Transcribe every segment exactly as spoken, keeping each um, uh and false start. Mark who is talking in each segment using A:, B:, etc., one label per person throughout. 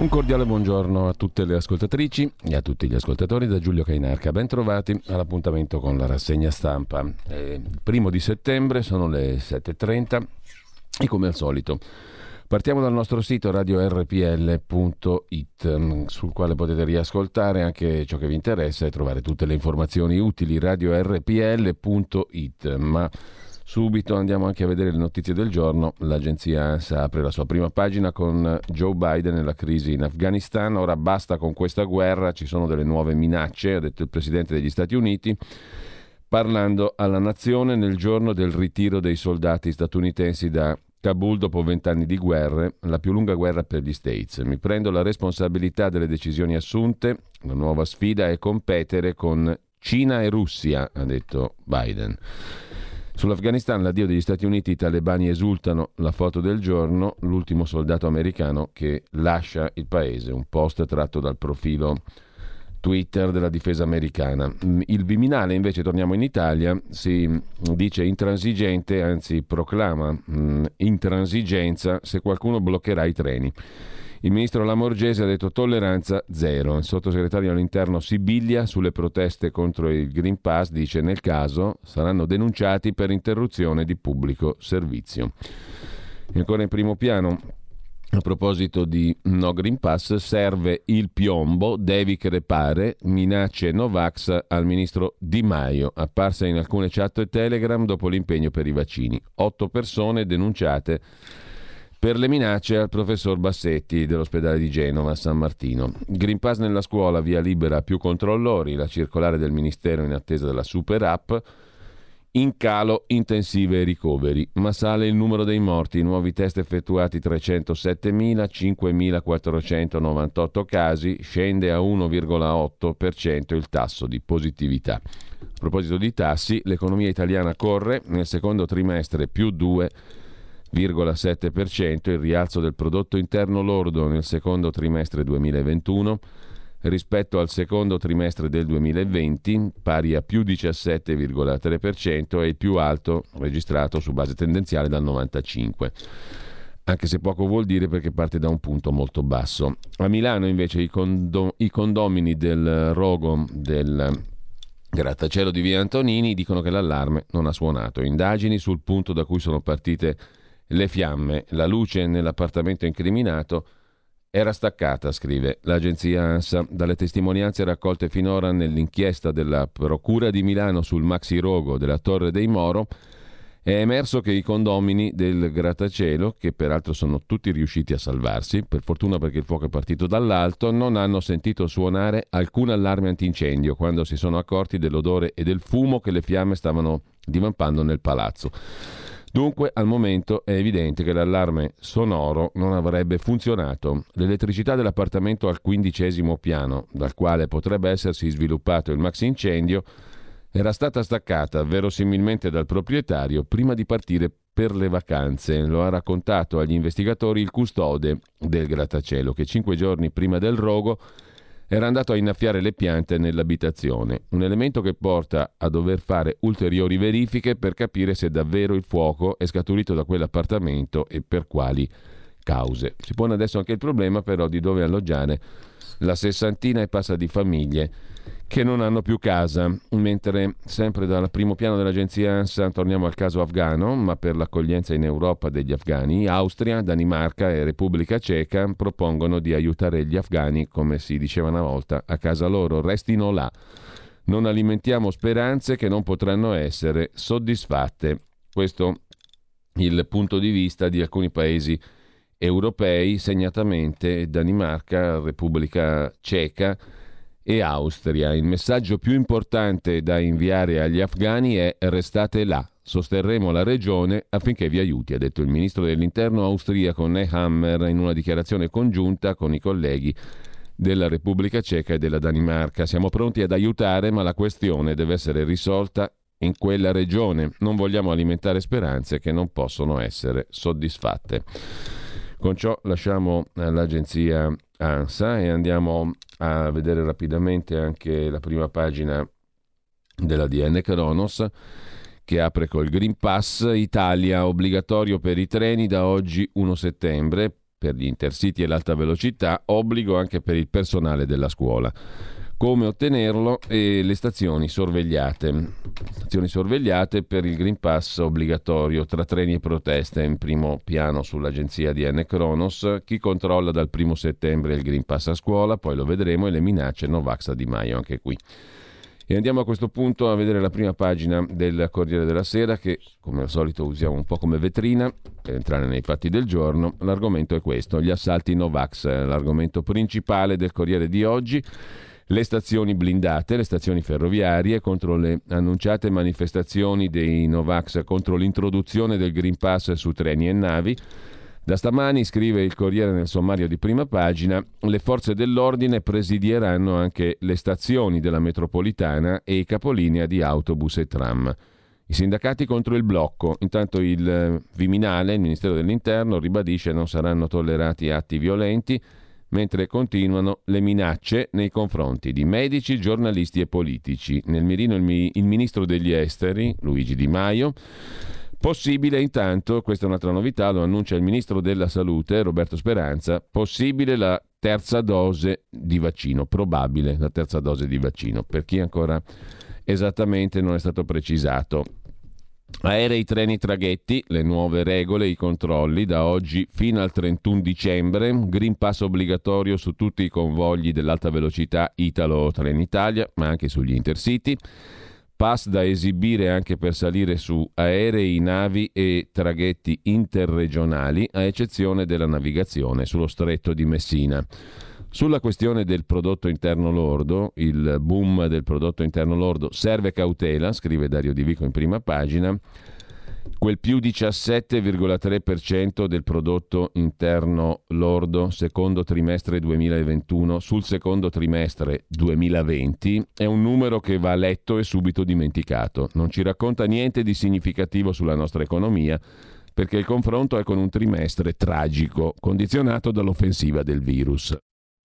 A: Un cordiale buongiorno a tutte le ascoltatrici e a tutti gli ascoltatori da Giulio Cainarca. Ben trovati all'appuntamento con la rassegna stampa. È il primo di settembre, sono le sette e trenta e come al solito partiamo dal nostro sito radio erre pi elle punto it, sul quale potete riascoltare anche ciò che vi interessa e trovare tutte le informazioni utili. radio erre pi elle punto it. Ma subito andiamo anche a vedere le notizie del giorno. L'agenzia ANSA apre la sua prima pagina con Joe Biden e la crisi in Afghanistan. Ora basta con questa guerra, ci sono delle nuove minacce, ha detto il presidente degli Stati Uniti, parlando alla nazione nel giorno del ritiro dei soldati statunitensi da Kabul dopo vent'anni di guerre, la più lunga guerra per gli States. Mi prendo la responsabilità delle decisioni assunte, la nuova sfida è competere con Cina e Russia, ha detto Biden. Sull'Afghanistan, l'addio degli Stati Uniti, i talebani esultano, la foto del giorno, l'ultimo soldato americano che lascia il paese, un post tratto dal profilo Twitter della difesa americana. Il Viminale, invece, torniamo in Italia, si dice intransigente, anzi proclama mh, intransigenza se qualcuno bloccherà i treni. Il ministro Lamorgese ha detto tolleranza zero. Il sottosegretario all'interno Sibilia sulle proteste contro il Green Pass dice nel caso saranno denunciati per interruzione di pubblico servizio. E ancora in primo piano, a proposito di no Green Pass, serve il piombo, devi crepare, minacce Novax al ministro Di Maio, apparsa in alcune chat e Telegram dopo l'impegno per i vaccini. Otto persone denunciate per le minacce al professor Bassetti dell'ospedale di Genova a San Martino. Green Pass nella scuola, via libera a più controllori, la circolare del Ministero in attesa della super app, in calo intensive e ricoveri, ma sale il numero dei morti, nuovi test effettuati trecentosettemila, cinquemilaquattrocentonovantotto casi, scende a uno virgola otto per cento il tasso di positività. A proposito di tassi, l'economia italiana corre, nel secondo trimestre più due virgola sette per cento, il rialzo del prodotto interno lordo nel secondo trimestre duemilaventuno rispetto al secondo trimestre del duemilaventi, pari a più diciassette virgola tre per cento, è il più alto registrato su base tendenziale dal novantacinque. Anche se poco vuol dire perché parte da un punto molto basso. A Milano invece i, condo- i condomini del rogo del grattacielo di via Antonini dicono che l'allarme non ha suonato. Indagini sul punto da cui sono partite le fiamme. La luce nell'appartamento incriminato era staccata, scrive l'agenzia ANSA. Dalle testimonianze raccolte finora nell'inchiesta della Procura di Milano sul maxi rogo della Torre dei Moro è emerso che i condomini del grattacielo, che peraltro sono tutti riusciti a salvarsi, per fortuna perché il fuoco è partito dall'alto, non hanno sentito suonare alcun allarme antincendio quando si sono accorti dell'odore e del fumo che le fiamme stavano divampando nel palazzo. Dunque, al momento è evidente che l'allarme sonoro non avrebbe funzionato. L'elettricità dell'appartamento al quindicesimo piano, dal quale potrebbe essersi sviluppato il maxi incendio, era stata staccata verosimilmente dal proprietario prima di partire per le vacanze. Lo ha raccontato agli investigatori il custode del grattacielo, che cinque giorni prima del rogo era andato a innaffiare le piante nell'abitazione, un elemento che porta a dover fare ulteriori verifiche per capire se davvero il fuoco è scaturito da quell'appartamento e per quali cause. Si pone adesso anche il problema però di dove alloggiare la sessantina e passa di famiglie che non hanno più casa, mentre sempre dal primo piano dell'agenzia ANSA torniamo al caso afghano, ma per l'accoglienza in Europa degli afghani, Austria, Danimarca e Repubblica Ceca propongono di aiutare gli afghani, come si diceva una volta, a casa loro, restino là. Non alimentiamo speranze che non potranno essere soddisfatte. Questo è il punto di vista di alcuni paesi europei, segnatamente Danimarca, Repubblica Ceca e Austria. Il messaggio più importante da inviare agli afghani è: restate là, sosterremo la regione affinché vi aiuti, ha detto il ministro dell'interno austriaco Nehammer in una dichiarazione congiunta con i colleghi della Repubblica Ceca e della Danimarca. Siamo pronti ad aiutare, ma la questione deve essere risolta in quella regione. Non vogliamo alimentare speranze che non possono essere soddisfatte. Con ciò lasciamo l'agenzia ANSA e andiamo a vedere rapidamente anche la prima pagina della D N Kronos, che apre col Green Pass. Italia, obbligatorio per i treni da oggi primo settembre. per gli intercity e l'alta velocità, obbligo anche per il personale della scuola. Come ottenerlo? E le stazioni sorvegliate. Stazioni sorvegliate per il Green Pass obbligatorio tra treni e proteste in primo piano sull'agenzia di N Cronos. Chi controlla dal primo settembre il Green Pass a scuola, poi lo vedremo, e le minacce Novax a Di Maio anche qui. E andiamo a questo punto a vedere la prima pagina del Corriere della Sera, che come al solito usiamo un po' come vetrina per entrare nei fatti del giorno. L'argomento è questo: gli assalti Novax, l'argomento principale del Corriere di oggi. Le stazioni blindate, le stazioni ferroviarie contro le annunciate manifestazioni dei Novax contro l'introduzione del Green Pass su treni e navi. Da stamani, scrive il Corriere nel sommario di prima pagina, le forze dell'ordine presidieranno anche le stazioni della metropolitana e i capolinea di autobus e tram. I sindacati contro il blocco. Intanto il Viminale, il Ministero dell'Interno, ribadisce non saranno tollerati atti violenti, mentre continuano le minacce nei confronti di medici, giornalisti e politici. Nel mirino il, mi- il ministro degli esteri, Luigi Di Maio. Possibile intanto, questa è un'altra novità, lo annuncia il ministro della salute, Roberto Speranza, possibile la terza dose di vaccino, probabile la terza dose di vaccino, per chi ancora esattamente non è stato precisato. Aerei, treni, traghetti, le nuove regole, i controlli da oggi fino al trentuno dicembre, Green Pass obbligatorio su tutti i convogli dell'alta velocità Italo o Trenitalia, ma anche sugli intercity, pass da esibire anche per salire su aerei, navi e traghetti interregionali, a eccezione della navigazione sullo stretto di Messina. Sulla questione del prodotto interno lordo, il boom del prodotto interno lordo, serve cautela, scrive Dario Di Vico in prima pagina. Quel più diciassette virgola tre per cento del prodotto interno lordo secondo trimestre duemilaventuno sul secondo trimestre duemilaventi è un numero che va letto e subito dimenticato. Non ci racconta niente di significativo sulla nostra economia, perché il confronto è con un trimestre tragico, condizionato dall'offensiva del virus.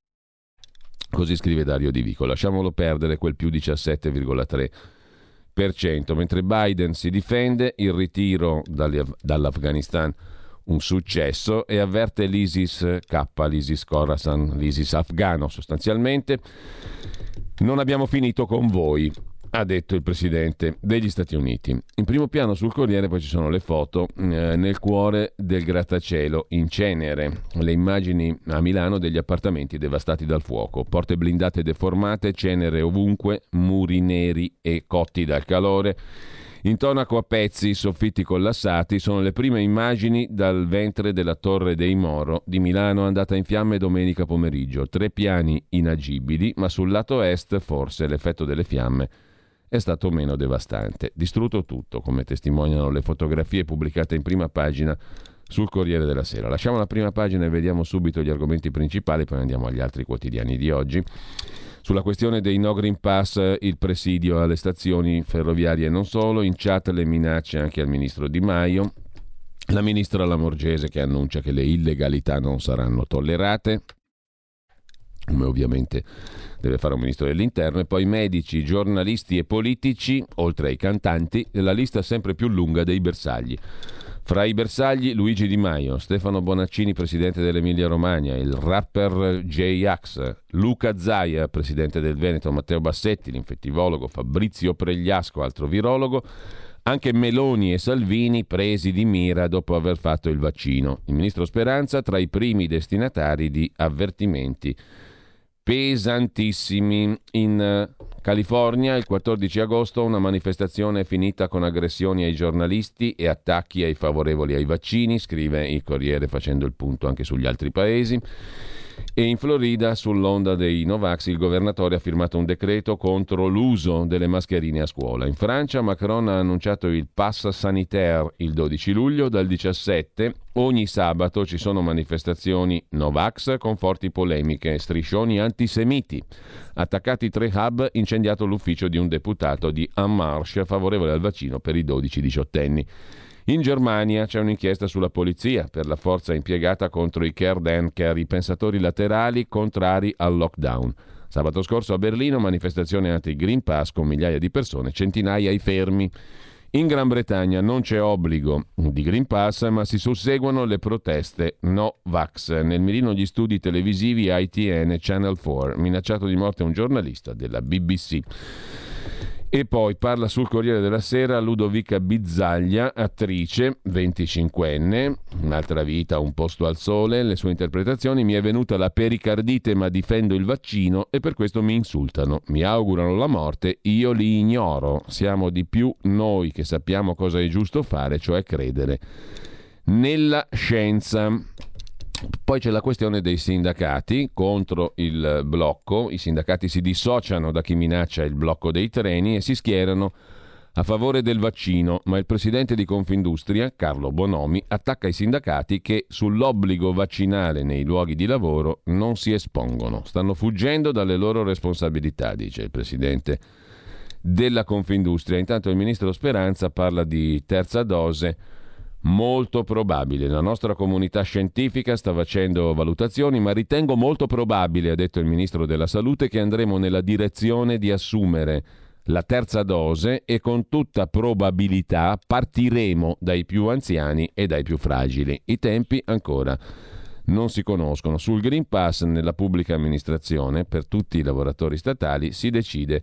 A: Così scrive Dario Di Vico. Lasciamolo perdere quel più diciassette virgola tre per cento. Mentre Biden si difende, il ritiro dall'Afghanistan un successo, e avverte l'ISIS-K, l'ISIS-Khorasan, l'ISIS afghano sostanzialmente. Non abbiamo finito con voi, ha detto il presidente degli Stati Uniti. In primo piano sul Corriere poi ci sono le foto eh, nel cuore del grattacielo in cenere, le immagini a Milano degli appartamenti devastati dal fuoco, porte blindate deformate, cenere ovunque, muri neri e cotti dal calore, intonaco a pezzi, soffitti collassati. Sono le prime immagini dal ventre della Torre dei Moro di Milano, andata in fiamme domenica pomeriggio. Tre piani inagibili, ma sul lato est forse l'effetto delle fiamme è stato meno devastante. Distrutto tutto, come testimoniano le fotografie pubblicate in prima pagina sul Corriere della Sera. Lasciamo la prima pagina e vediamo subito gli argomenti principali, poi andiamo agli altri quotidiani di oggi. Sulla questione dei no Green Pass, il presidio alle stazioni ferroviarie e non solo, in chat le minacce anche al ministro Di Maio, la ministra Lamorgese che annuncia che le illegalità non saranno tollerate, come ovviamente deve fare un ministro dell'interno, e poi medici, giornalisti e politici, oltre ai cantanti, la lista sempre più lunga dei bersagli. Fra i bersagli Luigi Di Maio, Stefano Bonaccini, presidente dell'Emilia Romagna, il rapper J-Ax, Luca Zaia, presidente del Veneto, Matteo Bassetti, l'infettivologo, Fabrizio Pregliasco, altro virologo, anche Meloni e Salvini presi di mira dopo aver fatto il vaccino. Il ministro Speranza tra i primi destinatari di avvertimenti pesantissimi. In California il quattordici agosto una manifestazione è finita con aggressioni ai giornalisti e attacchi ai favorevoli ai vaccini, scrive il Corriere facendo il punto anche sugli altri paesi. E in Florida, sull'onda dei Novax, il governatore ha firmato un decreto contro l'uso delle mascherine a scuola. In Francia Macron ha annunciato il pass sanitaire il dodici luglio. Dal diciassette ogni sabato ci sono manifestazioni Novax con forti polemiche e striscioni antisemiti. Attaccati tre hub, incendiato l'ufficio di un deputato di En Marche favorevole al vaccino per i dodici diciottenni. In Germania c'è un'inchiesta sulla polizia per la forza impiegata contro i Querdenker, i pensatori laterali contrari al lockdown. Sabato scorso a Berlino manifestazione anti-Green Pass con migliaia di persone, centinaia ai fermi. In Gran Bretagna non c'è obbligo di Green Pass, ma si susseguono le proteste no vax. Nel mirino gli studi televisivi I T N Channel quattro, minacciato di morte un giornalista della B B C. E poi parla sul Corriere della Sera Ludovica Bizzaglia, attrice, venticinquenne, un'altra vita, un posto al sole, le sue interpretazioni: mi è venuta la pericardite ma difendo il vaccino e per questo mi insultano, mi augurano la morte, io li ignoro, siamo di più noi che sappiamo cosa è giusto fare, cioè credere nella scienza. Poi c'è la questione dei sindacati contro il blocco. I sindacati si dissociano da chi minaccia il blocco dei treni e si schierano a favore del vaccino, ma il presidente di Confindustria, Carlo Bonomi, attacca i sindacati che sull'obbligo vaccinale nei luoghi di lavoro non si espongono. Stanno fuggendo dalle loro responsabilità, dice il presidente della Confindustria. Intanto il ministro Speranza parla di terza dose. Molto probabile, la nostra comunità scientifica sta facendo valutazioni, ma ritengo molto probabile, ha detto il ministro della Salute, che andremo nella direzione di assumere la terza dose e con tutta probabilità partiremo dai più anziani e dai più fragili. I tempi ancora non si conoscono. Sul Green Pass nella pubblica amministrazione per tutti i lavoratori statali si decide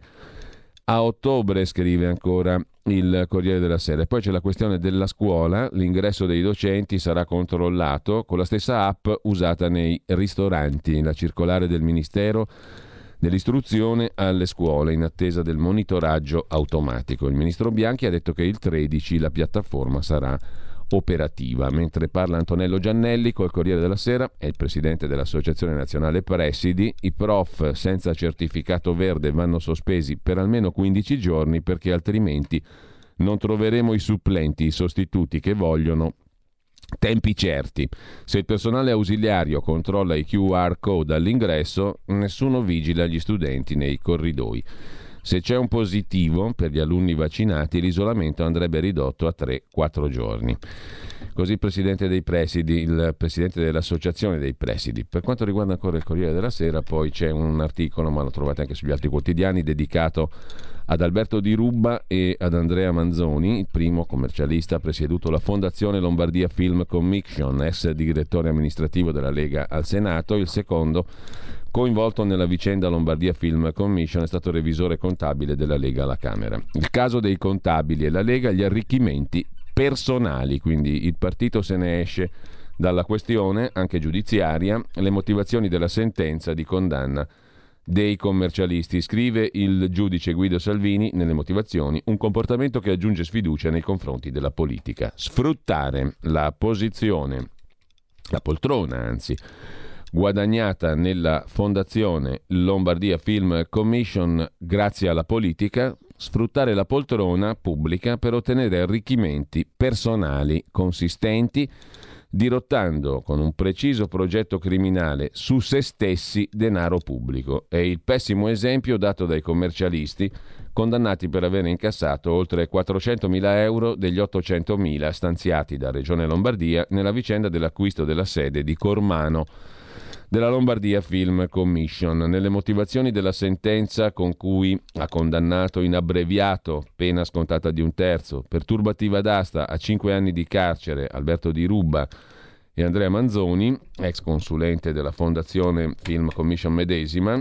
A: a ottobre, scrive ancora il Corriere della Sera. E poi c'è la questione della scuola. L'ingresso dei docenti sarà controllato con la stessa app usata nei ristoranti. La circolare del Ministero dell'Istruzione alle scuole in attesa del monitoraggio automatico. Il ministro Bianchi ha detto che il tredici la piattaforma sarà operativa. Mentre parla Antonello Giannelli col Corriere della Sera, è il presidente dell'Associazione Nazionale Presidi. I prof senza certificato verde vanno sospesi per almeno quindici giorni perché altrimenti non troveremo i supplenti, i sostituti che vogliono tempi certi. Se il personale ausiliario controlla i Q R code all'ingresso, nessuno vigila gli studenti nei corridoi. Se c'è un positivo per gli alunni vaccinati, l'isolamento andrebbe ridotto a tre quattro giorni. Così il presidente dei presidi, il presidente dell'associazione dei presidi. Per quanto riguarda ancora il Corriere della Sera, poi c'è un articolo, ma lo trovate anche sugli altri quotidiani, dedicato ad Alberto Di Rubba e ad Andrea Manzoni. Il primo, commercialista, ha presieduto la Fondazione Lombardia Film Commission, ex direttore amministrativo della Lega al Senato. Il secondo, coinvolto nella vicenda Lombardia Film Commission, è stato revisore contabile della Lega alla Camera. Il caso dei contabili e la Lega, gli arricchimenti personali, quindi il partito se ne esce dalla questione anche giudiziaria, le motivazioni della sentenza di condanna dei commercialisti. Scrive il giudice Guido Salvini nelle motivazioni: un comportamento che aggiunge sfiducia nei confronti della politica. Sfruttare la posizione, la poltrona anzi, guadagnata nella Fondazione Lombardia Film Commission grazie alla politica, sfruttare la poltrona pubblica per ottenere arricchimenti personali consistenti, dirottando con un preciso progetto criminale su se stessi denaro pubblico. È il pessimo esempio dato dai commercialisti, condannati per avere incassato oltre quattrocentomila euro degli ottocentomila stanziati da Regione Lombardia nella vicenda dell'acquisto della sede di Cormano della Lombardia Film Commission. Nelle motivazioni della sentenza con cui ha condannato in abbreviato, pena scontata di un terzo, per turbativa d'asta a cinque anni di carcere Alberto Di Rubba e Andrea Manzoni, ex consulente della Fondazione Film Commission medesima,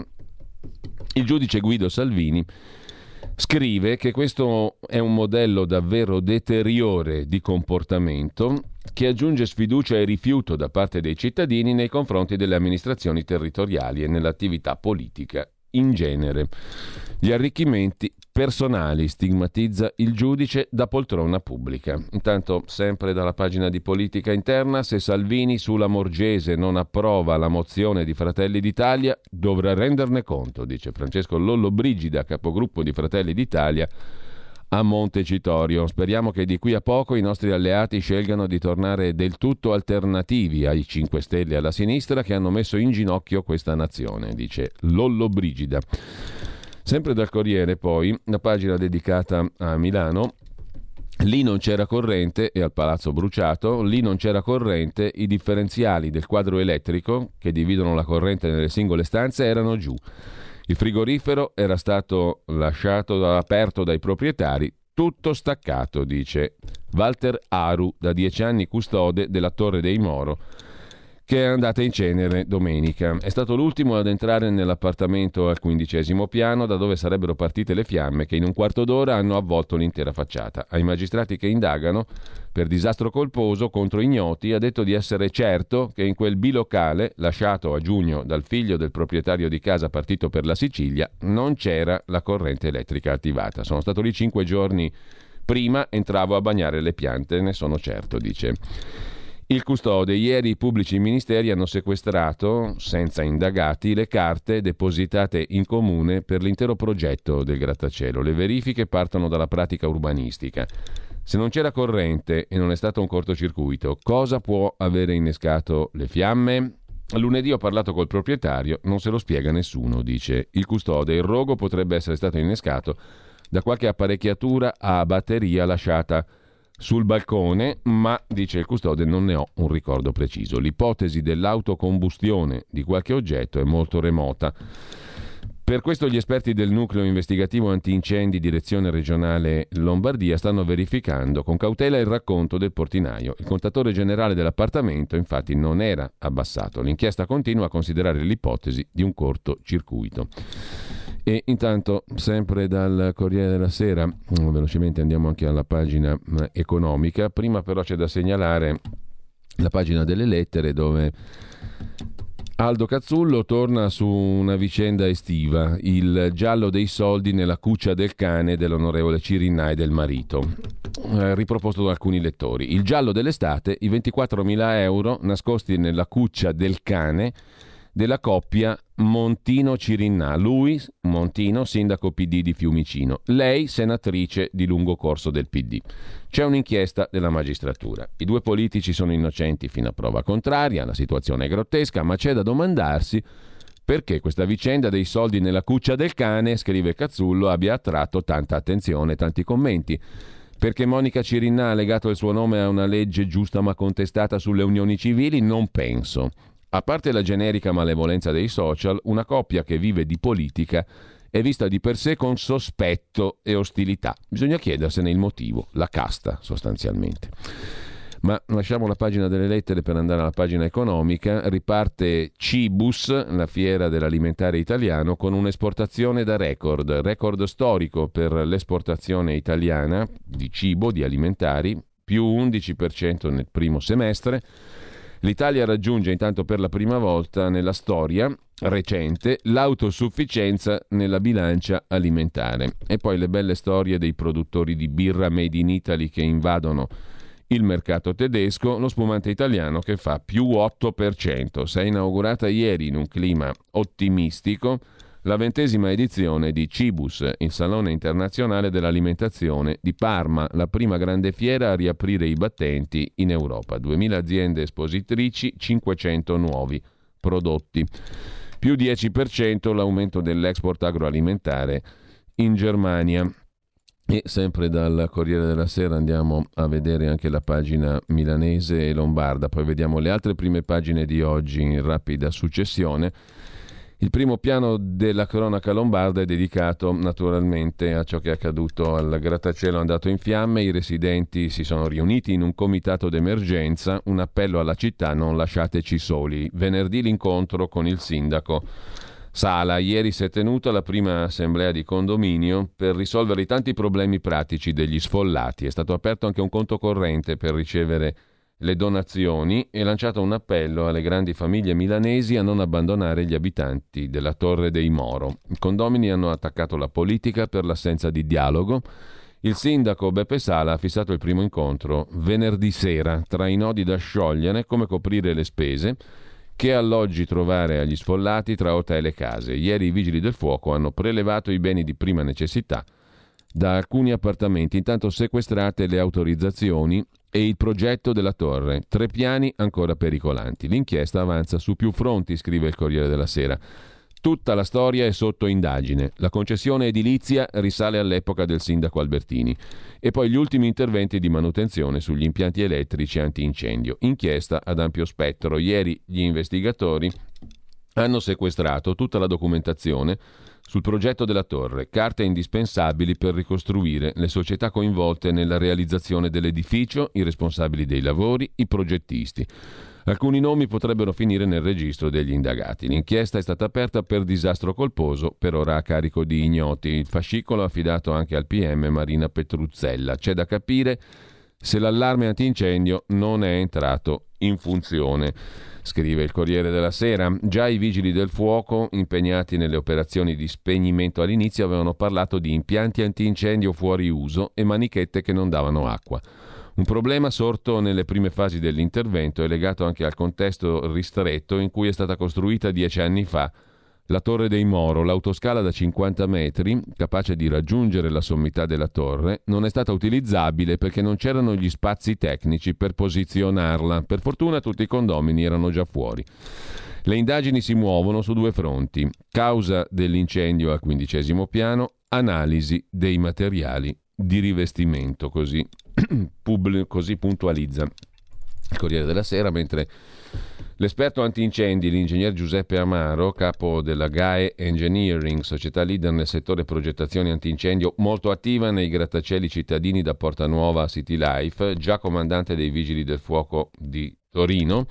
A: il giudice Guido Salvini scrive che questo è un modello davvero deteriore di comportamento che aggiunge sfiducia e rifiuto da parte dei cittadini nei confronti delle amministrazioni territoriali e nell'attività politica in genere. Gli arricchimenti personali, stigmatizza il giudice, da poltrona pubblica. Intanto, sempre dalla pagina di politica interna, se Salvini sulla Morgese non approva la mozione di Fratelli d'Italia, dovrà renderne conto, dice Francesco Lollobrigida, capogruppo di Fratelli d'Italia a Montecitorio. Speriamo che di qui a poco i nostri alleati scelgano di tornare del tutto alternativi ai cinque Stelle e alla sinistra che hanno messo in ginocchio questa nazione, dice Lollobrigida. Sempre dal Corriere, poi, una pagina dedicata a Milano. Lì non c'era corrente e al palazzo bruciato, lì non c'era corrente, i differenziali del quadro elettrico che dividono la corrente nelle singole stanze erano giù. Il frigorifero era stato lasciato aperto dai proprietari, tutto staccato, dice Walter Aru, da dieci anni custode della Torre dei Moro, che è andata in cenere domenica. È stato l'ultimo ad entrare nell'appartamento al quindicesimo piano, da dove sarebbero partite le fiamme che in un quarto d'ora hanno avvolto l'intera facciata. Ai magistrati che indagano per disastro colposo contro ignoti ha detto di essere certo che in quel bilocale, lasciato a giugno dal figlio del proprietario di casa partito per la Sicilia, non c'era la corrente elettrica attivata. Sono stato lì cinque giorni prima, entravo a bagnare le piante, ne sono certo, dice il custode. Ieri i pubblici ministeri hanno sequestrato, senza indagati, le carte depositate in comune per l'intero progetto del grattacielo. Le verifiche partono dalla pratica urbanistica. Se non c'era corrente e non è stato un cortocircuito, cosa può avere innescato le fiamme? Lunedì ho parlato col proprietario, non se lo spiega nessuno, dice il custode. Il rogo potrebbe essere stato innescato da qualche apparecchiatura a batteria lasciata sul balcone, ma, dice il custode, non ne ho un ricordo preciso. L'ipotesi dell'autocombustione di qualche oggetto è molto remota. Per questo gli esperti del nucleo investigativo antincendi direzione regionale Lombardia stanno verificando con cautela il racconto del portinaio. Il contatore generale dell'appartamento infatti non era abbassato. L'inchiesta continua a considerare l'ipotesi di un cortocircuito. E intanto, sempre dal Corriere della Sera, velocemente andiamo anche alla pagina economica. Prima però c'è da segnalare la pagina delle lettere, dove Aldo Cazzullo torna su una vicenda estiva, il giallo dei soldi nella cuccia del cane dell'onorevole Cirinnà e del marito, eh, riproposto da alcuni lettori. Il giallo dell'estate, i ventiquattromila euro nascosti nella cuccia del cane della coppia Montino-Cirinnà. Lui, Montino, sindaco P D di Fiumicino. Lei, senatrice di lungo corso del P D. C'è un'inchiesta della magistratura. I due politici sono innocenti fino a prova contraria, la situazione è grottesca, ma c'è da domandarsi perché questa vicenda dei soldi nella cuccia del cane, scrive Cazzullo, abbia attratto tanta attenzione e tanti commenti. Perché Monica Cirinnà ha legato il suo nome a una legge giusta ma contestata sulle unioni civili? Non penso. A parte la generica malevolenza dei social, una coppia che vive di politica è vista di per sé con sospetto e ostilità. Bisogna chiedersene il motivo, la casta sostanzialmente. Ma lasciamo la pagina delle lettere per andare alla pagina economica. Riparte Cibus, la fiera dell'alimentare italiano, con un'esportazione da record, record storico per l'esportazione italiana di cibo, di alimentari, più undici per cento nel primo semestre. L'Italia raggiunge intanto per la prima volta nella storia recente l'autosufficienza nella bilancia alimentare. E poi le belle storie dei produttori di birra made in Italy che invadono il mercato tedesco, lo spumante italiano che fa più otto per cento. Si è inaugurata ieri in un clima ottimistico la ventesima edizione di Cibus, il Salone Internazionale dell'Alimentazione di Parma, la prima grande fiera a riaprire i battenti in Europa. duemila aziende espositrici, cinquecento nuovi prodotti. Più dieci per cento l'aumento dell'export agroalimentare in Germania. E sempre dal Corriere della Sera andiamo a vedere anche la pagina milanese e lombarda, poi vediamo le altre prime pagine di oggi in rapida successione. Il primo piano della cronaca lombarda è dedicato naturalmente a ciò che è accaduto al grattacielo andato in fiamme. I residenti si sono riuniti in un comitato d'emergenza, un appello alla città: non lasciateci soli. Venerdì l'incontro con il sindaco Sala. Ieri si è tenuta la prima assemblea di condominio per risolvere i tanti problemi pratici degli sfollati. È stato aperto anche un conto corrente per ricevere le donazioni e lanciato un appello alle grandi famiglie milanesi a non abbandonare gli abitanti della Torre dei Moro. I condomini hanno attaccato la politica per l'assenza di dialogo. Il sindaco Beppe Sala ha fissato il primo incontro venerdì sera. Tra i nodi da sciogliere, come coprire le spese, che alloggi trovare agli sfollati tra hotel e case. Ieri i vigili del fuoco hanno prelevato i beni di prima necessità da alcuni appartamenti, intanto sequestrate le autorizzazioni e il progetto della torre. Tre piani ancora pericolanti. L'inchiesta avanza su più fronti, scrive il Corriere della Sera. Tutta la storia è sotto indagine. La concessione edilizia risale all'epoca del sindaco Albertini. E poi gli ultimi interventi di manutenzione sugli impianti elettrici antincendio. Inchiesta ad ampio spettro. Ieri gli investigatori hanno sequestrato tutta la documentazione sul progetto della torre, carte indispensabili per ricostruire le società coinvolte nella realizzazione dell'edificio, i responsabili dei lavori, i progettisti. Alcuni nomi potrebbero finire nel registro degli indagati. L'inchiesta è stata aperta per disastro colposo, per ora a carico di ignoti. Il fascicolo è affidato anche al P M Marina Petruzzella. C'è da capire se l'allarme antincendio non è entrato in funzione. Scrive il Corriere della Sera. Già i vigili del fuoco impegnati nelle operazioni di spegnimento all'inizio avevano parlato di impianti antincendio fuori uso e manichette che non davano acqua. Un problema sorto nelle prime fasi dell'intervento è legato anche al contesto ristretto in cui è stata costruita dieci anni fa la Torre dei Moro. L'autoscala da cinquanta metri, capace di raggiungere la sommità della torre, non è stata utilizzabile perché non c'erano gli spazi tecnici per posizionarla. Per fortuna tutti i condomini erano già fuori. Le indagini si muovono su due fronti: causa dell'incendio al quindicesimo piano, analisi dei materiali di rivestimento, così, così puntualizza il Corriere della Sera, mentre l'esperto antincendi, l'ingegner Giuseppe Amaro, capo della G A E Engineering, società leader nel settore progettazione antincendio, molto attiva nei grattacieli cittadini da Porta Nuova a City Life, già comandante dei Vigili del Fuoco di Torino,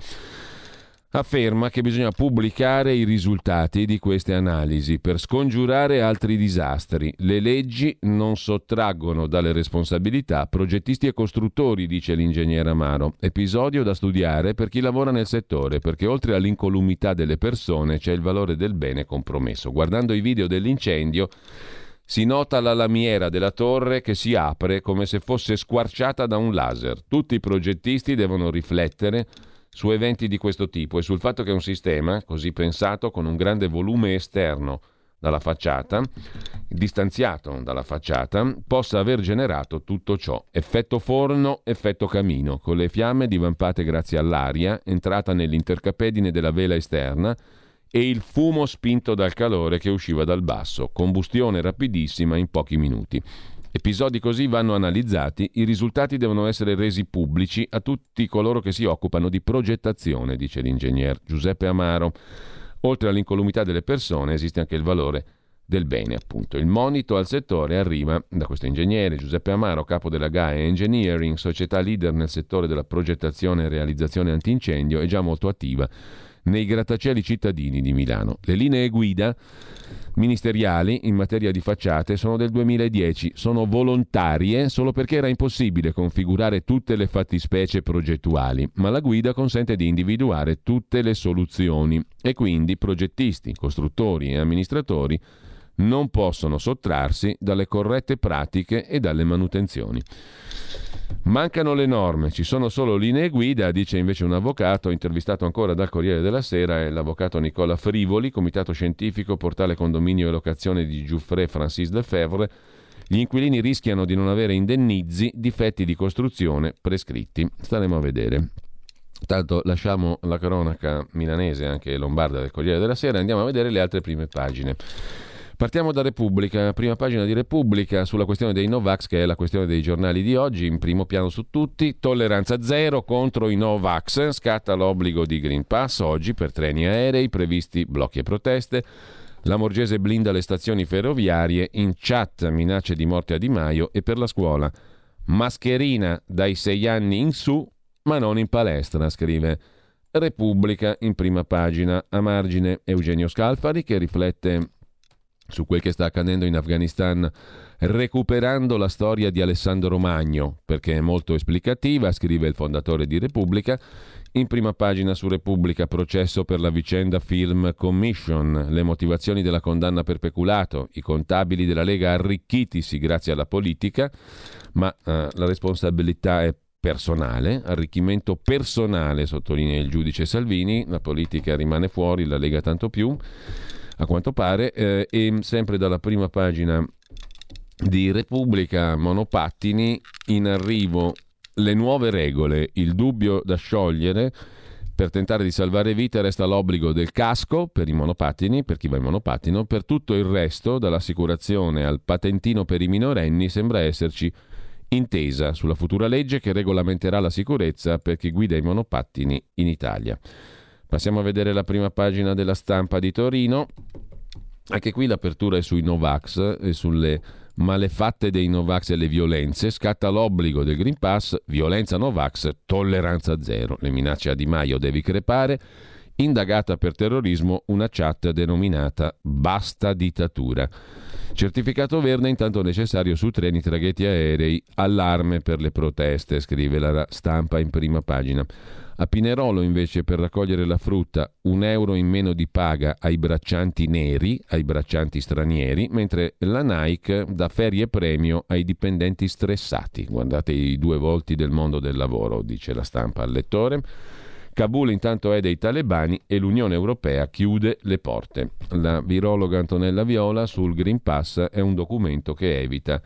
A: afferma che bisogna pubblicare i risultati di queste analisi per scongiurare altri disastri. Le leggi non sottraggono dalle responsabilità progettisti e costruttori, dice l'ingegnere Amaro. Episodio da studiare per chi lavora nel settore, perché oltre all'incolumità delle persone c'è il valore del bene compromesso. Guardando i video dell'incendio si nota la lamiera della torre che si apre come se fosse squarciata da un laser. Tutti i progettisti devono riflettere su eventi di questo tipo e sul fatto che un sistema così pensato, con un grande volume esterno dalla facciata, distanziato dalla facciata, possa aver generato tutto ciò. Effetto forno, effetto camino, con le fiamme divampate grazie all'aria entrata nell'intercapedine della vela esterna e il fumo spinto dal calore che usciva dal basso. Combustione rapidissima in pochi minuti. Episodi così vanno analizzati, i risultati devono essere resi pubblici a tutti coloro che si occupano di progettazione, dice l'ingegner Giuseppe Amaro. Oltre all'incolumità delle persone esiste anche il valore del bene, appunto. Il monito al settore arriva da questo ingegnere Giuseppe Amaro, capo della G A E Engineering, società leader nel settore della progettazione e realizzazione antincendio e già molto attiva nei grattacieli cittadini di Milano. Le linee guida ministeriali in materia di facciate sono del duemiladieci, sono volontarie solo perché era impossibile configurare tutte le fattispecie progettuali, ma la guida consente di individuare tutte le soluzioni e quindi progettisti, costruttori e amministratori non possono sottrarsi dalle corrette pratiche e dalle manutenzioni. Mancano le norme, ci sono solo linee guida, dice invece un avvocato intervistato ancora dal Corriere della Sera, è l'avvocato Nicola Frivoli, comitato scientifico, portale condominio e locazione di Giuffre Francis Lefebvre. Gli inquilini rischiano di non avere indennizi, difetti di costruzione prescritti. Staremo a vedere. Tanto lasciamo la cronaca milanese, anche lombarda, del Corriere della Sera, andiamo a vedere le altre prime pagine. Partiamo da Repubblica, prima pagina di Repubblica sulla questione dei Novax, che è la questione dei giornali di oggi, in primo piano su tutti. Tolleranza zero contro i Novax, scatta l'obbligo di Green Pass oggi per treni aerei, previsti blocchi e proteste. La Morgese blinda le stazioni ferroviarie, in chat minacce di morte a Di Maio e per la scuola. Mascherina dai sei anni in su, ma non in palestra, scrive Repubblica in prima pagina. A margine Eugenio Scalfari che riflette su quel che sta accadendo in Afghanistan, recuperando la storia di Alessandro Magno, perché è molto esplicativa, scrive il fondatore di Repubblica. In prima pagina su Repubblica, processo per la vicenda Film Commission, le motivazioni della condanna per peculato, i contabili della Lega arricchitisi grazie alla politica, ma eh, la responsabilità è personale, arricchimento personale, sottolinea il giudice Salvini, la politica rimane fuori, la Lega tanto più. A quanto pare, eh, e sempre dalla prima pagina di Repubblica, monopattini, in arrivo le nuove regole, il dubbio da sciogliere. Per tentare di salvare vite resta l'obbligo del casco per i monopattini, per chi va in monopattino. Per tutto il resto, dall'assicurazione al patentino per i minorenni, sembra esserci intesa sulla futura legge che regolamenterà la sicurezza per chi guida i monopattini in Italia. Passiamo a vedere la prima pagina della Stampa di Torino. Anche qui l'apertura è sui Novax e sulle malefatte dei Novax e le violenze. Scatta l'obbligo del Green Pass, violenza Novax, tolleranza zero. Le minacce a Di Maio, devi crepare. Indagata per terrorismo una chat denominata Basta dittatura. Certificato verde intanto necessario su treni, traghetti aerei. Allarme per le proteste, scrive la Stampa in prima pagina. A Pinerolo invece, per raccogliere la frutta, un euro in meno di paga ai braccianti neri, ai braccianti stranieri, mentre la Nike dà ferie premio ai dipendenti stressati. Guardate i due volti del mondo del lavoro, dice la Stampa al lettore. Kabul intanto è dei talebani e l'Unione Europea chiude le porte. La virologa Antonella Viola sul Green Pass è un documento che evita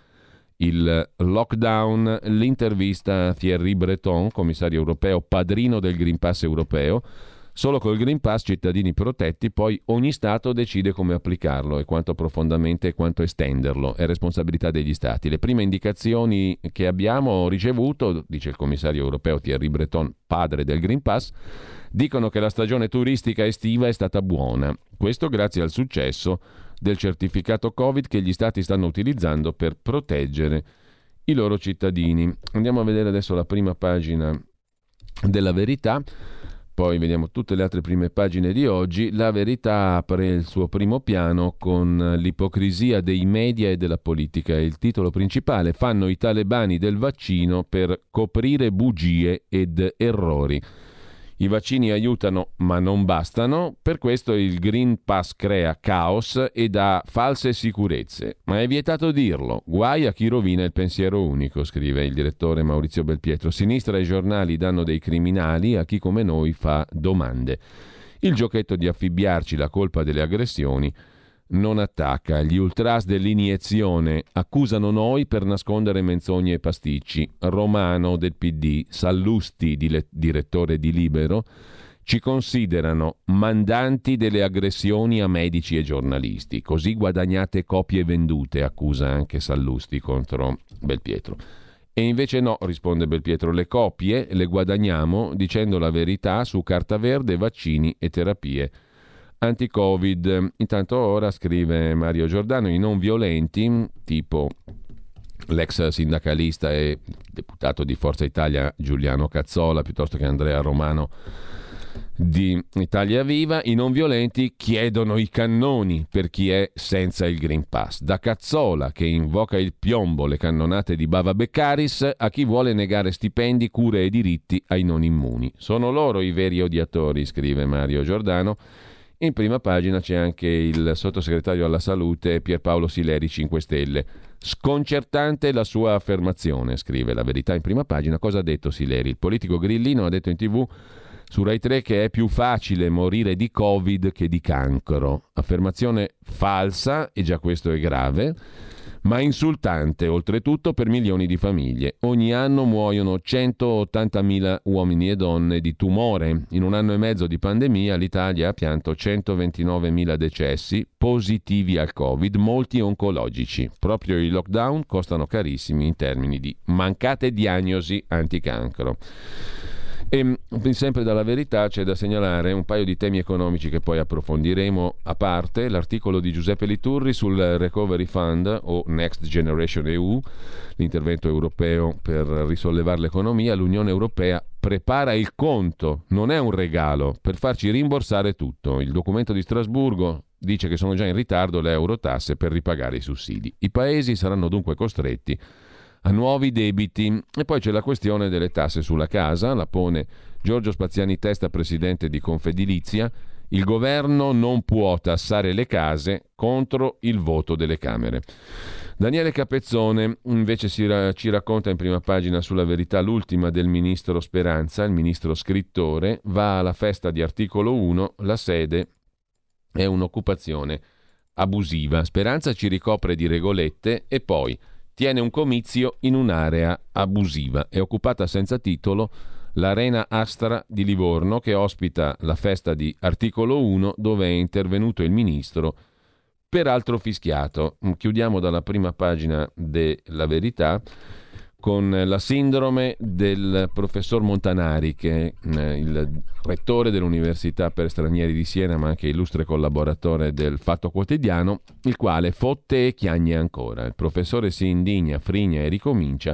A: il lockdown, l'intervista a Thierry Breton, commissario europeo, padrino del Green Pass europeo. Solo col Green Pass cittadini protetti, poi ogni Stato decide come applicarlo e quanto profondamente e quanto estenderlo. È responsabilità degli Stati. Le prime indicazioni che abbiamo ricevuto, dice il commissario europeo Thierry Breton, padre del Green Pass, dicono che la stagione turistica estiva è stata buona. Questo grazie al successo del certificato Covid che gli Stati stanno utilizzando per proteggere i loro cittadini. Andiamo a vedere adesso la prima pagina della Verità. Poi vediamo tutte le altre prime pagine di oggi. La Verità apre il suo primo piano con l'ipocrisia dei media e della politica. Il titolo principale: fanno i talebani del vaccino per coprire bugie ed errori. I vaccini aiutano ma non bastano, per questo il Green Pass crea caos e dà false sicurezze. Ma è vietato dirlo, guai a chi rovina il pensiero unico, scrive il direttore Maurizio Belpietro. Sinistra e giornali danno dei criminali a chi come noi fa domande. Il giochetto di affibbiarci la colpa delle aggressioni non attacca. Gli ultras dell'iniezione accusano noi per nascondere menzogne e pasticci. Romano del P D, Sallusti, dile- direttore di Libero, ci considerano mandanti delle aggressioni a medici e giornalisti. Così guadagnate copie vendute, accusa anche Sallusti contro Belpietro. E invece no, risponde Belpietro, le copie le guadagniamo dicendo la verità su carta verde, vaccini e terapie anti-Covid. Intanto ora, scrive Mario Giordano, i non violenti, tipo l'ex sindacalista e deputato di Forza Italia Giuliano Cazzola, piuttosto che Andrea Romano di Italia Viva, i non violenti chiedono i cannoni per chi è senza il Green Pass. Da Cazzola, che invoca il piombo, le cannonate di Bava Beccaris, a chi vuole negare stipendi, cure e diritti ai non immuni. Sono loro i veri odiatori, scrive Mario Giordano. In prima pagina c'è anche il sottosegretario alla salute Pierpaolo Sileri, cinque Stelle. Sconcertante la sua affermazione, scrive La Verità in prima pagina. Cosa ha detto Sileri? Il politico grillino ha detto in tv su Rai tre che è più facile morire di Covid che di cancro. Affermazione falsa, e già questo è grave, ma insultante oltretutto per milioni di famiglie. Ogni anno muoiono centottantamila uomini e donne di tumore. In un anno e mezzo di pandemia l'Italia ha pianto centoventinovemila decessi positivi al Covid, molti oncologici. Proprio i lockdown costano carissimi in termini di mancate diagnosi anticancro. E sempre dalla Verità c'è da segnalare un paio di temi economici che poi approfondiremo a parte. L'articolo di Giuseppe Liturri sul Recovery Fund o Next Generation E U, l'intervento europeo per risollevare l'economia. L'Unione Europea prepara il conto, non è un regalo, per farci rimborsare tutto. Il documento di Strasburgo dice che sono già in ritardo le eurotasse per ripagare i sussidi. I paesi saranno dunque costretti a nuovi debiti. E poi c'è la questione delle tasse sulla casa, la pone Giorgio Spaziani Testa, presidente di Confedilizia. Il governo non può tassare le case contro il voto delle Camere. Daniele Capezzone invece si ra- ci racconta in prima pagina sulla Verità l'ultima del ministro Speranza, il ministro scrittore. Va alla festa di Articolo uno, la sede è un'occupazione abusiva. Speranza ci ricopre di regolette e poi tiene un comizio in un'area abusiva. È occupata senza titolo l'Arena Astra di Livorno, che ospita la festa di Articolo uno, dove è intervenuto il ministro, peraltro fischiato. Chiudiamo dalla prima pagina della Verità con la sindrome del professor Montanari, che è eh, il rettore dell'Università per Stranieri di Siena, ma anche illustre collaboratore del Fatto Quotidiano, il quale fotte e chiagne ancora. Il professore si indigna, frigna e ricomincia.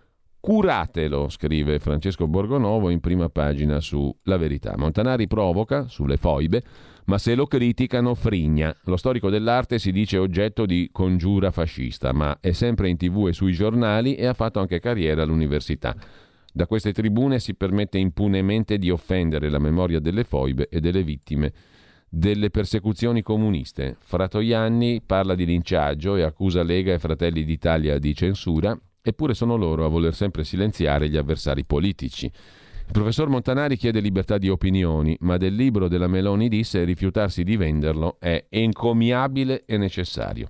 A: Curatelo, scrive Francesco Borgonovo in prima pagina su La Verità. Montanari provoca sulle foibe, ma se lo criticano frigna. Lo storico dell'arte si dice oggetto di congiura fascista, ma è sempre in tv e sui giornali e ha fatto anche carriera all'università. Da queste tribune si permette impunemente di offendere la memoria delle foibe e delle vittime delle persecuzioni comuniste. Fratoianni parla di linciaggio e accusa Lega e Fratelli d'Italia di censura, eppure sono loro a voler sempre silenziare gli avversari politici. Il professor Montanari chiede libertà di opinioni, ma del libro della Meloni disse rifiutarsi di venderlo è encomiabile e necessario.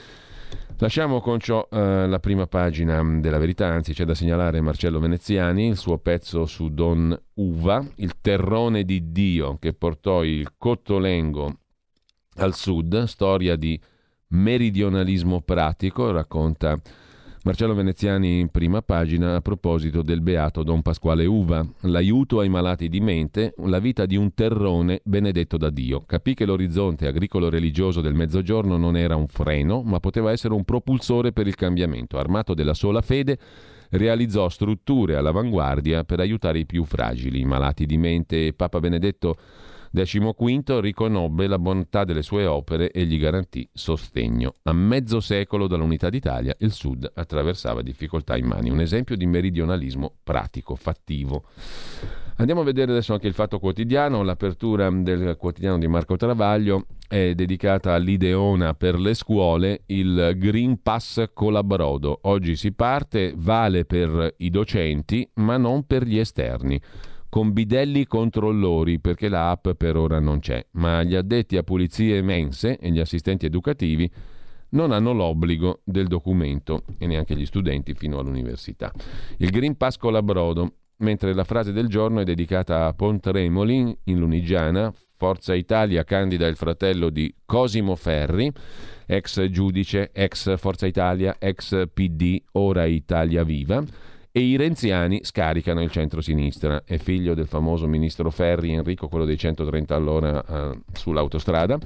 A: Lasciamo con ciò eh, la prima pagina della Verità, anzi c'è da segnalare Marcello Veneziani, il suo pezzo su Don Uva, il terrone di Dio che portò il Cottolengo al sud, storia di meridionalismo pratico, racconta Marcello Veneziani in prima pagina a proposito del beato Don Pasquale Uva, l'aiuto ai malati di mente, la vita di un terrone benedetto da Dio. Capì che l'orizzonte agricolo-religioso del Mezzogiorno non era un freno, ma poteva essere un propulsore per il cambiamento. Armato della sola fede, realizzò strutture all'avanguardia per aiutare i più fragili, i malati di mente, e Papa Benedetto decimoquinto riconobbe la bontà delle sue opere e gli garantì sostegno. A mezzo secolo dall'unità d'Italia il Sud attraversava difficoltà immani. Un esempio di meridionalismo pratico, fattivo. Andiamo a vedere adesso anche il Fatto Quotidiano. L'apertura del quotidiano di Marco Travaglio è dedicata all'Ideona per le scuole, il Green Pass Colabrodo. Oggi si parte, vale per i docenti ma non per gli esterni, con bidelli controllori, perché la app per ora non c'è, ma gli addetti a pulizie mense e gli assistenti educativi non hanno l'obbligo del documento e neanche gli studenti fino all'università. Il Green Pass Colabrodo, mentre la frase del giorno è dedicata a Pontremoli in Lunigiana. Forza Italia candida il fratello di Cosimo Ferri, ex giudice, ex Forza Italia, ex P D, ora Italia Viva. E i renziani scaricano il centro-sinistra. È figlio del famoso ministro Ferri, Enrico, quello dei centotrenta all'ora uh, sull'autostrada,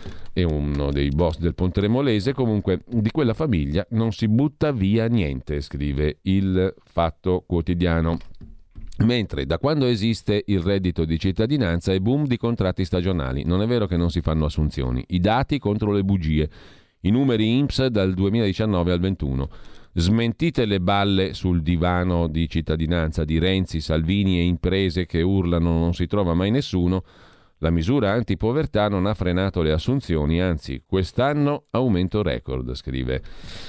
A: è uno dei boss del Pontremolese. Comunque di quella famiglia non si butta via niente, scrive il Fatto Quotidiano. Mentre da quando esiste il reddito di cittadinanza è boom di contratti stagionali. Non è vero che non si fanno assunzioni. I dati contro le bugie. I numeri I N P S dal duemiladiciannove al ventuno. Smentite le balle sul divano di cittadinanza di Renzi, Salvini e imprese che urlano non si trova mai nessuno. La misura antipovertà non ha frenato le assunzioni, anzi quest'anno aumento record, scrive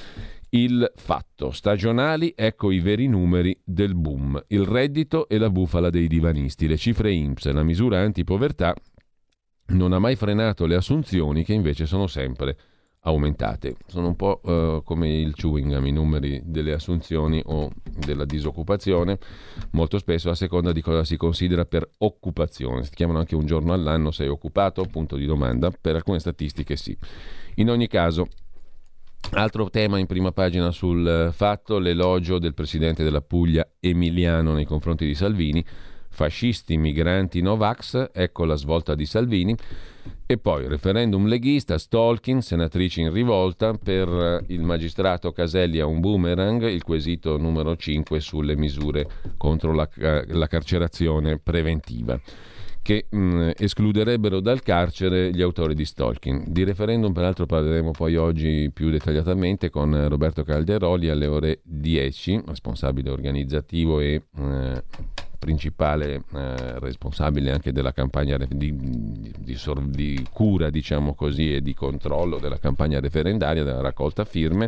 A: il Fatto. Stagionali, ecco i veri numeri del boom. Il reddito e la bufala dei divanisti, le cifre I N P S. La misura antipovertà non ha mai frenato le assunzioni, che invece sono sempre aumentate. Sono un po' uh, come il chewing gum, i numeri delle assunzioni o della disoccupazione, molto spesso a seconda di cosa si considera per occupazione. Si chiamano anche un giorno all'anno, sei occupato? Punto di domanda. Per alcune statistiche sì. In ogni caso, altro tema in prima pagina sul Fatto, l'elogio del presidente della Puglia Emiliano nei confronti di Salvini. Fascisti, migranti, Novax, ecco la svolta di Salvini. E poi referendum leghista, stalking, senatrici in rivolta, per il magistrato Caselli a un boomerang, il quesito numero cinque sulle misure contro la, la carcerazione preventiva, che mh, escluderebbero dal carcere gli autori di stalking. Di referendum peraltro parleremo poi oggi più dettagliatamente con Roberto Calderoli alle ore dieci, responsabile organizzativo e eh, principale eh, responsabile anche della campagna di, di, di, di cura, diciamo così, e di controllo della campagna referendaria, della raccolta firme,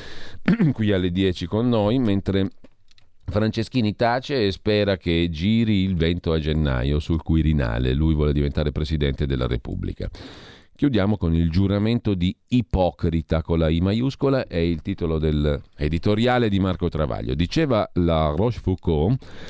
A: qui alle dieci con noi, mentre Franceschini tace e spera che giri il vento a gennaio sul Quirinale. Lui vuole diventare Presidente della Repubblica. Chiudiamo con il giuramento di ipocrita con la I maiuscola, è il titolo del editoriale di Marco Travaglio. Diceva la Rochefoucauld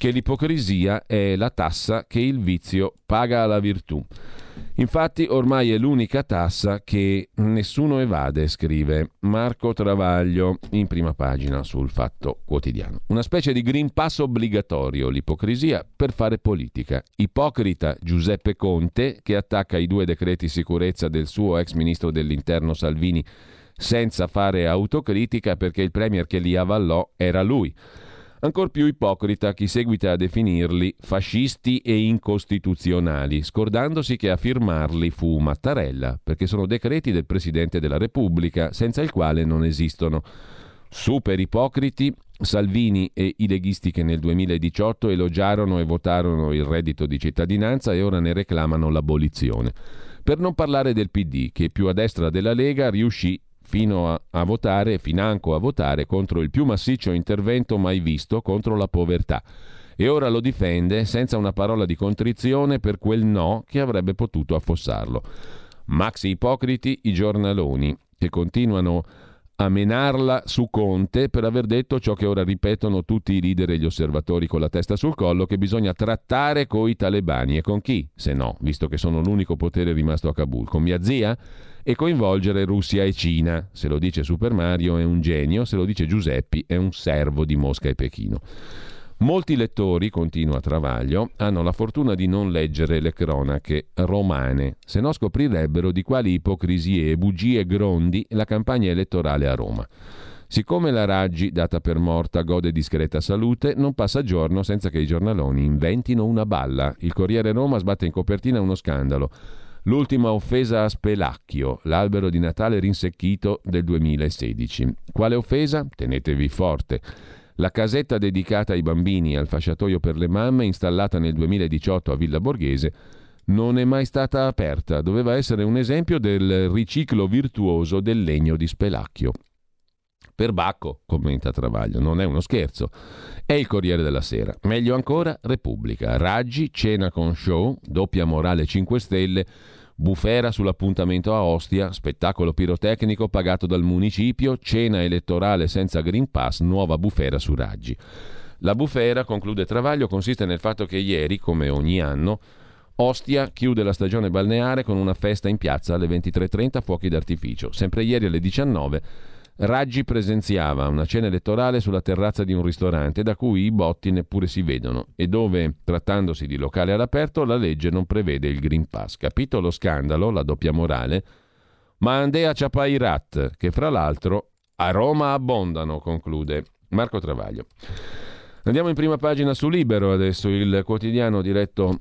A: che l'ipocrisia è la tassa che il vizio paga alla virtù. Infatti ormai è l'unica tassa che nessuno evade, scrive Marco Travaglio in prima pagina sul Fatto Quotidiano. Una specie di Green Pass obbligatorio, l'ipocrisia per fare politica. Ipocrita Giuseppe Conte, che attacca i due decreti sicurezza del suo ex ministro dell'Interno Salvini senza fare autocritica perché il premier che li avallò era lui. Ancor più ipocrita chi seguita a definirli fascisti e incostituzionali, scordandosi che a firmarli fu Mattarella, perché sono decreti del Presidente della Repubblica, senza il quale non esistono. Super ipocriti Salvini e i leghisti che nel duemiladiciotto elogiarono e votarono il reddito di cittadinanza e ora ne reclamano l'abolizione. Per non parlare del P D, che più a destra della Lega riuscì fino a, a votare, financo a votare contro il più massiccio intervento mai visto contro la povertà. E ora lo difende senza una parola di contrizione per quel no che avrebbe potuto affossarlo. Maxi ipocriti i giornaloni, che continuano a menarla su Conte per aver detto ciò che ora ripetono tutti i leader e gli osservatori con la testa sul collo, che bisogna trattare coi talebani. E con chi? Se no, visto che sono l'unico potere rimasto a Kabul. Con mia zia? E coinvolgere Russia e Cina. Se lo dice Super Mario è un genio, se lo dice Giuseppi è un servo di Mosca e Pechino. Molti lettori, continua Travaglio, hanno la fortuna di non leggere le cronache romane, se no scoprirebbero di quali ipocrisie e bugie grondi la campagna elettorale a Roma. Siccome la Raggi, data per morta, gode discreta salute, non passa giorno senza che i giornaloni inventino una balla. Il Corriere Roma sbatte in copertina uno scandalo. L'ultima offesa a Spelacchio, l'albero di Natale rinsecchito del duemilasedici. Quale offesa? Tenetevi forte. La casetta dedicata ai bambini e al fasciatoio per le mamme, installata nel duemiladiciotto a Villa Borghese, non è mai stata aperta. Doveva essere un esempio del riciclo virtuoso del legno di Spelacchio. Perbacco, commenta Travaglio, non è uno scherzo. È il Corriere della Sera. Meglio ancora, Repubblica. Raggi, cena con show, doppia morale cinque Stelle, bufera sull'appuntamento a Ostia, spettacolo pirotecnico pagato dal municipio, cena elettorale senza Green Pass, nuova bufera su Raggi. La bufera, conclude Travaglio, consiste nel fatto che ieri, come ogni anno, Ostia chiude la stagione balneare con una festa in piazza alle ventitré e trenta, fuochi d'artificio. Sempre ieri alle diciannove Raggi presenziava una cena elettorale sulla terrazza di un ristorante da cui i botti neppure si vedono e dove, trattandosi di locale all'aperto, la legge non prevede il Green Pass. Capito lo scandalo, la doppia morale? Ma andea Ciapairat, che fra l'altro a Roma abbondano, conclude Marco Travaglio. Andiamo in prima pagina su Libero adesso, il quotidiano diretto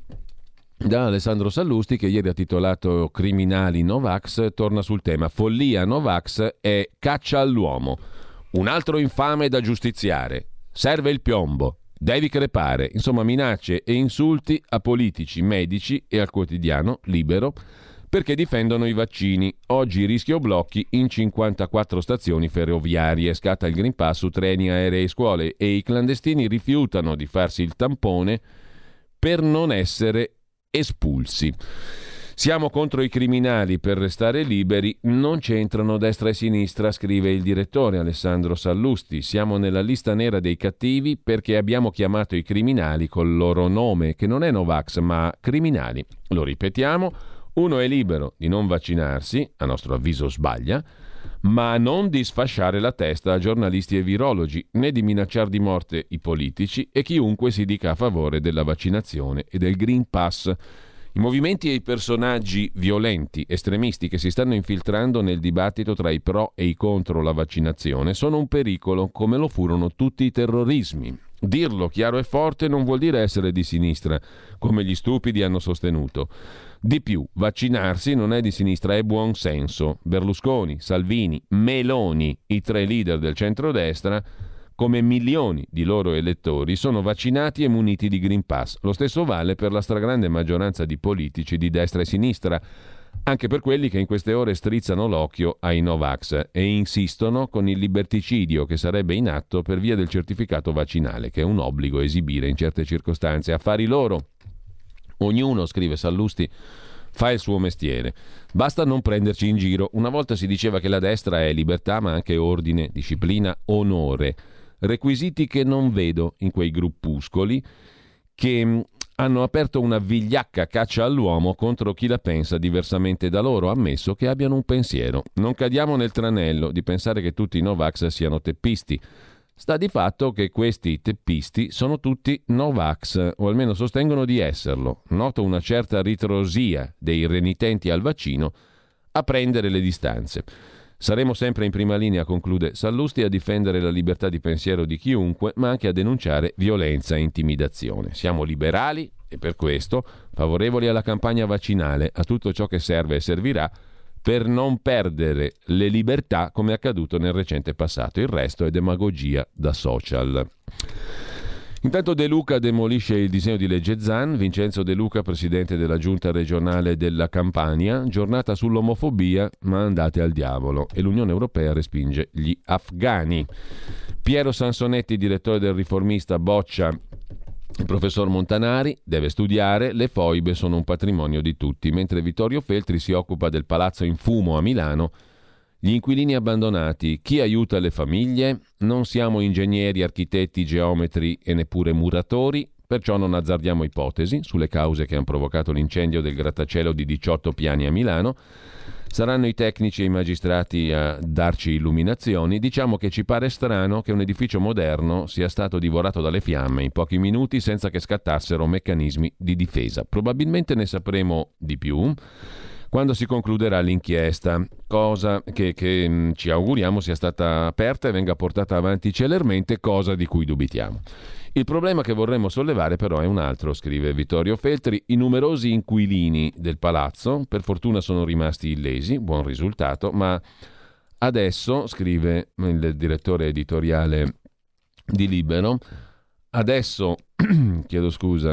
A: da Alessandro Sallusti, che ieri ha titolato Criminali Novax, torna sul tema follia Novax e caccia all'uomo. Un altro infame da giustiziare. Serve il piombo. Devi crepare. Insomma, minacce e insulti a politici, medici e al quotidiano Libero perché difendono i vaccini. Oggi rischio blocchi in cinquantaquattro stazioni ferroviarie. Scatta il Green Pass su treni, aerei e scuole e i clandestini rifiutano di farsi il tampone per non essere espulsi. Siamo contro i criminali per restare liberi, non c'entrano destra e sinistra, scrive il direttore Alessandro Sallusti. Siamo nella lista nera dei cattivi perché abbiamo chiamato i criminali col loro nome, che non è Novax ma criminali. Lo ripetiamo, uno è libero di non vaccinarsi, a nostro avviso sbaglia, ma non di sfasciare la testa a giornalisti e virologi, né di minacciar di morte i politici e chiunque si dica a favore della vaccinazione e del Green Pass. I movimenti e i personaggi violenti, estremisti che si stanno infiltrando nel dibattito tra i pro e i contro la vaccinazione sono un pericolo, come lo furono tutti i terrorismi. Dirlo chiaro e forte non vuol dire essere di sinistra, come gli stupidi hanno sostenuto. Di più, vaccinarsi non è di sinistra, è buon senso. Berlusconi, Salvini, Meloni, i tre leader del centrodestra, come milioni di loro elettori, sono vaccinati e muniti di Green Pass. Lo stesso vale per la stragrande maggioranza di politici di destra e sinistra, anche per quelli che in queste ore strizzano l'occhio ai Novax e insistono con il liberticidio che sarebbe in atto per via del certificato vaccinale, che è un obbligo esibire in certe circostanze. Affari loro. Ognuno, scrive Sallusti, fa il suo mestiere. Basta non prenderci in giro. Una volta si diceva che la destra è libertà ma anche ordine, disciplina, onore. Requisiti che non vedo in quei gruppuscoli che mh, hanno aperto una vigliacca caccia all'uomo contro chi la pensa diversamente da loro, ammesso che abbiano un pensiero. Non cadiamo nel tranello di pensare che tutti i Novax siano teppisti. Sta di fatto che questi teppisti sono tutti Novax, o almeno sostengono di esserlo. Noto una certa ritrosia dei renitenti al vaccino a prendere le distanze. Saremo sempre in prima linea, conclude Sallusti, a difendere la libertà di pensiero di chiunque, ma anche a denunciare violenza e intimidazione. Siamo liberali e per questo favorevoli alla campagna vaccinale, a tutto ciò che serve e servirà per non perdere le libertà come è accaduto nel recente passato. Il resto è demagogia da social. Intanto De Luca demolisce il disegno di legge Zan. Vincenzo De Luca, presidente della giunta regionale della Campania, giornata sull'omofobia, ma andate al diavolo, e l'Unione Europea respinge gli afghani. Piero Sansonetti, direttore del Riformista, boccia il professor Montanari, deve studiare, le foibe sono un patrimonio di tutti, mentre Vittorio Feltri si occupa del palazzo in fumo a Milano. Gli inquilini abbandonati, chi aiuta le famiglie? Non siamo ingegneri, architetti, geometri e neppure muratori, perciò non azzardiamo ipotesi sulle cause che hanno provocato l'incendio del grattacielo di diciotto piani a Milano. Saranno i tecnici e i magistrati a darci illuminazioni. Diciamo che ci pare strano che un edificio moderno sia stato divorato dalle fiamme in pochi minuti senza che scattassero meccanismi di difesa. Probabilmente ne sapremo di più quando si concluderà l'inchiesta, cosa che, che mh, ci auguriamo sia stata aperta e venga portata avanti celermente, cosa di cui dubitiamo. Il problema che vorremmo sollevare però è un altro, scrive Vittorio Feltri. I numerosi inquilini del palazzo per fortuna sono rimasti illesi, buon risultato, ma adesso, scrive il direttore editoriale di Libero, adesso, chiedo scusa,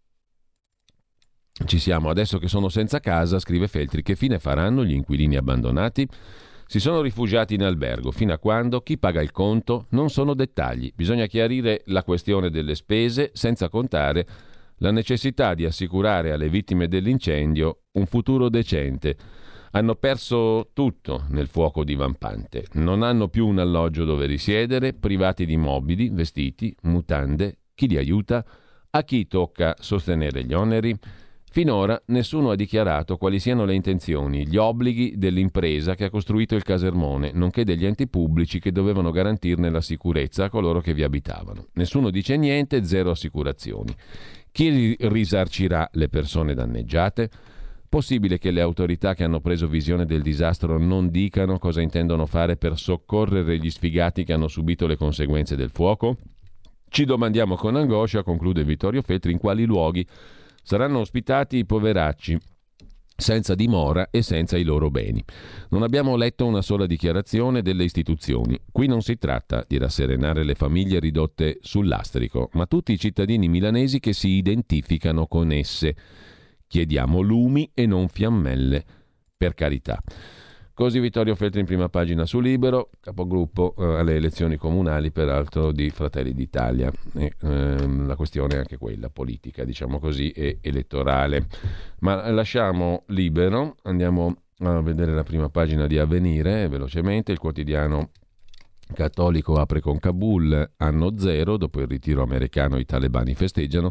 A: ci siamo, adesso che sono senza casa, scrive Feltri, che fine faranno gli inquilini abbandonati? Si sono rifugiati in albergo. Fino a quando? Chi paga il conto? Non sono dettagli. Bisogna chiarire la questione delle spese, senza contare la necessità di assicurare alle vittime dell'incendio un futuro decente. Hanno perso tutto nel fuoco divampante. Non hanno più un alloggio dove risiedere, privati di mobili, vestiti, mutande. Chi li aiuta? A chi tocca sostenere gli oneri? Finora nessuno ha dichiarato quali siano le intenzioni, gli obblighi dell'impresa che ha costruito il casermone, nonché degli enti pubblici che dovevano garantirne la sicurezza a coloro che vi abitavano. Nessuno dice niente, zero assicurazioni. Chi risarcirà le persone danneggiate? Possibile che le autorità che hanno preso visione del disastro non dicano cosa intendono fare per soccorrere gli sfigati che hanno subito le conseguenze del fuoco? Ci domandiamo con angoscia, conclude Vittorio Feltri, in quali luoghi saranno ospitati i poveracci senza dimora e senza i loro beni. Non abbiamo letto una sola dichiarazione delle istituzioni. Qui non si tratta di rasserenare le famiglie ridotte sul lastrico, ma tutti i cittadini milanesi che si identificano con esse. Chiediamo lumi e non fiammelle, per carità. Così Vittorio Feltri in prima pagina su Libero, capogruppo eh, alle elezioni comunali, peraltro di Fratelli d'Italia. E, ehm, la questione è anche quella politica, diciamo così, e elettorale. Ma lasciamo Libero, andiamo a vedere la prima pagina di Avvenire, velocemente. Il quotidiano cattolico apre con Kabul, anno zero, dopo il ritiro americano i talebani festeggiano.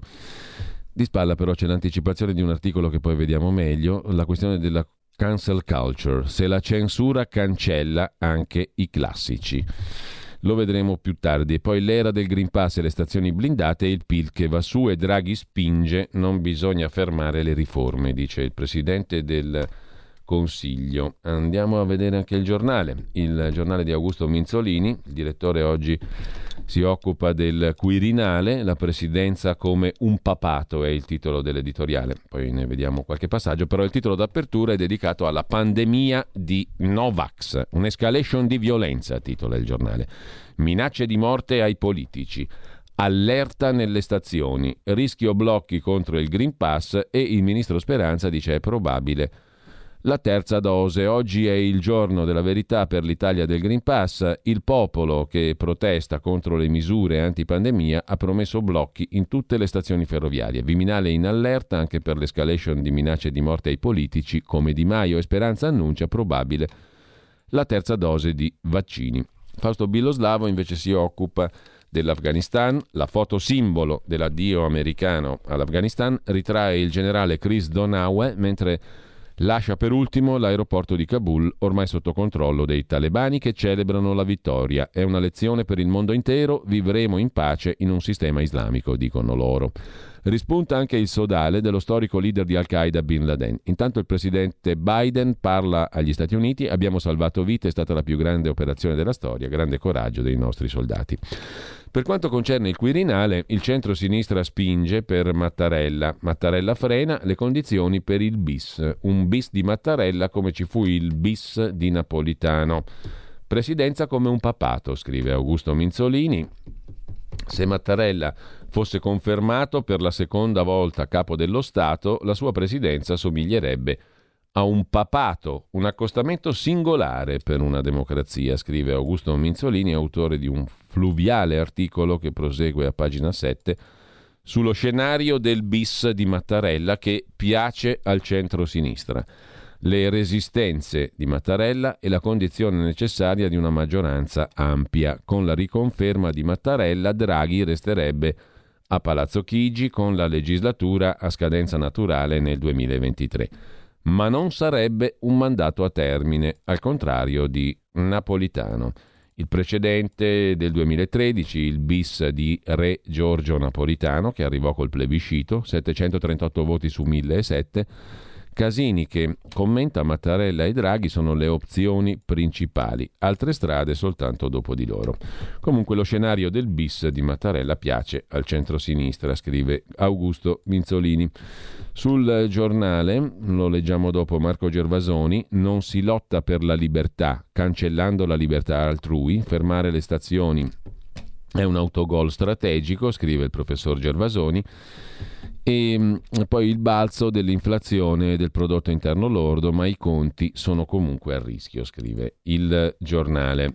A: Di spalla però c'è l'anticipazione di un articolo che poi vediamo meglio, la questione della cancel culture, se la censura cancella anche i classici. Lo vedremo più tardi. E poi l'era del Green Pass e le stazioni blindate e il P I L che va su e Draghi spinge, non bisogna fermare le riforme, dice il Presidente del Consiglio. Andiamo a vedere anche il giornale, il giornale di Augusto Minzolini, il direttore oggi si occupa del Quirinale, la presidenza come un papato è il titolo dell'editoriale, poi ne vediamo qualche passaggio, però il titolo d'apertura è dedicato alla pandemia di Novax, un'escalation di violenza, titola il giornale, minacce di morte ai politici, allerta nelle stazioni, rischio blocchi contro il Green Pass e il ministro Speranza dice è probabile la terza dose. Oggi è il giorno della verità per l'Italia del Green Pass. Il popolo che protesta contro le misure antipandemia ha promesso blocchi in tutte le stazioni ferroviarie. Viminale in allerta anche per l'escalation di minacce di morte ai politici, come Di Maio, e Speranza annuncia probabile la terza dose di vaccini. Fausto Biloslavo invece si occupa dell'Afghanistan. La foto simbolo dell'addio americano all'Afghanistan ritrae il generale Chris Donaue mentre lascia per ultimo l'aeroporto di Kabul, ormai sotto controllo dei talebani che celebrano la vittoria. È una lezione per il mondo intero, vivremo in pace in un sistema islamico, dicono loro. Rispunta anche il sodale dello storico leader di Al-Qaeda Bin Laden. Intanto il presidente Biden parla agli Stati Uniti: abbiamo salvato vite, è stata la più grande operazione della storia, grande coraggio dei nostri soldati. Per quanto concerne il Quirinale, il centro-sinistra spinge per Mattarella. Mattarella frena le condizioni per il bis. Un bis di Mattarella come ci fu il bis di Napolitano. Presidenza come un papato, scrive Augusto Minzolini. Se Mattarella fosse confermato per la seconda volta capo dello Stato, la sua presidenza somiglierebbe a un papato, un accostamento singolare per una democrazia, scrive Augusto Minzolini, autore di un fluviale articolo che prosegue a pagina sette sullo scenario del bis di Mattarella che piace al centro-sinistra. Le resistenze di Mattarella e la condizione necessaria di una maggioranza ampia. Con la riconferma di Mattarella, Draghi resterebbe a Palazzo Chigi con la legislatura a scadenza naturale nel duemilaventitré. Ma non sarebbe un mandato a termine, al contrario di Napolitano. Il precedente del duemilatredici, il bis di Re Giorgio Napolitano, che arrivò col plebiscito, settecentotrentotto voti su mille e sette. Casini, che commenta Mattarella e Draghi, sono le opzioni principali, altre strade soltanto dopo di loro. Comunque lo scenario del bis di Mattarella piace al centro-sinistra, scrive Augusto Minzolini. Sul Giornale, lo leggiamo dopo Marco Gervasoni, non si lotta per la libertà, cancellando la libertà altrui, fermare le stazioni è un autogol strategico, scrive il professor Gervasoni. E poi il balzo dell'inflazione e del prodotto interno lordo, ma i conti sono comunque a rischio, scrive il Giornale.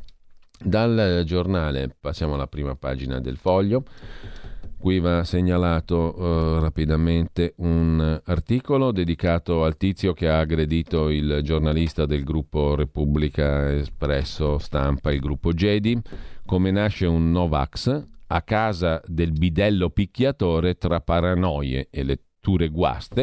A: Dal Giornale passiamo alla prima pagina del Foglio. Qui va segnalato uh, rapidamente un articolo dedicato al tizio che ha aggredito il giornalista del gruppo Repubblica Espresso Stampa, il gruppo Gedi. Come nasce un Novax? A casa del bidello picchiatore tra paranoie e letture guaste.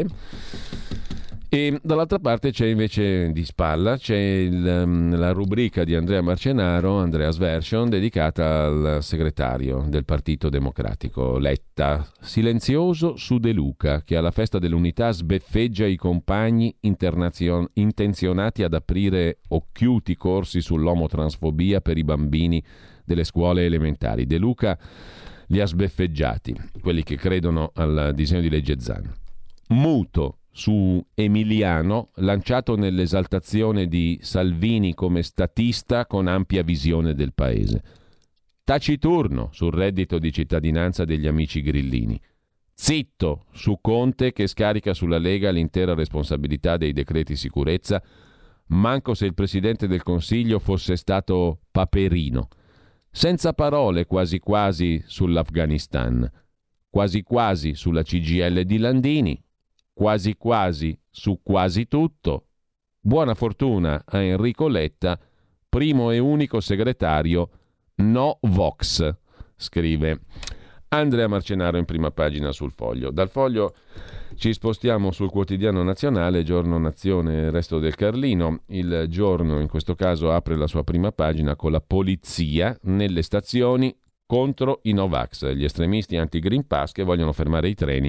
A: E dall'altra parte c'è invece di spalla c'è il, la rubrica di Andrea Marcenaro, Andrea's Version, dedicata al segretario del Partito Democratico Letta, silenzioso su De Luca, che alla festa dell'unità sbeffeggia i compagni internazion- intenzionati ad aprire occhiuti corsi sull'omotransfobia per i bambini delle scuole elementari. De Luca li ha sbeffeggiati, quelli che credono al disegno di legge Zan. Muto su Emiliano, lanciato nell'esaltazione di Salvini come statista con ampia visione del paese. Taciturno sul reddito di cittadinanza degli amici grillini. Zitto su Conte, che scarica sulla Lega l'intera responsabilità dei decreti sicurezza, manco se il Presidente del Consiglio fosse stato Paperino. Senza parole quasi quasi sull'Afghanistan, quasi quasi sulla C G I L di Landini, quasi quasi su quasi tutto. Buona fortuna a Enrico Letta, primo e unico segretario no Vox, scrive Andrea Marcenaro in prima pagina sul Foglio. Dal Foglio ci spostiamo sul Quotidiano Nazionale, Giorno, Nazione, Resto del Carlino. Il Giorno in questo caso apre la sua prima pagina con la polizia nelle stazioni contro i Novax, gli estremisti anti-Green Pass che vogliono fermare i treni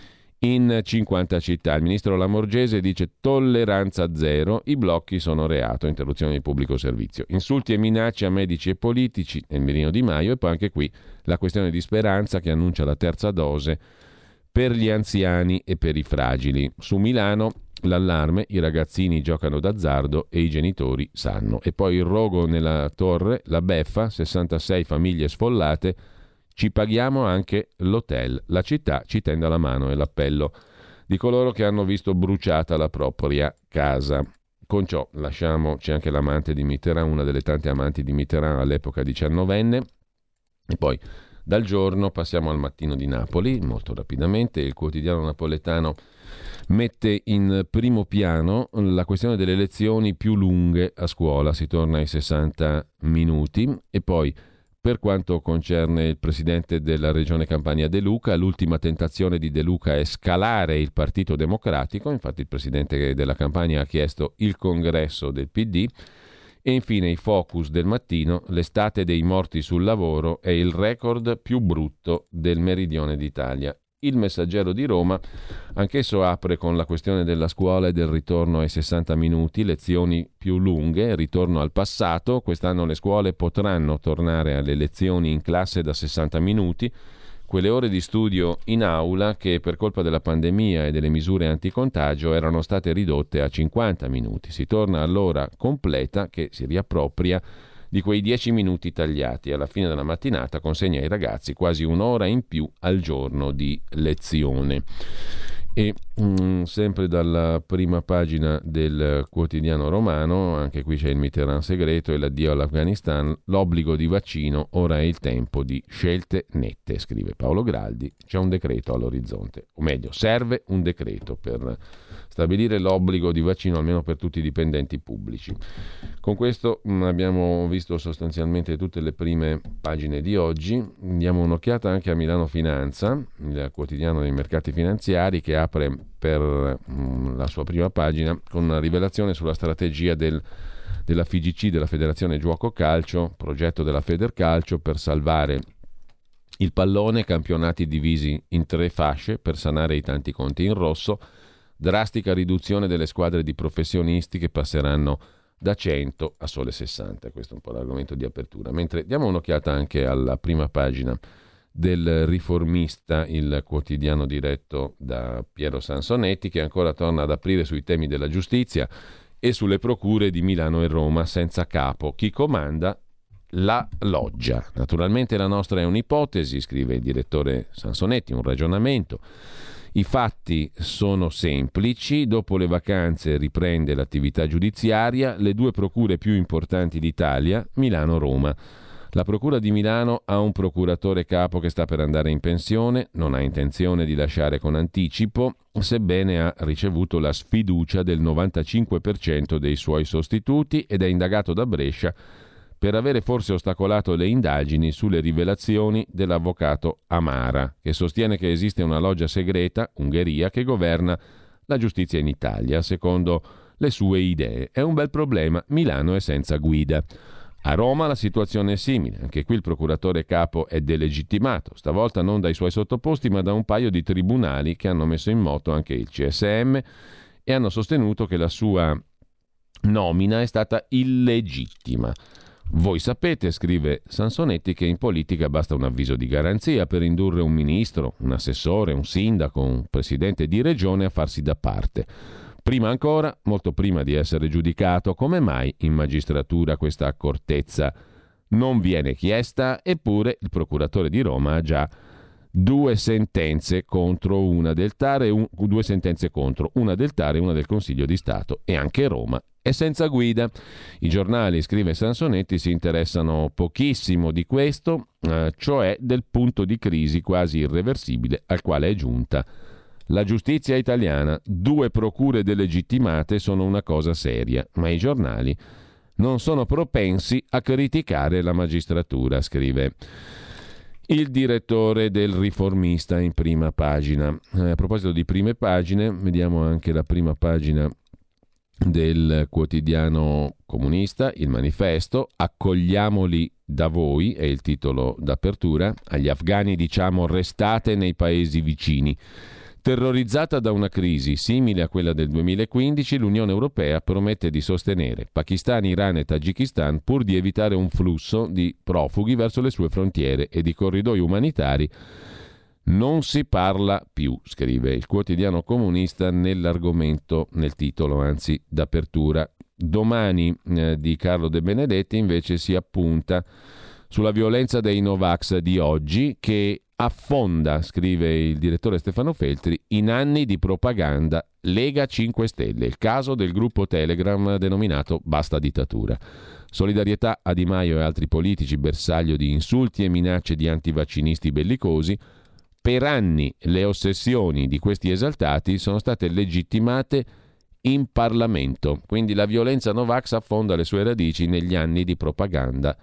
A: in cinquanta città. Il ministro Lamorgese dice tolleranza zero, i blocchi sono reato, interruzione di pubblico servizio. Insulti e minacce a medici e politici nel mirino Di Maio, e poi anche qui la questione di Speranza che annuncia la terza dose per gli anziani e per i fragili. Su Milano l'allarme, i ragazzini giocano d'azzardo e i genitori sanno. E poi il rogo nella torre, la beffa, sessantasei famiglie sfollate. Ci paghiamo anche l'hotel. La città ci tende la mano, è l'appello di coloro che hanno visto bruciata la propria casa. Con ciò lasciamo, c'è anche l'amante di Mitterrand, una delle tante amanti di Mitterrand all'epoca diciannovenne. E poi dal Giorno passiamo al Mattino di Napoli, molto rapidamente. Il quotidiano napoletano mette in primo piano la questione delle lezioni più lunghe a scuola, si torna ai sessanta minuti, e poi Per quanto concerne il presidente della regione Campania De Luca, l'ultima tentazione di De Luca è scalare il Partito Democratico, infatti il presidente della Campania ha chiesto il congresso del P D. E infine i focus del mattino: l'estate dei morti sul lavoro è il record più brutto del meridione d'Italia. Il Messaggero di Roma anch'esso apre con la questione della scuola e del ritorno ai sessanta minuti, lezioni più lunghe, ritorno al passato. Quest'anno le scuole potranno tornare alle lezioni in classe da sessanta minuti, quelle ore di studio in aula che per colpa della pandemia e delle misure anticontagio erano state ridotte a cinquanta minuti. Si torna all'ora completa che si riappropria di quei dieci minuti tagliati. Alla fine della mattinata consegna ai ragazzi quasi un'ora in più al giorno di lezione. E mh, sempre dalla prima pagina del quotidiano romano, anche qui c'è il Mitterrand segreto e l'addio all'Afghanistan, l'obbligo di vaccino, ora è il tempo di scelte nette, scrive Paolo Graldi. C'è un decreto all'orizzonte, o meglio serve un decreto per stabilire l'obbligo di vaccino almeno per tutti i dipendenti pubblici. Con questo mh, abbiamo visto sostanzialmente tutte le prime pagine di oggi. Diamo un'occhiata anche a Milano Finanza, il quotidiano dei mercati finanziari, che apre per mh, la sua prima pagina con una rivelazione sulla strategia del, della F I G C, della Federazione Giuoco Calcio, progetto della Federcalcio per salvare il pallone, campionati divisi in tre fasce per sanare i tanti conti in rosso, drastica riduzione delle squadre di professionisti che passeranno da cento a sole sessanta. Questo è un po' l'argomento di apertura. Mentre diamo un'occhiata anche alla prima pagina del Riformista, il quotidiano diretto da Piero Sansonetti, che ancora torna ad aprire sui temi della giustizia e sulle procure di Milano e Roma senza capo. Chi comanda? La loggia. Naturalmente la nostra è un'ipotesi, scrive il direttore Sansonetti, un ragionamento. I fatti sono semplici: dopo le vacanze riprende l'attività giudiziaria, le due procure più importanti d'Italia, Milano-Roma. La procura di Milano ha un procuratore capo che sta per andare in pensione, non ha intenzione di lasciare con anticipo, sebbene ha ricevuto la sfiducia del novantacinque per cento dei suoi sostituti ed è indagato da Brescia per avere forse ostacolato le indagini sulle rivelazioni dell'avvocato Amara, che sostiene che esiste una loggia segreta, Ungheria, che governa la giustizia in Italia, secondo le sue idee. È un bel problema, Milano è senza guida. A Roma la situazione è simile, anche qui il procuratore capo è delegittimato, stavolta non dai suoi sottoposti ma da un paio di tribunali che hanno messo in moto anche il C S M e hanno sostenuto che la sua nomina è stata illegittima. Voi sapete, scrive Sansonetti, che in politica basta un avviso di garanzia per indurre un ministro, un assessore, un sindaco, un presidente di regione a farsi da parte. Prima ancora, molto prima di essere giudicato, come mai in magistratura questa accortezza non viene chiesta? Eppure il procuratore di Roma ha già due sentenze contro una del T A R e un, due sentenze contro, una del T A R e una del Consiglio di Stato, e anche Roma è senza guida. I giornali, scrive Sansonetti, si interessano pochissimo di questo, eh, cioè del punto di crisi quasi irreversibile al quale è giunta la giustizia italiana. Due procure delegittimate sono una cosa seria, ma i giornali non sono propensi a criticare la magistratura, scrive il direttore del Riformista in prima pagina. Eh, a proposito di prime pagine, vediamo anche la prima pagina del quotidiano comunista, il Manifesto. Accogliamoli da voi è il titolo d'apertura. Agli afghani diciamo: restate nei paesi vicini. Terrorizzata da una crisi simile a quella del duemilaquindici, l'Unione Europea promette di sostenere Pakistan, Iran e Tagikistan pur di evitare un flusso di profughi verso le sue frontiere, e di corridoi umanitari non si parla più, scrive il quotidiano comunista nell'argomento, nel titolo anzi d'apertura. Domani eh, di Carlo De Benedetti invece si appunta sulla violenza dei Novax di oggi, che affonda, scrive il direttore Stefano Feltri, in anni di propaganda Lega cinque Stelle, il caso del gruppo Telegram denominato Basta Dittatura. Solidarietà a Di Maio e altri politici bersaglio di insulti e minacce di antivaccinisti bellicosi. Per anni le ossessioni di questi esaltati sono state legittimate in Parlamento, quindi la violenza Novax affonda le sue radici negli anni di propaganda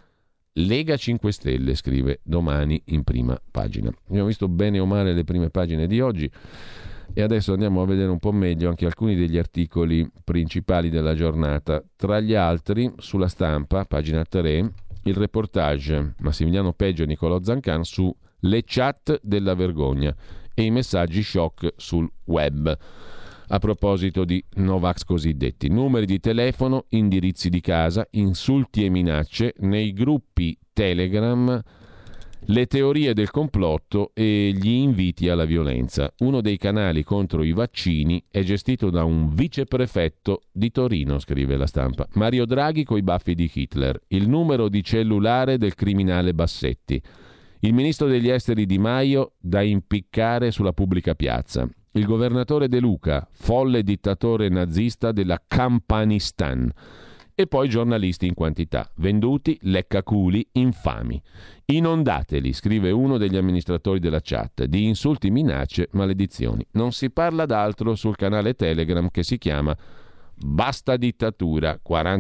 A: Lega cinque Stelle, scrive Domani in prima pagina. Abbiamo visto bene o male le prime pagine di oggi e adesso andiamo a vedere un po' meglio anche alcuni degli articoli principali della giornata. Tra gli altri, sulla Stampa, pagina tre, il reportage Massimiliano Peggio e Nicolò Zancan su le chat della vergogna e i messaggi shock sul web. A proposito di Novax cosiddetti, numeri di telefono, indirizzi di casa, insulti e minacce nei gruppi Telegram, le teorie del complotto e gli inviti alla violenza. Uno dei canali contro i vaccini è gestito da un viceprefetto di Torino, scrive la Stampa. Mario Draghi coi baffi di Hitler, il numero di cellulare del criminale Bassetti. Il ministro degli esteri Di Maio da impiccare sulla pubblica piazza. Il governatore De Luca, folle dittatore nazista della Campanistan. E poi giornalisti in quantità, venduti, leccaculi, infami. Inondateli, scrive uno degli amministratori della chat, di insulti, minacce, maledizioni. Non si parla d'altro sul canale Telegram che si chiama Basta Dittatura,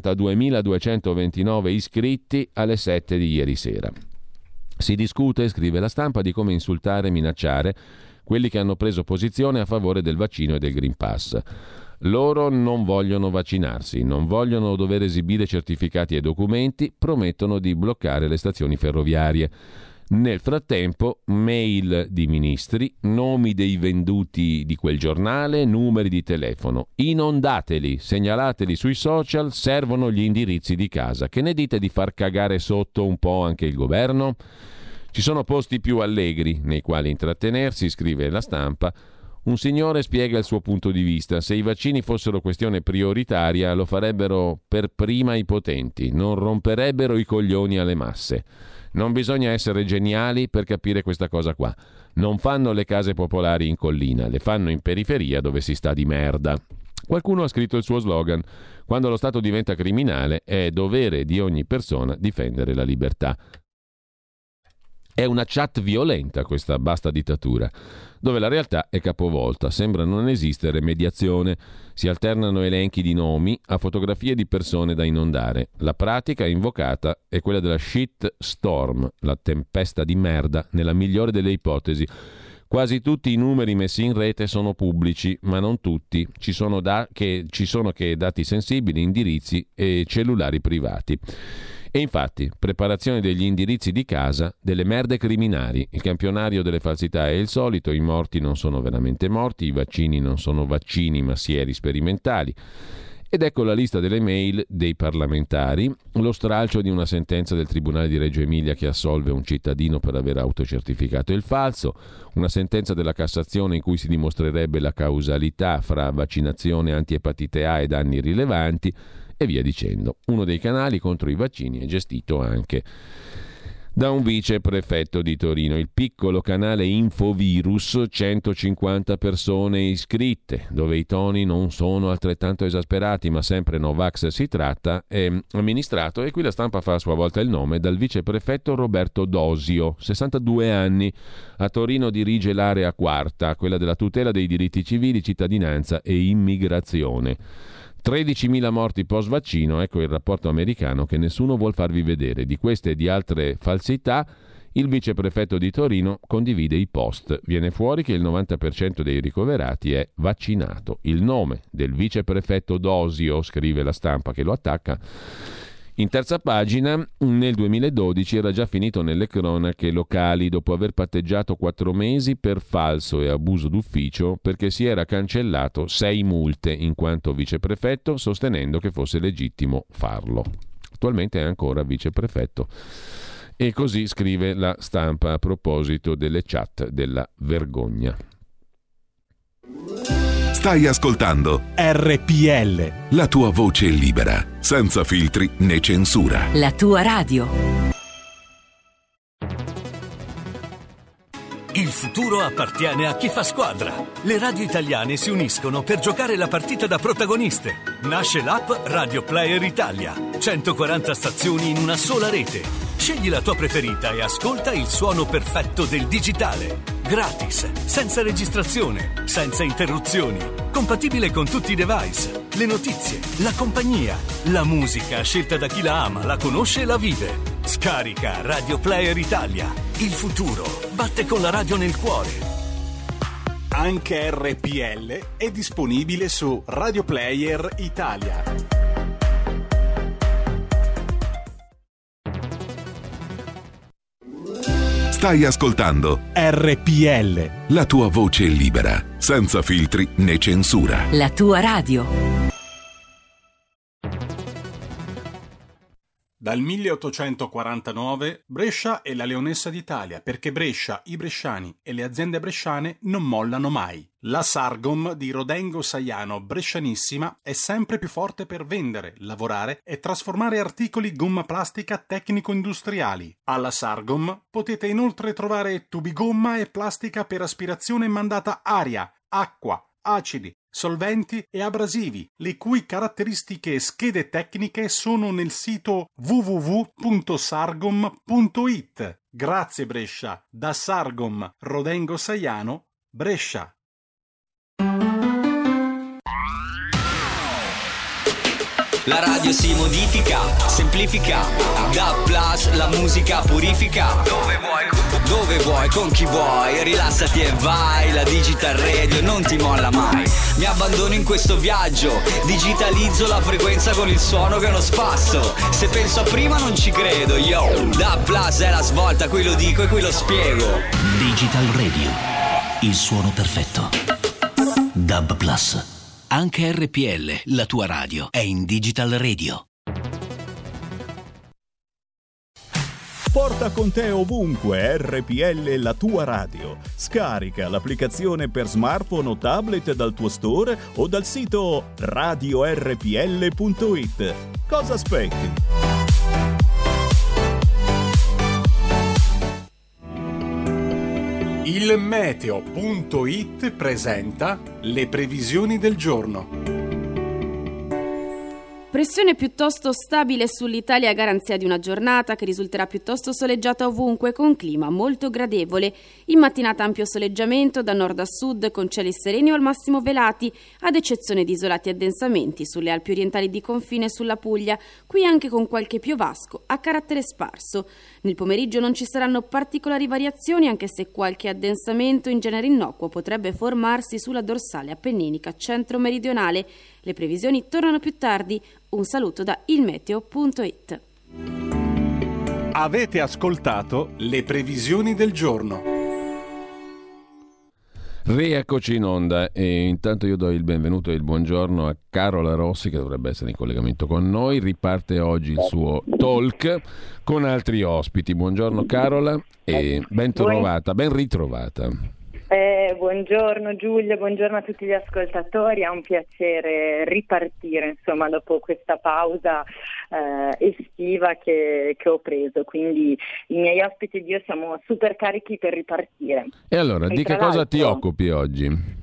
A: quarantaduemiladuecentoventinove iscritti alle sette di ieri sera. Si discute, scrive la Stampa, di come insultare e minacciare quelli che hanno preso posizione a favore del vaccino e del Green Pass. Loro non vogliono vaccinarsi, non vogliono dover esibire certificati e documenti, promettono di bloccare le stazioni ferroviarie. Nel frattempo, mail di ministri, nomi dei venduti di quel giornale, numeri di telefono. Inondateli, segnalateli sui social, servono gli indirizzi di casa. Che ne dite di far cagare sotto un po' anche il governo? Ci sono posti più allegri nei quali intrattenersi, scrive la Stampa. Un signore spiega il suo punto di vista. Se i vaccini fossero questione prioritaria, lo farebbero per prima i potenti, non romperebbero i coglioni alle masse. Non bisogna essere geniali per capire questa cosa qua. Non fanno le case popolari in collina, le fanno in periferia dove si sta di merda. Qualcuno ha scritto il suo slogan: quando lo Stato diventa criminale è dovere di ogni persona difendere la libertà. È una chat violenta questa Basta Dittatura, dove la realtà è capovolta, sembra non esistere mediazione, si alternano elenchi di nomi a fotografie di persone da inondare. La pratica invocata è quella della shit storm, la tempesta di merda nella migliore delle ipotesi. Quasi tutti i numeri messi in rete sono pubblici, ma non tutti. Ci sono, da- che, ci sono che dati sensibili, indirizzi e cellulari privati. E infatti, preparazione degli indirizzi di casa delle merde criminali. Il campionario delle falsità è il solito, i morti non sono veramente morti, i vaccini non sono vaccini ma sieri sperimentali. Ed ecco la lista delle mail dei parlamentari, lo stralcio di una sentenza del Tribunale di Reggio Emilia che assolve un cittadino per aver autocertificato il falso, una sentenza della Cassazione in cui si dimostrerebbe la causalità fra vaccinazione, antiepatite A e danni rilevanti, e via dicendo. Uno dei canali contro i vaccini è gestito anche da un viceprefetto di Torino. Il piccolo canale Infovirus, centocinquanta persone iscritte, dove i toni non sono altrettanto esasperati, ma sempre Novax si tratta, è amministrato, e qui la Stampa fa a sua volta il nome, dal viceprefetto Roberto Dosio, sessantadue anni. A Torino dirige l'area quarta, quella della tutela dei diritti civili, cittadinanza e immigrazione. tredicimila morti post vaccino, ecco il rapporto americano che nessuno vuol farvi vedere. Di queste e di altre falsità il viceprefetto di Torino condivide i post. Viene fuori che il novanta per cento dei ricoverati è vaccinato. Il nome del viceprefetto Dosio, scrive la Stampa che lo attacca, in terza pagina, nel duemiladodici era già finito nelle cronache locali dopo aver patteggiato quattro mesi per falso e abuso d'ufficio perché si era cancellato sei multe in quanto viceprefetto, sostenendo che fosse legittimo farlo. Attualmente è ancora viceprefetto. E così scrive la Stampa a proposito delle chat della vergogna.
B: Stai ascoltando
C: R P L,
B: la tua voce libera, senza filtri né censura.
D: La tua radio.
E: Il futuro appartiene a chi fa squadra. Le radio italiane si uniscono per giocare la partita da protagoniste. Nasce l'app Radio Player Italia. centoquaranta stazioni in una sola rete. Scegli la tua preferita e ascolta il suono perfetto del digitale. Gratis, senza registrazione, senza interruzioni. Compatibile con tutti i device. Le notizie, la compagnia, la musica scelta da chi la ama, la conosce e la vive. Scarica Radio Player Italia. Il futuro batte con la radio nel cuore.
C: Anche R P L è disponibile su Radio Player Italia.
B: Stai ascoltando
C: R P L,
B: la tua voce libera, senza filtri né censura.
D: La tua radio.
C: Dal milleottocentoquarantanove Brescia è la leonessa d'Italia, perché Brescia, i bresciani e le aziende bresciane non mollano mai. La Sargom di Rodengo Saiano Brescianissima è sempre più forte per vendere, lavorare e trasformare articoli gomma plastica tecnico-industriali. Alla Sargom potete inoltre trovare tubi gomma e plastica per aspirazione mandata aria, acqua, acidi, solventi e abrasivi, le cui caratteristiche e schede tecniche sono nel sito w w w punto sargom punto i t. Grazie Brescia, da Sargom Rodengo Saiano, Brescia.
F: La radio si modifica, semplifica, da plus la musica purifica. Dove vuoi, dove vuoi, con chi vuoi, rilassati e vai. La Digital Radio non ti molla mai. Mi abbandono in questo viaggio, digitalizzo la frequenza con il suono che è uno spasso. Se penso a prima non ci credo, yo. Da plus è la svolta, qui lo dico e qui lo spiego.
G: Digital Radio, il suono perfetto. Dub Plus. Anche R P L, la tua radio, è in Digital Radio.
H: Porta con te ovunque R P L, la tua radio. Scarica l'applicazione per smartphone o tablet dal tuo store o dal sito radio r p l punto i t. Cosa aspetti?
C: Il meteo punto i t presenta le previsioni del giorno.
I: Pressione piuttosto stabile sull'Italia a garanzia di una giornata che risulterà piuttosto soleggiata ovunque con clima molto gradevole. In mattinata ampio soleggiamento da nord a sud con cieli sereni o al massimo velati, ad eccezione di isolati addensamenti sulle Alpi orientali di confine e sulla Puglia, qui anche con qualche piovasco a carattere sparso. Nel pomeriggio non ci saranno particolari variazioni, anche se qualche addensamento in genere innocuo potrebbe formarsi sulla dorsale appenninica centro-meridionale. Le previsioni tornano più tardi. Un saluto da ilmeteo punto i t.
C: Avete ascoltato le previsioni del giorno.
A: Rieccoci in onda e intanto io do il benvenuto e il buongiorno a Carola Rossi, che dovrebbe essere in collegamento con noi. Riparte oggi il suo talk con altri ospiti. Buongiorno Carola e ben trovata, ben ritrovata.
J: Eh, buongiorno Giulia, buongiorno a tutti gli ascoltatori, è un piacere ripartire insomma dopo questa pausa eh, estiva che, che ho preso, quindi i miei ospiti ed io siamo super carichi per ripartire.
A: E allora, e di che cosa ti occupi oggi?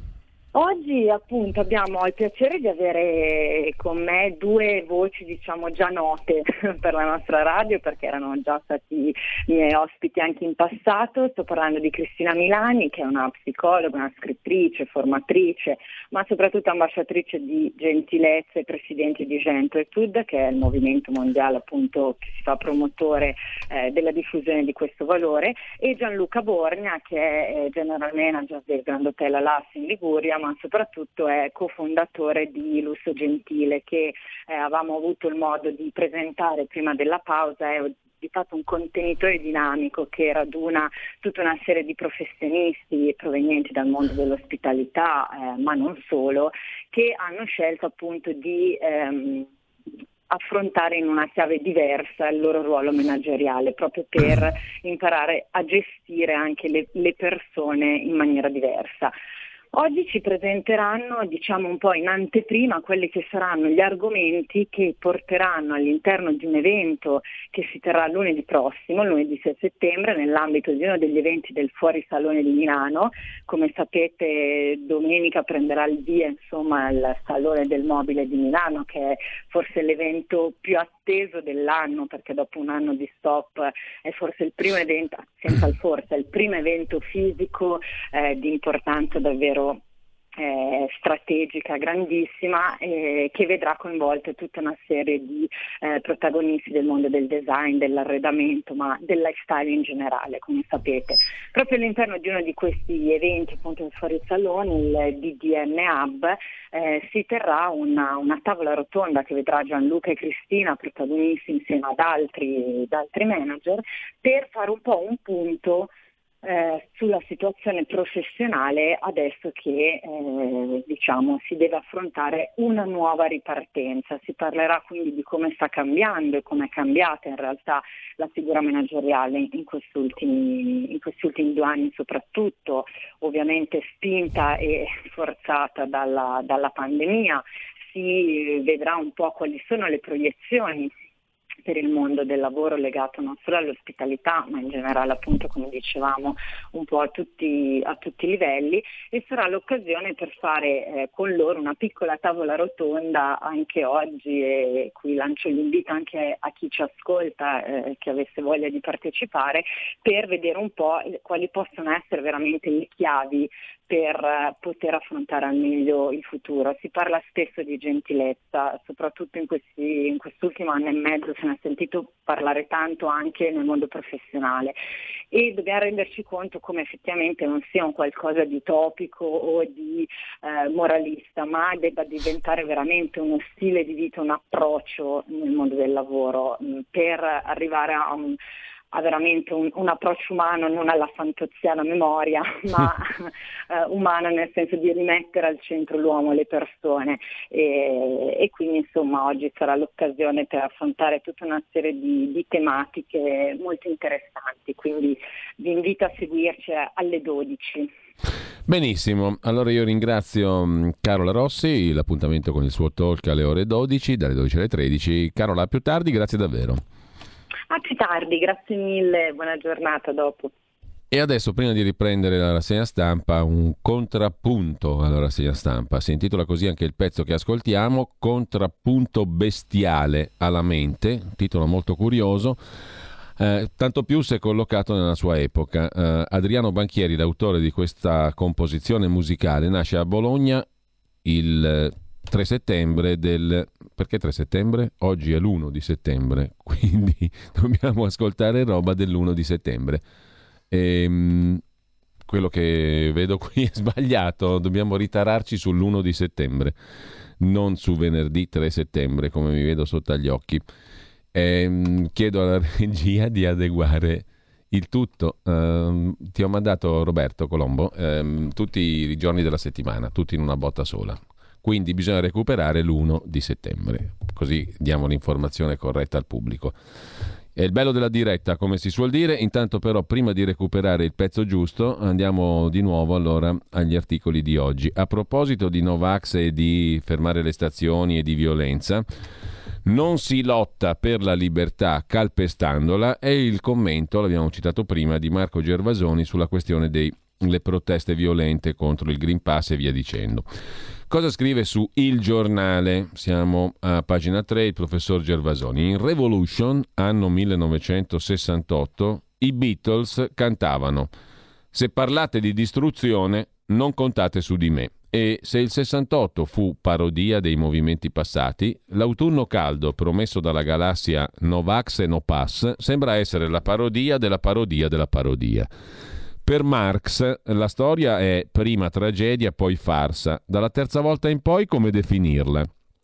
J: Oggi appunto abbiamo il piacere di avere con me due voci diciamo già note per la nostra radio, perché erano già stati miei ospiti anche in passato. Sto parlando di Cristina Milani, che è una psicologa, una scrittrice, formatrice, ma soprattutto ambasciatrice di gentilezza e presidente di Gentletude, che è il movimento mondiale appunto che si fa promotore eh, della diffusione di questo valore, e Gianluca Borgna, che è eh, general manager del Grand Hotel Alas in Liguria, ma soprattutto è cofondatore di Lusso Gentile, che eh, avevamo avuto il modo di presentare prima della pausa. È di fatto un contenitore dinamico che raduna tutta una serie di professionisti provenienti dal mondo dell'ospitalità, eh, ma non solo, che hanno scelto appunto di ehm, affrontare in una chiave diversa il loro ruolo manageriale, proprio per imparare a gestire anche le, le persone in maniera diversa. Oggi ci presenteranno, diciamo un po' in anteprima, quelli che saranno gli argomenti che porteranno all'interno di un evento che si terrà lunedì prossimo, lunedì sei settembre, nell'ambito di uno degli eventi del Fuorisalone di Milano. Come sapete, domenica prenderà il via insomma il Salone del Mobile di Milano, che è forse l'evento più atteso dell'anno, perché dopo un anno di stop è forse il primo evento, senza il forse, è il primo evento fisico eh, di importanza davvero Eh, strategica grandissima eh, che vedrà coinvolte tutta una serie di eh, protagonisti del mondo del design, dell'arredamento, ma del lifestyle in generale, come sapete. Proprio all'interno di uno di questi eventi, appunto fuori il salone, il D D N Hub, eh, si terrà una, una tavola rotonda che vedrà Gianluca e Cristina protagonisti insieme ad altri, ad altri manager, per fare un po' un punto Eh, sulla situazione professionale adesso che eh, diciamo si deve affrontare una nuova ripartenza. Si parlerà quindi di come sta cambiando e come è cambiata in realtà la figura manageriale in questi ultimi, in questi ultimi due anni, soprattutto ovviamente spinta e forzata dalla, dalla pandemia. Si vedrà un po' quali sono le proiezioni per il mondo del lavoro legato non solo all'ospitalità ma in generale, appunto, come dicevamo, un po' a tutti, a tutti i livelli, e sarà l'occasione per fare eh, con loro una piccola tavola rotonda anche oggi, e qui lancio l'invito anche a chi ci ascolta eh, che avesse voglia di partecipare, per vedere un po' quali possono essere veramente le chiavi per poter affrontare al meglio il futuro. Si parla spesso di gentilezza, soprattutto in, questi, in quest'ultimo anno e mezzo se ne è sentito parlare tanto anche nel mondo professionale, e dobbiamo renderci conto come effettivamente non sia un qualcosa di utopico o di eh, moralista, ma debba diventare veramente uno stile di vita, un approccio nel mondo del lavoro, mh, per arrivare a un ha veramente un, un approccio umano, non alla fantoziana memoria, ma eh, umano nel senso di rimettere al centro l'uomo, le persone, e, e quindi insomma oggi sarà l'occasione per affrontare tutta una serie di, di tematiche molto interessanti, quindi vi invito a seguirci alle dodici.
A: Benissimo, allora io ringrazio Carola Rossi, l'appuntamento con il suo talk alle ore dodici, dalle dodici alle tredici. Carola, a più tardi, grazie davvero.
J: A più tardi, grazie mille, buona giornata dopo.
A: E adesso, prima di riprendere la rassegna stampa, un contrappunto alla rassegna stampa. Si intitola così anche il pezzo che ascoltiamo, Contrappunto bestiale alla mente, titolo molto curioso, eh, tanto più se collocato nella sua epoca. Eh, Adriano Banchieri, l'autore di questa composizione musicale, nasce a Bologna il tre settembre del... Perché tre settembre? Oggi è l'primo di settembre, quindi dobbiamo ascoltare roba dell'primo di settembre. E, quello che vedo qui è sbagliato, dobbiamo ritararci sull'primo di settembre, non su venerdì tre settembre, come mi vedo sotto agli occhi. E, chiedo alla regia di adeguare il tutto. Uh, ti ho mandato, Roberto Colombo, um, tutti i giorni della settimana, tutti in una botta sola. Quindi bisogna recuperare l'primo di settembre, così diamo l'informazione corretta al pubblico. È il bello della diretta, come si suol dire. Intanto però, prima di recuperare il pezzo giusto, andiamo di nuovo allora agli articoli di oggi. A proposito di Novax e di fermare le stazioni e di violenza, non si lotta per la libertà calpestandola, è il commento, l'abbiamo citato prima, di Marco Gervasoni sulla questione delle proteste violente contro il Green Pass e via dicendo. Cosa scrive su Il Giornale? Siamo a pagina tre, il professor Gervasoni. In Revolution, anno millenovecentosessantotto, i Beatles cantavano: se parlate di distruzione, non contate su di me. E se il sessantotto fu parodia dei movimenti passati, l'autunno caldo promesso dalla galassia Novax e No Pass sembra essere la parodia della parodia della parodia. Per Marx la storia è prima tragedia, poi farsa. Dalla terza volta in poi come definirla?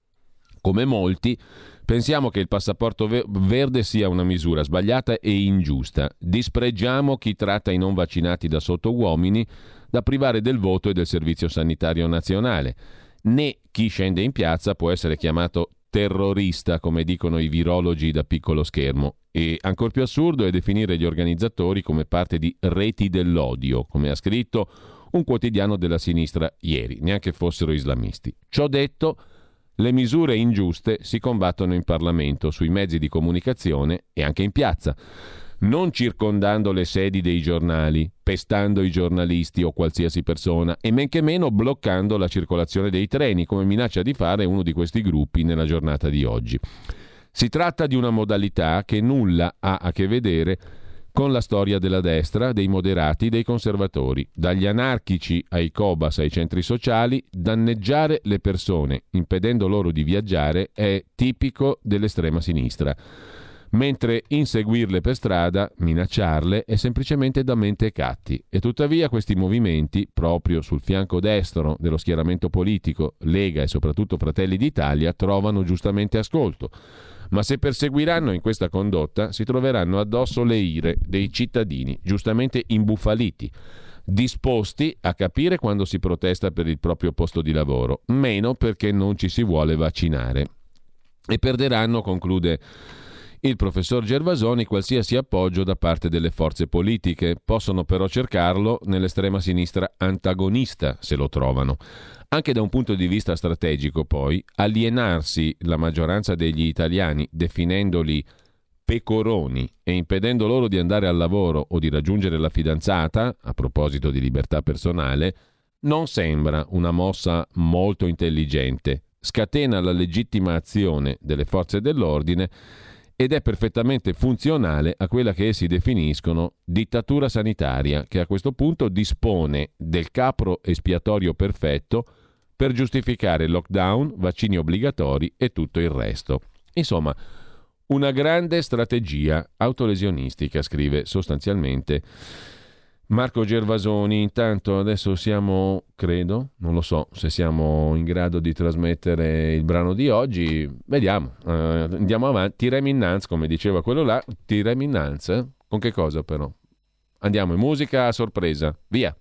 A: Come molti, pensiamo che il passaporto ve- verde sia una misura sbagliata e ingiusta. Dispregiamo chi tratta i non vaccinati da sottouomini da privare del voto e del servizio sanitario nazionale. Né chi scende in piazza può essere chiamato terrorista, come dicono i virologi da piccolo schermo. E ancor più assurdo è definire gli organizzatori come parte di reti dell'odio, come ha scritto un quotidiano della sinistra ieri, neanche fossero islamisti. Ciò detto, le misure ingiuste si combattono in Parlamento, sui mezzi di comunicazione e anche in piazza, non circondando le sedi dei giornali, pestando i giornalisti o qualsiasi persona, e men che meno bloccando la circolazione dei treni, come minaccia di fare uno di questi gruppi nella giornata di oggi. Si tratta di una modalità che nulla ha a che vedere con la storia della destra, dei moderati, dei conservatori, dagli anarchici ai Cobas, ai centri sociali. Danneggiare le persone, impedendo loro di viaggiare, è tipico dell'estrema sinistra, mentre inseguirle per strada, minacciarle, è semplicemente da mentecatti. E tuttavia questi movimenti, proprio sul fianco destro dello schieramento politico, Lega e soprattutto Fratelli d'Italia, trovano giustamente ascolto. Ma se perseguiranno in questa condotta, si troveranno addosso le ire dei cittadini, giustamente imbufaliti, disposti a capire quando si protesta per il proprio posto di lavoro, meno perché non ci si vuole vaccinare. E perderanno, conclude il professor Gervasoni, qualsiasi appoggio da parte delle forze politiche. Possono però cercarlo nell'estrema sinistra antagonista, se lo trovano. Anche da un punto di vista strategico, poi, alienarsi la maggioranza degli italiani definendoli pecoroni e impedendo loro di andare al lavoro o di raggiungere la fidanzata, a proposito di libertà personale, non sembra una mossa molto intelligente. Scatena la legittima azione delle forze dell'ordine ed è perfettamente funzionale a quella che essi definiscono dittatura sanitaria, che a questo punto dispone del capro espiatorio perfetto per giustificare lockdown, vaccini obbligatori e tutto il resto. Insomma, una grande strategia autolesionistica, scrive sostanzialmente Marco Gervasoni. Intanto adesso siamo, credo, non lo so se siamo in grado di trasmettere il brano di oggi, vediamo, uh, andiamo avanti, tirem innanzi, come diceva quello là, tirem innanzi, eh? Con che cosa però? Andiamo in musica a sorpresa, via!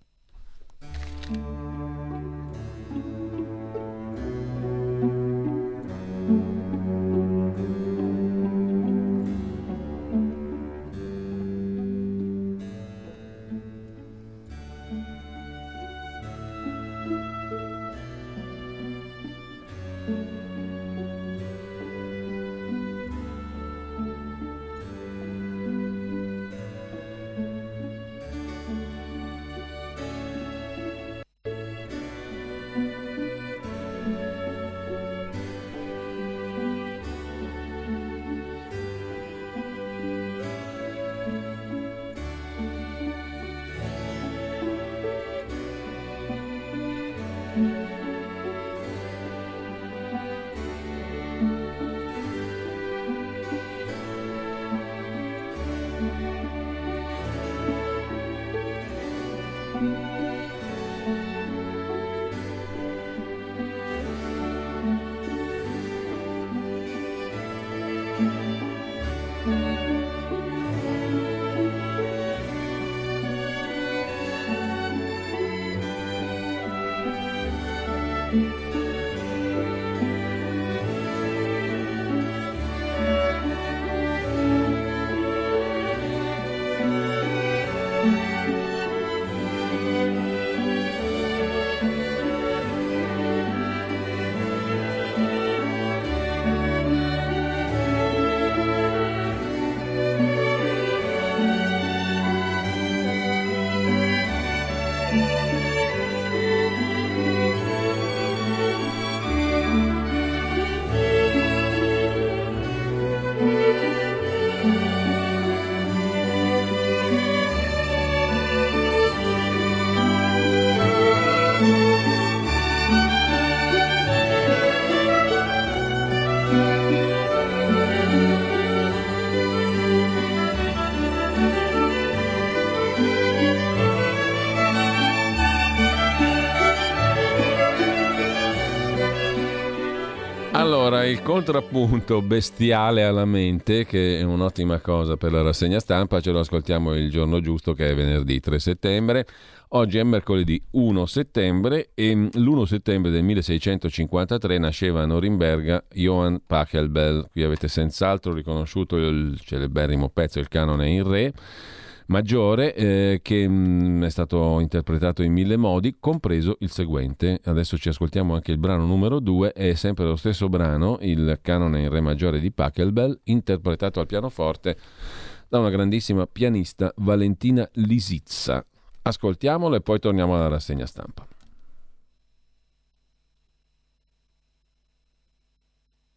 A: Allora, il contrappunto bestiale alla mente, che è un'ottima cosa per la rassegna stampa, ce lo ascoltiamo il giorno giusto, che è venerdì tre settembre. Oggi è mercoledì primo settembre e l'primo settembre del milleseicentocinquantatré nasceva a Norimberga Johann Pachelbel. Qui avete senz'altro riconosciuto il celeberrimo pezzo Il canone in re maggiore, eh, che mh, è stato interpretato in mille modi, compreso il seguente. Adesso ci ascoltiamo anche il brano numero due, è sempre lo stesso brano, il canone in re maggiore di Pachelbel, interpretato al pianoforte da una grandissima pianista, Valentina Lisitsa. Ascoltiamolo e poi torniamo alla rassegna stampa.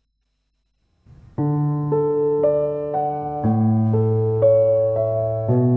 D: Thank you.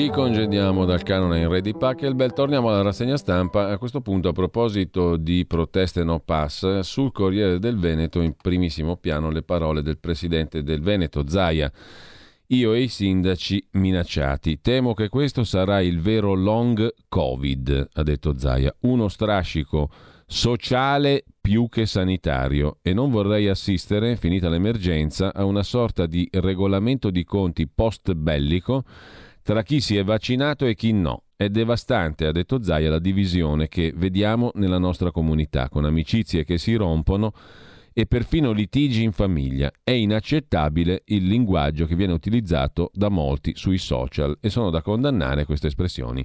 A: Ci congediamo dal canone in Ready Pachelbel, torniamo alla rassegna stampa. A questo punto, a proposito di proteste no pass, sul Corriere del Veneto in primissimo piano le parole del presidente del Veneto, Zaia. Io e i sindaci minacciati. Temo che questo sarà il vero long Covid, ha detto Zaia. Uno strascico sociale più che sanitario, e non vorrei assistere, finita l'emergenza, a una sorta di regolamento di conti post bellico tra chi si è vaccinato e chi no. È devastante, ha detto Zaia, la divisione che vediamo nella nostra comunità, con amicizie che si rompono e perfino litigi in famiglia. È inaccettabile il linguaggio che viene utilizzato da molti sui social e sono da condannare queste espressioni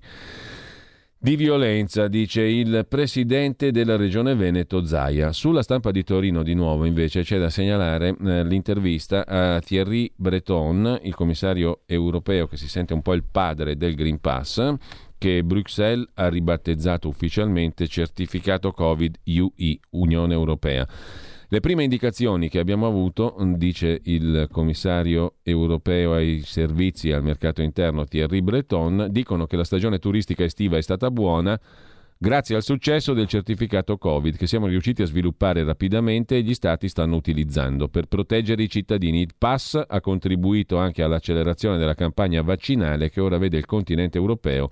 A: di violenza, dice il presidente della Regione Veneto Zaia. Sulla Stampa di Torino di nuovo invece c'è da segnalare eh, l'intervista a Thierry Breton, il commissario europeo che si sente un po' il padre del Green Pass, che Bruxelles ha ribattezzato ufficialmente certificato Covid U E, Unione Europea. Le prime indicazioni che abbiamo avuto, dice il commissario europeo ai servizi e al mercato interno Thierry Breton, dicono che la stagione turistica estiva è stata buona grazie al successo del certificato Covid che siamo riusciti a sviluppare rapidamente e gli stati stanno utilizzando per proteggere i cittadini. Il pass ha contribuito anche all'accelerazione della campagna vaccinale che ora vede il continente europeo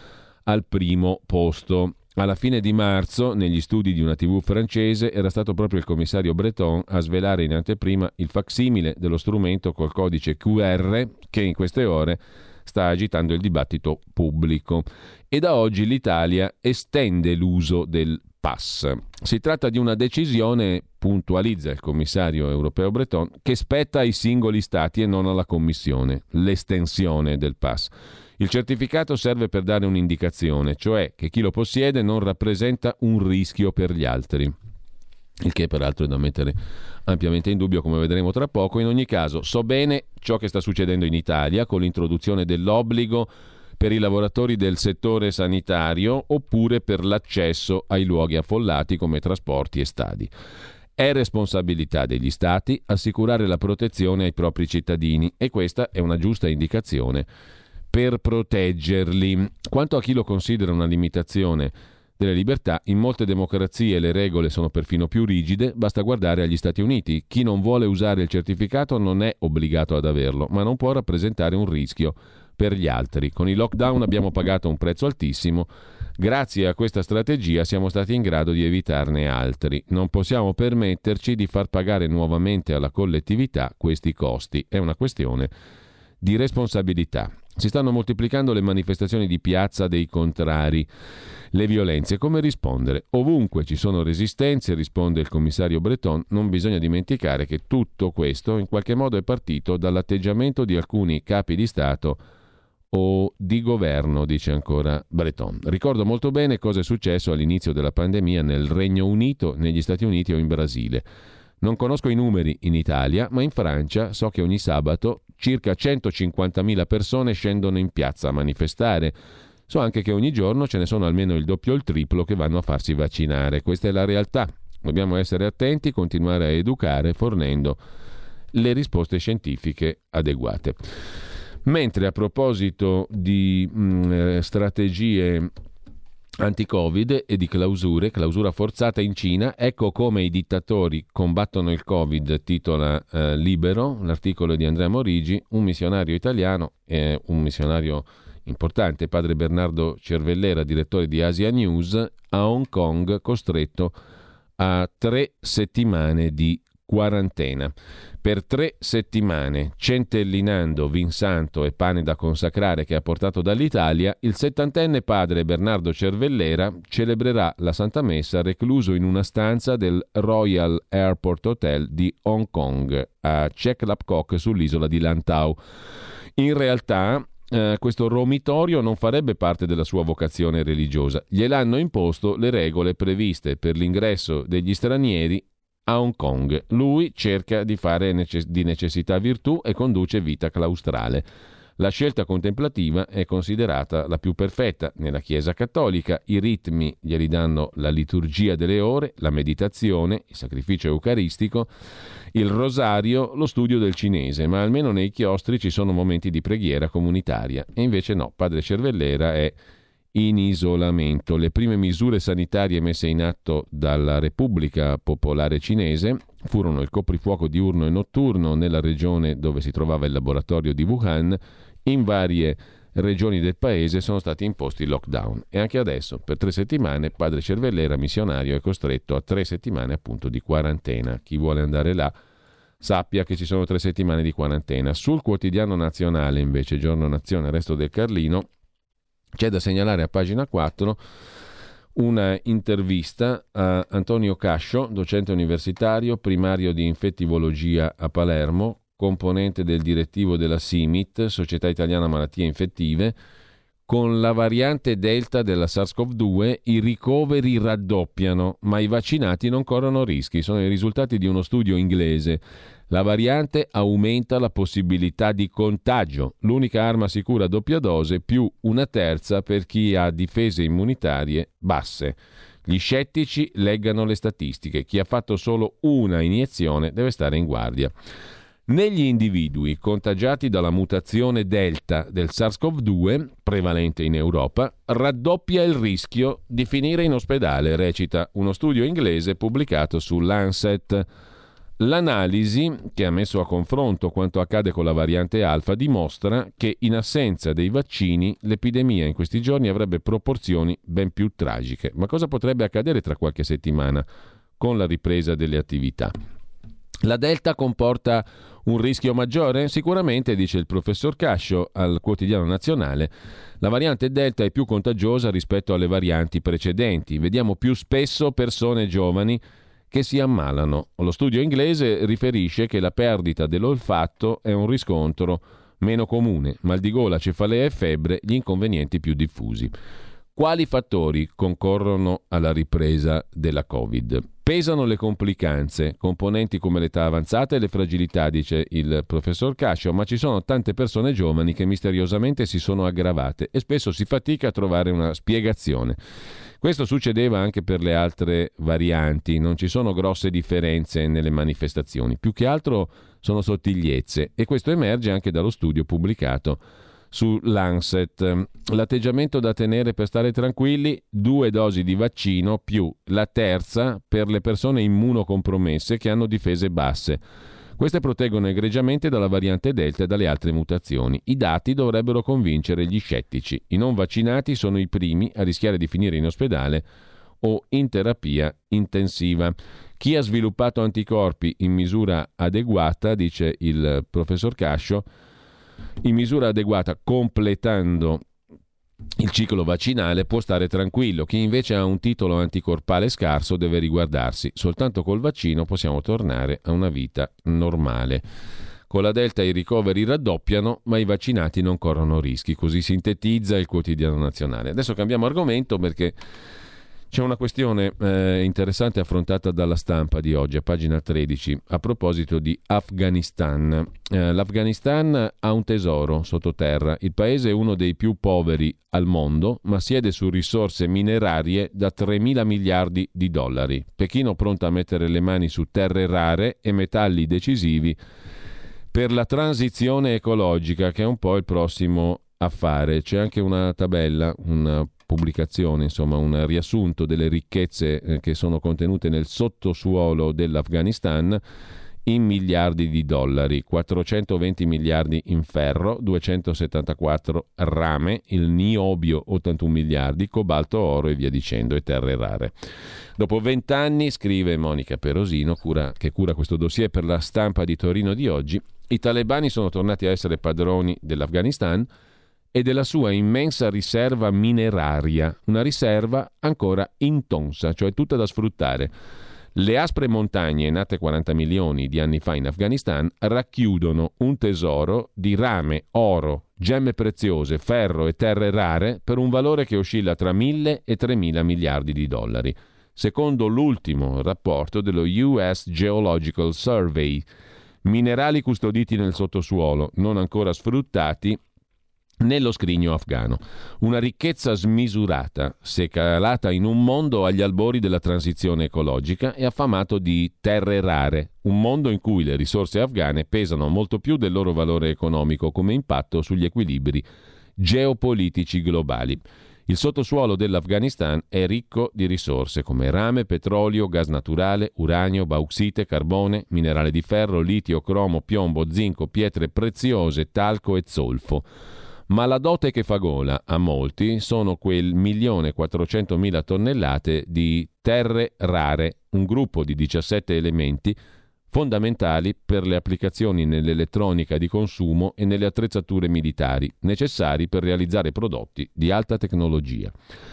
A: al primo posto. Alla fine di marzo, negli studi di una tivù francese, era stato proprio il commissario Breton a svelare in anteprima il facsimile dello strumento col codice Q R che in queste ore sta agitando il dibattito pubblico. E da oggi l'Italia estende l'uso del pass. Si tratta di una decisione, puntualizza il commissario europeo Breton, che spetta ai singoli stati e non alla Commissione, l'estensione del pass. Il certificato serve per dare un'indicazione, cioè che chi lo possiede non rappresenta un rischio per gli altri, il che peraltro è da mettere ampiamente in dubbio, come vedremo tra poco. In ogni caso, so bene ciò che sta succedendo in Italia con l'introduzione dell'obbligo per i lavoratori del settore sanitario oppure per l'accesso ai luoghi affollati come trasporti e stadi. È responsabilità degli stati assicurare la protezione ai propri cittadini e questa è una giusta indicazione per proteggerli. Quanto a chi lo considera una limitazione delle libertà, in molte democrazie le regole sono perfino più rigide, basta guardare agli Stati Uniti. Chi non vuole usare il certificato non è obbligato ad averlo, ma non può rappresentare un rischio per gli altri. Con i lockdown abbiamo pagato un prezzo altissimo, grazie a questa strategia siamo stati in grado di evitarne altri. Non possiamo permetterci di far pagare nuovamente alla collettività questi costi, è una questione di responsabilità. Si stanno moltiplicando le manifestazioni di piazza dei contrari, le violenze. Come rispondere? Ovunque ci sono resistenze, risponde il commissario Breton, non bisogna dimenticare che tutto questo in qualche modo è partito dall'atteggiamento di alcuni capi di Stato o di governo, dice ancora Breton. Ricordo molto bene cosa è successo all'inizio della pandemia nel Regno Unito, negli Stati Uniti o in Brasile. Non conosco i numeri in Italia, ma in Francia so che ogni sabato circa centocinquantamila persone scendono in piazza a manifestare. So anche che ogni giorno ce ne sono almeno il doppio o il triplo che vanno a farsi vaccinare. Questa è la realtà. Dobbiamo essere attenti, continuare a educare fornendo le risposte scientifiche adeguate. Mentre a proposito di mh, strategie anti-Covid e di clausure, clausura forzata in Cina, ecco come i dittatori combattono il Covid, titola eh, Libero, l'articolo di Andrea Morigi, un missionario italiano, eh, un missionario importante, padre Bernardo Cervellera, direttore di Asia News, a Hong Kong costretto a tre settimane di quarantena. Per tre settimane, centellinando vin santo e pane da consacrare che ha portato dall'Italia, il settantenne padre Bernardo Cervellera celebrerà la Santa Messa recluso in una stanza del Royal Airport Hotel di Hong Kong, a Chek Lap Kok, sull'isola di Lantau. In realtà, eh, questo romitorio non farebbe parte della sua vocazione religiosa. Gliel'hanno imposto le regole previste per l'ingresso degli stranieri a Hong Kong. Lui cerca di fare necess- di necessità virtù e conduce vita claustrale. La scelta contemplativa è considerata la più perfetta nella Chiesa cattolica. I ritmi glieli danno la liturgia delle ore, la meditazione, il sacrificio eucaristico, il rosario, lo studio del cinese, ma almeno nei chiostri ci sono momenti di preghiera comunitaria. E invece no, padre Cervellera è in isolamento. Le prime misure sanitarie messe in atto dalla Repubblica Popolare Cinese furono il coprifuoco diurno e notturno nella regione dove si trovava il laboratorio di Wuhan. In varie regioni del paese sono stati imposti lockdown e anche adesso per tre settimane padre Cervellera missionario è costretto a tre settimane appunto di quarantena. Chi vuole andare là sappia che ci sono tre settimane di quarantena. Sul Quotidiano Nazionale invece, Giorno Nazione, Resto del Carlino, c'è da segnalare a pagina quattro una intervista a Antonio Cascio, docente universitario, primario di infettivologia a Palermo, componente del direttivo della S I M I T, Società Italiana Malattie Infettive. Con la variante Delta della SARS-CoV due i ricoveri raddoppiano, ma i vaccinati non corrono rischi. Sono i risultati di uno studio inglese. La variante aumenta la possibilità di contagio. L'unica arma sicura a doppia dose più una terza per chi ha difese immunitarie basse. Gli scettici leggano le statistiche. Chi ha fatto solo una iniezione deve stare in guardia. Negli individui contagiati dalla mutazione Delta del SARS-CoV due, prevalente in Europa, raddoppia il rischio di finire in ospedale, recita uno studio inglese pubblicato su Lancet. L'analisi, che ha messo a confronto quanto accade con la variante Alfa, dimostra che in assenza dei vaccini l'epidemia in questi giorni avrebbe proporzioni ben più tragiche. Ma cosa potrebbe accadere tra qualche settimana con la ripresa delle attività? La Delta comporta un rischio maggiore? Sicuramente, dice il professor Cascio al Quotidiano Nazionale. La variante Delta è più contagiosa rispetto alle varianti precedenti. Vediamo più spesso persone giovani che si ammalano. Lo studio inglese riferisce che la perdita dell'olfatto è un riscontro meno comune. Mal di gola, cefalea e febbre, gli inconvenienti più diffusi. Quali fattori concorrono alla ripresa della Covid? Pesano le complicanze, componenti come l'età avanzata e le fragilità, dice il professor Cascio, ma ci sono tante persone giovani che misteriosamente si sono aggravate e spesso si fatica a trovare una spiegazione. Questo succedeva anche per le altre varianti, non ci sono grosse differenze nelle manifestazioni, più che altro sono sottigliezze e questo emerge anche dallo studio pubblicato su Lancet. L'atteggiamento da tenere per stare tranquilli: due dosi di vaccino più la terza per le persone immunocompromesse che hanno difese basse. Queste proteggono egregiamente dalla variante Delta e dalle altre mutazioni. I dati dovrebbero convincere gli scettici. I non vaccinati sono i primi a rischiare di finire in ospedale o in terapia intensiva. Chi ha sviluppato anticorpi in misura adeguata, dice il professor Cascio, in misura adeguata completando il ciclo vaccinale può stare tranquillo. Chi invece ha un titolo anticorpale scarso deve riguardarsi. Soltanto col vaccino possiamo tornare a una vita normale. Con la Delta i ricoveri raddoppiano, ma i vaccinati non corrono rischi. Così sintetizza il Quotidiano Nazionale. Adesso cambiamo argomento perché c'è una questione eh, interessante affrontata dalla Stampa di oggi, a pagina tredici, a proposito di Afghanistan. Eh, L'Afghanistan ha un tesoro sottoterra. Il paese è uno dei più poveri al mondo, ma siede su risorse minerarie da tremila miliardi di dollari. Pechino pronta a mettere le mani su terre rare e metalli decisivi per la transizione ecologica, che è un po' il prossimo affare. C'è anche una tabella, una pubblicazione, insomma un riassunto delle ricchezze eh, che sono contenute nel sottosuolo dell'Afghanistan in miliardi di dollari: quattrocentoventi miliardi in ferro, duecentosettantaquattro rame, il niobio ottantuno miliardi, cobalto, oro e via dicendo, e terre rare. Dopo vent'anni, scrive Monica Perosino, cura, che cura questo dossier per la Stampa di Torino di oggi, i talebani sono tornati a essere padroni dell'Afghanistan e della sua immensa riserva mineraria, una riserva ancora intonsa, cioè tutta da sfruttare. Le aspre montagne, nate quaranta milioni di anni fa in Afghanistan, racchiudono un tesoro di rame, oro, gemme preziose, ferro e terre rare per un valore che oscilla tra mille e tremila miliardi di dollari. Secondo l'ultimo rapporto dello U S Geological Survey, minerali custoditi nel sottosuolo, non ancora sfruttati, nello scrigno afghano. Una ricchezza smisurata, se calata in un mondo agli albori della transizione ecologica e affamato di terre rare, un mondo in cui le risorse afghane pesano molto più del loro valore economico come impatto sugli equilibri geopolitici globali. Il sottosuolo dell'Afghanistan è ricco di risorse come rame, petrolio, gas naturale, uranio, bauxite, carbone, minerale di ferro, litio, cromo, piombo, zinco, pietre preziose, talco e zolfo. Ma la dote che fa gola a molti sono quel milione quattrocentomila tonnellate di terre rare, un gruppo di diciassette elementi fondamentali per le applicazioni nell'elettronica di consumo e nelle attrezzature militari, necessari per realizzare prodotti di alta tecnologia.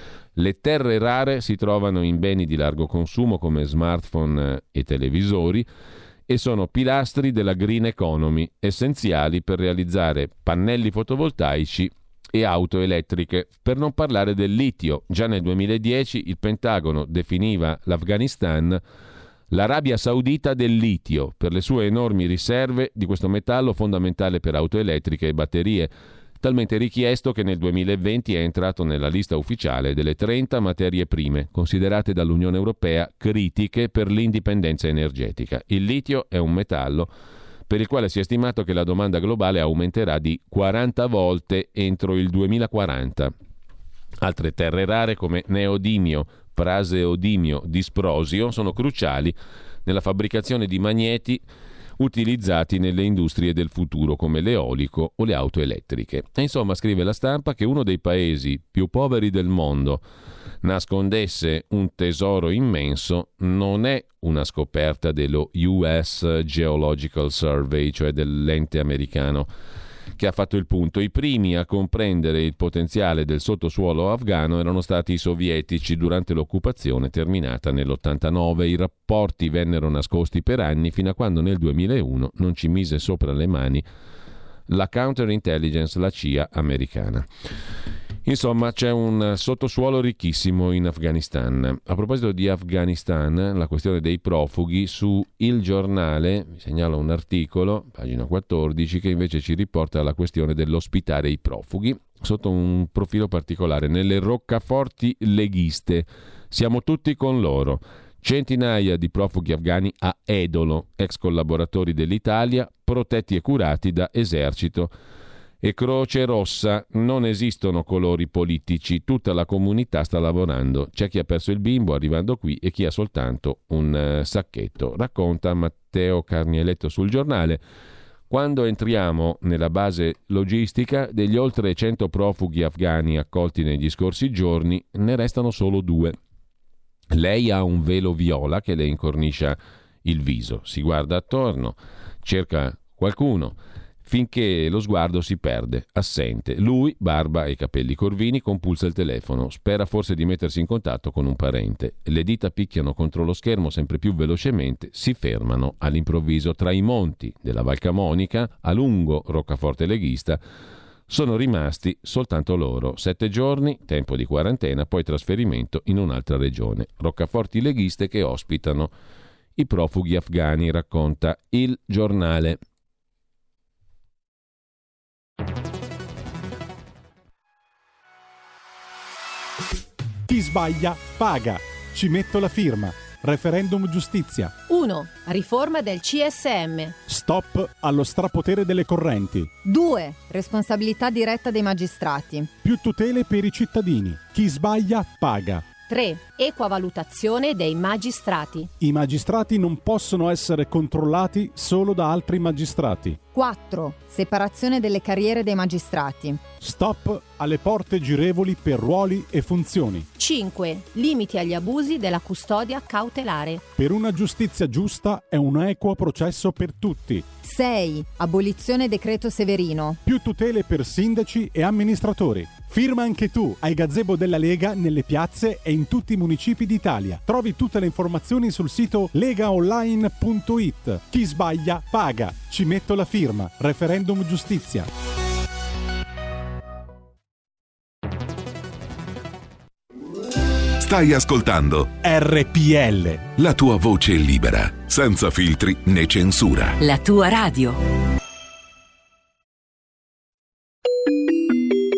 A: Le terre rare si trovano in beni di largo consumo come smartphone e televisori e sono pilastri della green economy, essenziali per realizzare pannelli fotovoltaici e auto elettriche, per non parlare del litio. Già nel duemiladieci il Pentagono definiva l'Afghanistan l'Arabia Saudita del litio per le sue enormi riserve di questo metallo fondamentale per auto elettriche e batterie, talmente richiesto che nel duemilaventi è entrato nella lista ufficiale delle trenta materie prime considerate dall'Unione Europea critiche per l'indipendenza energetica. Il litio è un metallo per il quale si è stimato che la domanda globale aumenterà di quaranta volte entro il duemilaquaranta. Altre terre rare come neodimio, praseodimio, disprosio sono cruciali nella fabbricazione di magneti utilizzati nelle industrie del futuro come l'eolico o le auto elettriche. E insomma, scrive La Stampa, che uno dei paesi più poveri del mondo nascondesse un tesoro immenso non è una scoperta dello U S Geological Survey, cioè dell'ente americano che ha fatto il punto. I primi a comprendere il potenziale del sottosuolo afghano erano stati i sovietici durante l'occupazione terminata nell'ottantanove. I rapporti vennero nascosti per anni fino a quando nel duemilauno non ci mise sopra le mani la counterintelligence, la C I A americana. Insomma, c'è un sottosuolo ricchissimo in Afghanistan. A proposito di Afghanistan, la questione dei profughi, su Il Giornale vi segnalo un articolo, pagina quattordici, che invece ci riporta la questione dell'ospitare i profughi sotto un profilo particolare. Nelle roccaforti leghiste siamo tutti con loro. Centinaia di profughi afghani a Edolo, ex collaboratori dell'Italia, protetti e curati da esercito e Croce Rossa. Non esistono colori politici, tutta la comunità sta lavorando. C'è chi ha perso il bimbo arrivando qui e chi ha soltanto un uh, sacchetto, racconta Matteo Carnieletto sul Giornale. Quando entriamo nella base logistica, degli oltre cento profughi afghani accolti negli scorsi giorni, ne restano solo due. Lei ha un velo viola che le incorniscia il viso, si guarda attorno, cerca qualcuno, finché lo sguardo si perde, assente. Lui, barba e capelli corvini, compulsa il telefono, spera forse di mettersi in contatto con un parente. Le dita picchiano contro lo schermo sempre più velocemente, si fermano all'improvviso tra i monti della Val Camonica, a lungo roccaforte leghista. Sono rimasti soltanto loro. Sette giorni, tempo di quarantena, poi trasferimento in un'altra regione. Roccaforti leghiste che ospitano i profughi afghani, racconta Il Giornale.
D: Chi sbaglia paga. Ci metto la firma. Referendum giustizia.
K: uno. Riforma del C S M.
D: Stop allo strapotere delle correnti.
L: due. Responsabilità diretta dei magistrati.
D: Più tutele per i cittadini. Chi sbaglia paga.
K: tre. Equa valutazione dei magistrati.
D: I magistrati non possono essere controllati solo da altri magistrati.
L: quattro. Separazione delle carriere dei magistrati.
D: Stop alle porte girevoli per ruoli e funzioni.
K: cinque. Limiti agli abusi della custodia cautelare.
D: Per una giustizia giusta e un equo processo per tutti.
L: sei. Abolizione decreto Severino.
D: Più tutele per sindaci e amministratori. Firma anche tu ai gazebo della Lega nelle piazze e in tutti i municipi d'Italia. Trovi tutte le informazioni sul sito legaonline punto it. Chi sbaglia paga. Ci metto la firma. Referendum giustizia.
B: Stai ascoltando
D: R P L.
B: La tua voce libera, senza filtri né censura.
M: La tua radio.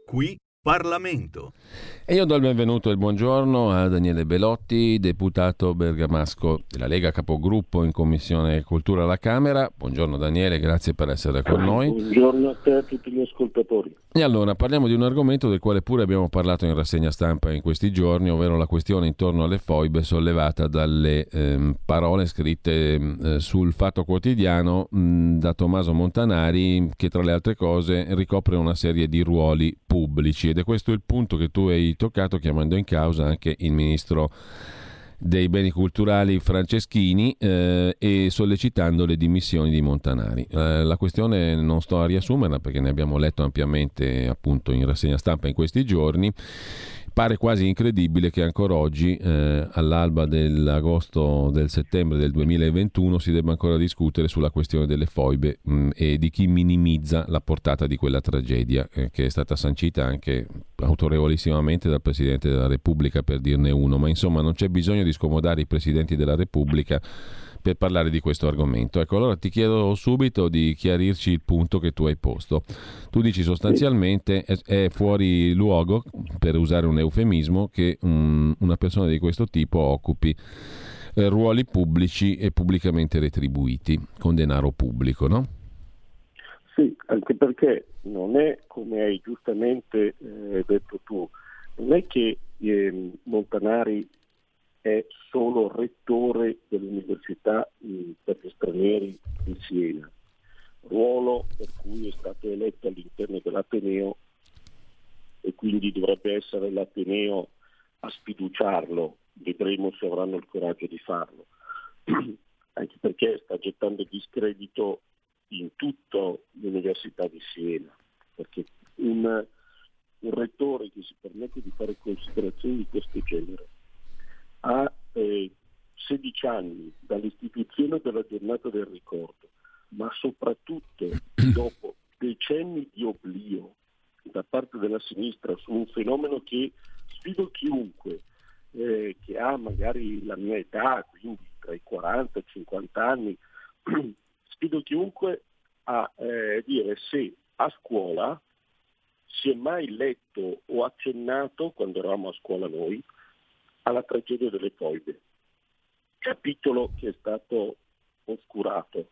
H: Qui Parlamento.
A: E io do il benvenuto e il buongiorno a Daniele Belotti, deputato bergamasco della Lega, capogruppo in Commissione Cultura alla Camera. Buongiorno Daniele, grazie per essere con noi.
M: Buongiorno a te e a tutti gli ascoltatori.
A: E allora parliamo di un argomento del quale pure abbiamo parlato in rassegna stampa in questi giorni, ovvero la questione intorno alle foibe sollevata dalle ehm, parole scritte eh, sul Fatto Quotidiano mh, da Tommaso Montanari, che tra le altre cose ricopre una serie di ruoli pubblici, ed è questo il punto che tu hai toccato chiamando in causa anche il ministro dei beni culturali Franceschini eh, e sollecitando le dimissioni di Montanari. Eh, la questione non sto a riassumerla perché ne abbiamo letto ampiamente appunto in rassegna stampa in questi giorni. Pare quasi incredibile che ancora oggi, eh, all'alba dell'agosto del settembre del duemilaventuno, si debba ancora discutere sulla questione delle foibe mh, e di chi minimizza la portata di quella tragedia, eh, che è stata sancita anche autorevolissimamente dal Presidente della Repubblica, per dirne uno. Ma insomma non c'è bisogno di scomodare i Presidenti della Repubblica per parlare di questo argomento. Ecco, allora ti chiedo subito di chiarirci il punto che tu hai posto. Tu dici sostanzialmente è, è fuori luogo, per usare un eufemismo, che um, una persona di questo tipo occupi eh, ruoli pubblici e pubblicamente retribuiti con denaro pubblico, no?
M: Sì, anche perché non è, come hai giustamente eh, detto tu, non è che eh, Montanari è solo rettore dell'Università mh, per gli stranieri di Siena, ruolo per cui è stato eletto all'interno dell'Ateneo e quindi dovrebbe essere l'Ateneo a sfiduciarlo. Vedremo se avranno il coraggio di farlo, anche perché sta gettando discredito in tutta l'Università di Siena, perché un, un rettore che si permette di fare considerazioni di questo genere ha eh, sedici anni dall'istituzione della giornata del ricordo, ma soprattutto dopo decenni di oblio da parte della sinistra su un fenomeno che sfido chiunque eh, che ha magari la mia età, quindi tra i quaranta e i cinquanta anni, sfido chiunque a eh, dire se a scuola si è mai letto o accennato, quando eravamo a scuola noi, alla tragedia delle foibe, capitolo che è stato oscurato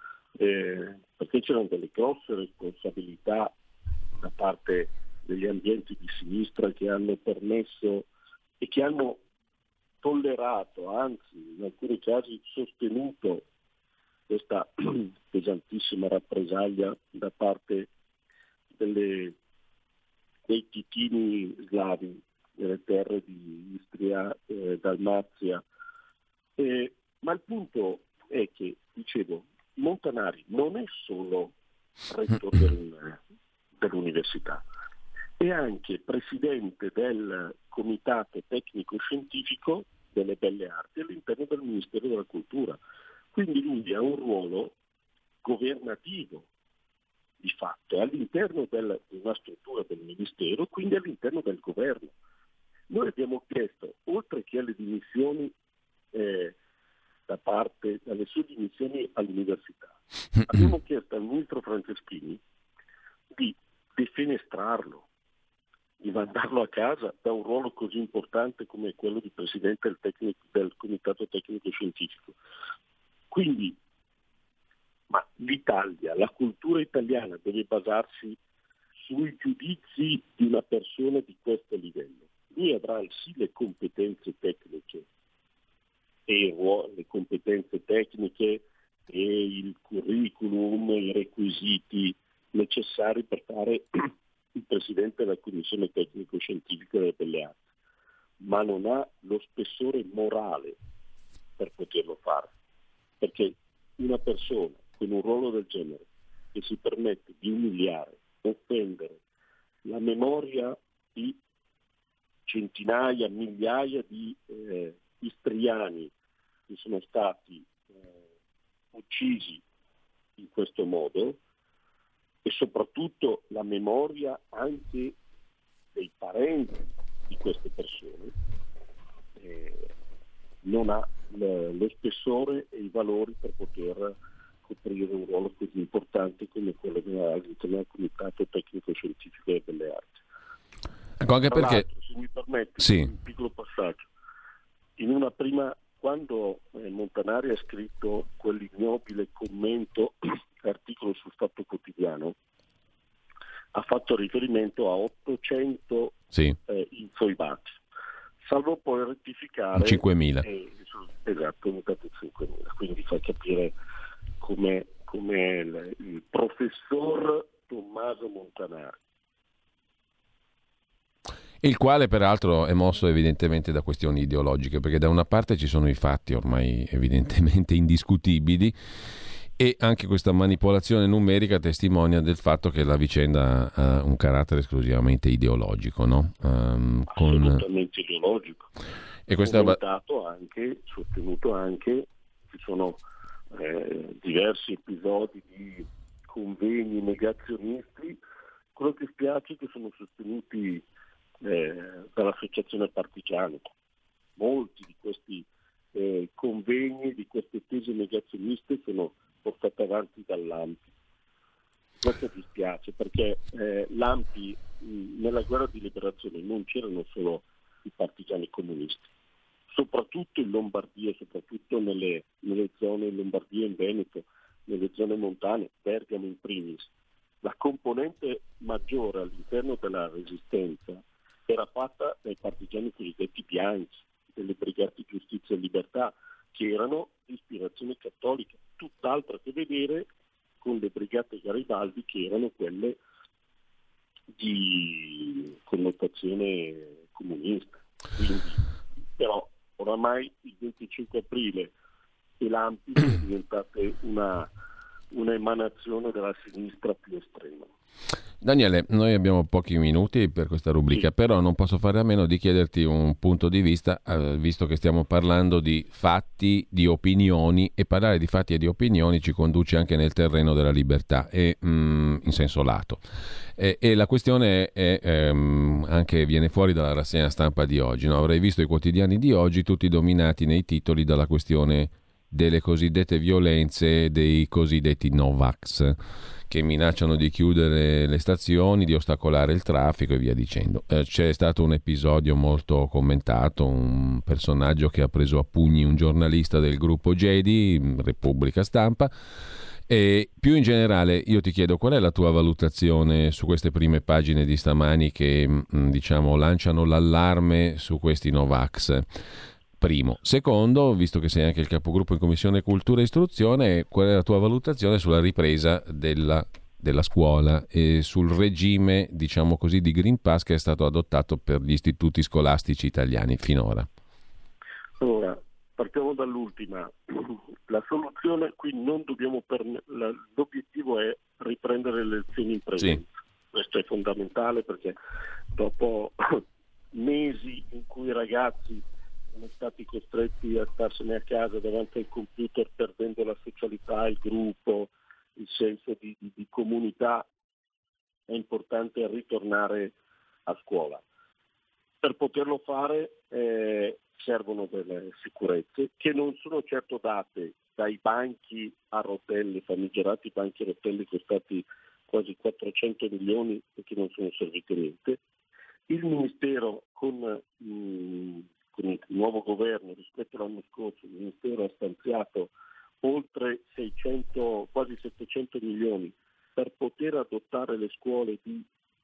M: eh, perché c'erano delle grosse responsabilità da parte degli ambienti di sinistra che hanno permesso e che hanno tollerato, anzi in alcuni casi sostenuto, questa pesantissima rappresaglia da parte delle, dei titini slavi delle terre di Istria, eh, Dalmazia. Eh, ma il punto è che, dicevo, Montanari non è solo rettore del, dell'università, è anche presidente del comitato tecnico-scientifico delle belle arti all'interno del Ministero della Cultura. Quindi lui ha un ruolo governativo di fatto all'interno del, di una struttura del Ministero, quindi all'interno del governo. Noi abbiamo chiesto, oltre che alle dimissioni eh, da parte, alle sue dimissioni all'università, abbiamo chiesto al ministro Franceschini di defenestrarlo, di mandarlo a casa da un ruolo così importante come quello di presidente del, tecnico, del comitato tecnico scientifico. Quindi, ma l'Italia, la cultura italiana deve basarsi sui giudizi di una persona di questo livello. Lui avrà sì le competenze tecniche e le competenze tecniche e il curriculum, i requisiti necessari per fare il presidente della commissione tecnico-scientifica delle belle arti, ma non ha lo spessore morale per poterlo fare, perché una persona con un ruolo del genere che si permette di umiliare, offendere la memoria di centinaia, migliaia di eh, istriani che sono stati eh, uccisi in questo modo, e soprattutto la memoria anche dei parenti di queste persone, eh, non ha l- lo spessore e i valori per poter coprire un ruolo così importante come quello all'interno del comitato tecnico scientifico delle belle arti.
A: Ecco, anche
M: Tra
A: perché,
M: se mi permetti,
A: sì.
M: un piccolo passaggio. In una prima, quando eh, Montanari ha scritto quell'ignobile commento, articolo sul Fatto Quotidiano, ha fatto riferimento a ottocento
A: sì.
M: eh, infoibati, salvo poi rettificare
A: cinquemila.
M: Eh, esatto, mutato cinquemila, quindi fa capire come il, il professor Tommaso Montanari.
A: Il quale peraltro è mosso evidentemente da questioni ideologiche, perché da una parte ci sono i fatti ormai evidentemente indiscutibili e anche questa manipolazione numerica testimonia del fatto che la vicenda ha un carattere esclusivamente ideologico, no? Um, con...
M: Assolutamente ideologico.
A: E questo è
M: anche, sostenuto anche, ci sono eh, diversi episodi di convegni negazionisti. Quello che spiace è che sono sostenuti eh, dall'associazione partigiani. Molti di questi eh, convegni, di queste tesi negazioniste sono portate avanti dall'A M P I. Questo dispiace perché eh, l'A M P I mh, nella guerra di liberazione non c'erano solo i partigiani comunisti, soprattutto in Lombardia, soprattutto nelle, nelle zone in Lombardia e in Veneto, nelle zone montane, Bergamo in primis. La componente maggiore all'interno della resistenza era fatta dai partigiani cosiddetti bianchi, delle brigate giustizia e libertà, che erano di ispirazione cattolica, tutt'altro a che vedere con le brigate Garibaldi, che erano quelle di connotazione comunista. Quindi, però oramai il venticinque aprile e l'A M P I sono diventate una, una emanazione della sinistra più estrema.
A: Daniele, noi abbiamo pochi minuti per questa rubrica, sì. Però non posso fare a meno di chiederti un punto di vista, eh, visto che stiamo parlando di fatti, di opinioni, e parlare di fatti e di opinioni ci conduce anche nel terreno della libertà, e, mm, in senso lato. E, e la questione è, ehm, anche viene fuori dalla rassegna stampa di oggi, no? Avrei visto i quotidiani di oggi tutti dominati nei titoli dalla questione delle cosiddette violenze dei cosiddetti Novax, che minacciano di chiudere le stazioni, di ostacolare il traffico e via dicendo. Eh, c'è stato un episodio molto commentato, un personaggio che ha preso a pugni un giornalista del gruppo Gedi, Repubblica Stampa, e più in generale io ti chiedo qual è la tua valutazione su queste prime pagine di stamani che mh, diciamo lanciano l'allarme su questi Novax. Primo. Secondo, visto che sei anche il capogruppo in Commissione Cultura e Istruzione, qual è la tua valutazione sulla ripresa della, della scuola e sul regime, diciamo così, di Green Pass che è stato adottato per gli istituti scolastici italiani finora?
M: Allora, partiamo dall'ultima. La soluzione qui non dobbiamo per... l'obiettivo è riprendere le lezioni in presenza. Sì. Questo è fondamentale perché dopo mesi in cui i ragazzi sono stati costretti a starsene a casa davanti al computer, perdendo la socialità, il gruppo, il senso di, di, di comunità, è importante ritornare a scuola. Per poterlo fare eh, servono delle sicurezze che non sono certo date dai banchi a rotelle, famigerati banchi a rotelle costati quasi quattrocento milioni e che non sono serviti a niente. Il Ministero con mh, con il nuovo governo rispetto all'anno scorso, il Ministero ha stanziato oltre seicento, quasi settecento milioni per poter adottare le scuole di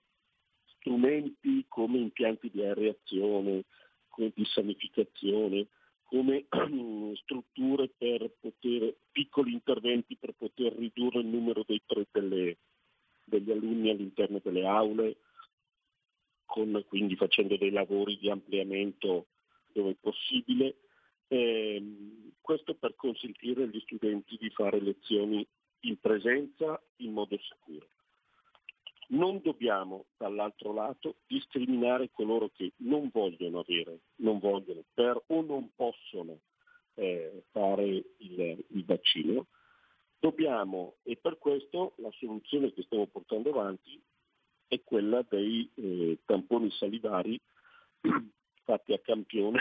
M: strumenti come impianti di areazione, come di sanificazione, come strutture per poter, piccoli interventi per poter ridurre il numero dei, delle, degli alunni all'interno delle aule, con, quindi facendo dei lavori di ampliamento dove è possibile, ehm, questo per consentire agli studenti di fare lezioni in presenza in modo sicuro. Non dobbiamo, dall'altro lato, discriminare coloro che non vogliono avere, non vogliono per o non possono eh, fare il, il vaccino. Dobbiamo, e per questo la soluzione che stiamo portando avanti è quella dei eh, tamponi salivari fatti a campione